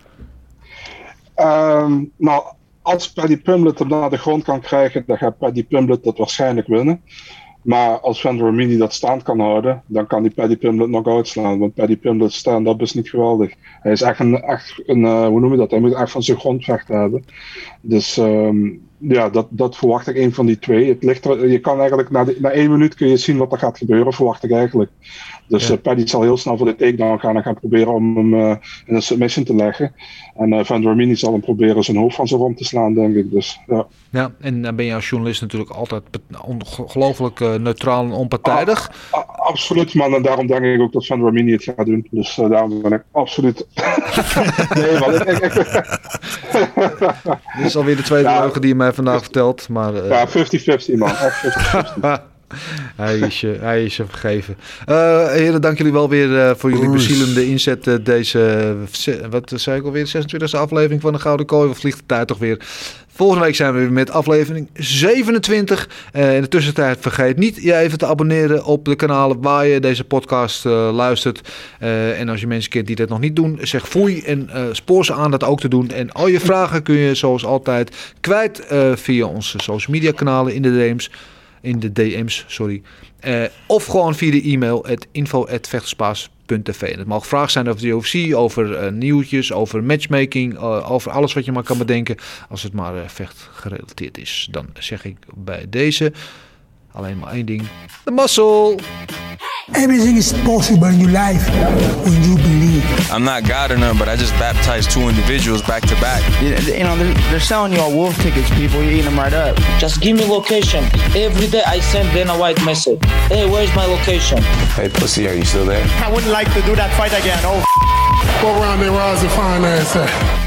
I: Um, nou, als Paddy Pimblett hem naar de grond kan krijgen, dan gaat Paddy Pimblett dat waarschijnlijk winnen. Maar als Vendramini dat stand kan houden, dan kan die Paddy Pimblett nog uitslaan. Want Paddy Pimblett stand-up is niet geweldig. Hij is echt een, echt een uh, hoe noem je dat? Hij moet echt van zijn grondvechten hebben. Dus um, ja, dat, dat verwacht ik een van die twee. Het ligt er, je kan eigenlijk na, de, na één minuut kun je zien wat er gaat gebeuren, verwacht ik eigenlijk. Dus ja. uh, Paddy zal heel snel voor de takedown gaan en gaan proberen om hem uh, in een submission te leggen. En uh, Vendramini zal hem proberen zijn hoofd van zijn rond te slaan, denk ik. Dus, ja.
A: ja, en dan ben je als journalist natuurlijk altijd ongelooflijk uh, neutraal en onpartijdig.
I: Ah, ah, absoluut, man. En daarom denk ik ook dat Vendramini het gaat doen. Dus uh, daarom ben ik absoluut... nee, man. Ik, ik, ik...
A: Dit is alweer de tweede ja, leugen die je mij vandaag vertelt. Maar, uh...
I: ja, vijftig vijftig, man. Echt vijftig vijftig.
A: Hij is je, hij is je vergeven. Uh, heren, dank jullie wel weer uh, voor jullie bezielende inzet. Uh, deze, uh, wat zei ik alweer, zesentwintigste aflevering van de Gouden Kooi. Wat vliegt de tijd toch weer. Volgende week zijn we weer met aflevering zevenentwintig. Uh, in de tussentijd vergeet niet je even te abonneren op de kanalen waar je deze podcast uh, luistert. Uh, en als je mensen kent die dat nog niet doen, zeg foei en uh, spoor ze aan dat ook te doen. En al je vragen kun je zoals altijd kwijt uh, via onze social media kanalen in de D M's. In de D M's, sorry. Uh, of gewoon via de e-mail at info at vechterspaas punt t v. En het mag vragen zijn over de U F C, over uh, nieuwtjes, over matchmaking, uh, over alles wat je maar kan bedenken. Als het maar uh, vecht gerelateerd is, dan zeg ik bij deze alleen maar één ding. De muscle!
J: Everything is possible in your life when you believe.
K: I'm not God or none, but I just baptized two individuals back to back.
L: You, you know, they're, they're selling you all wolf tickets, people. You're eating them right up.
M: Just give me location. Every day I send Dana White message. Hey, where's my location?
K: Hey, pussy, are you still there?
N: I wouldn't like to do that fight again. Oh,
O: go around there, Roz, and find that.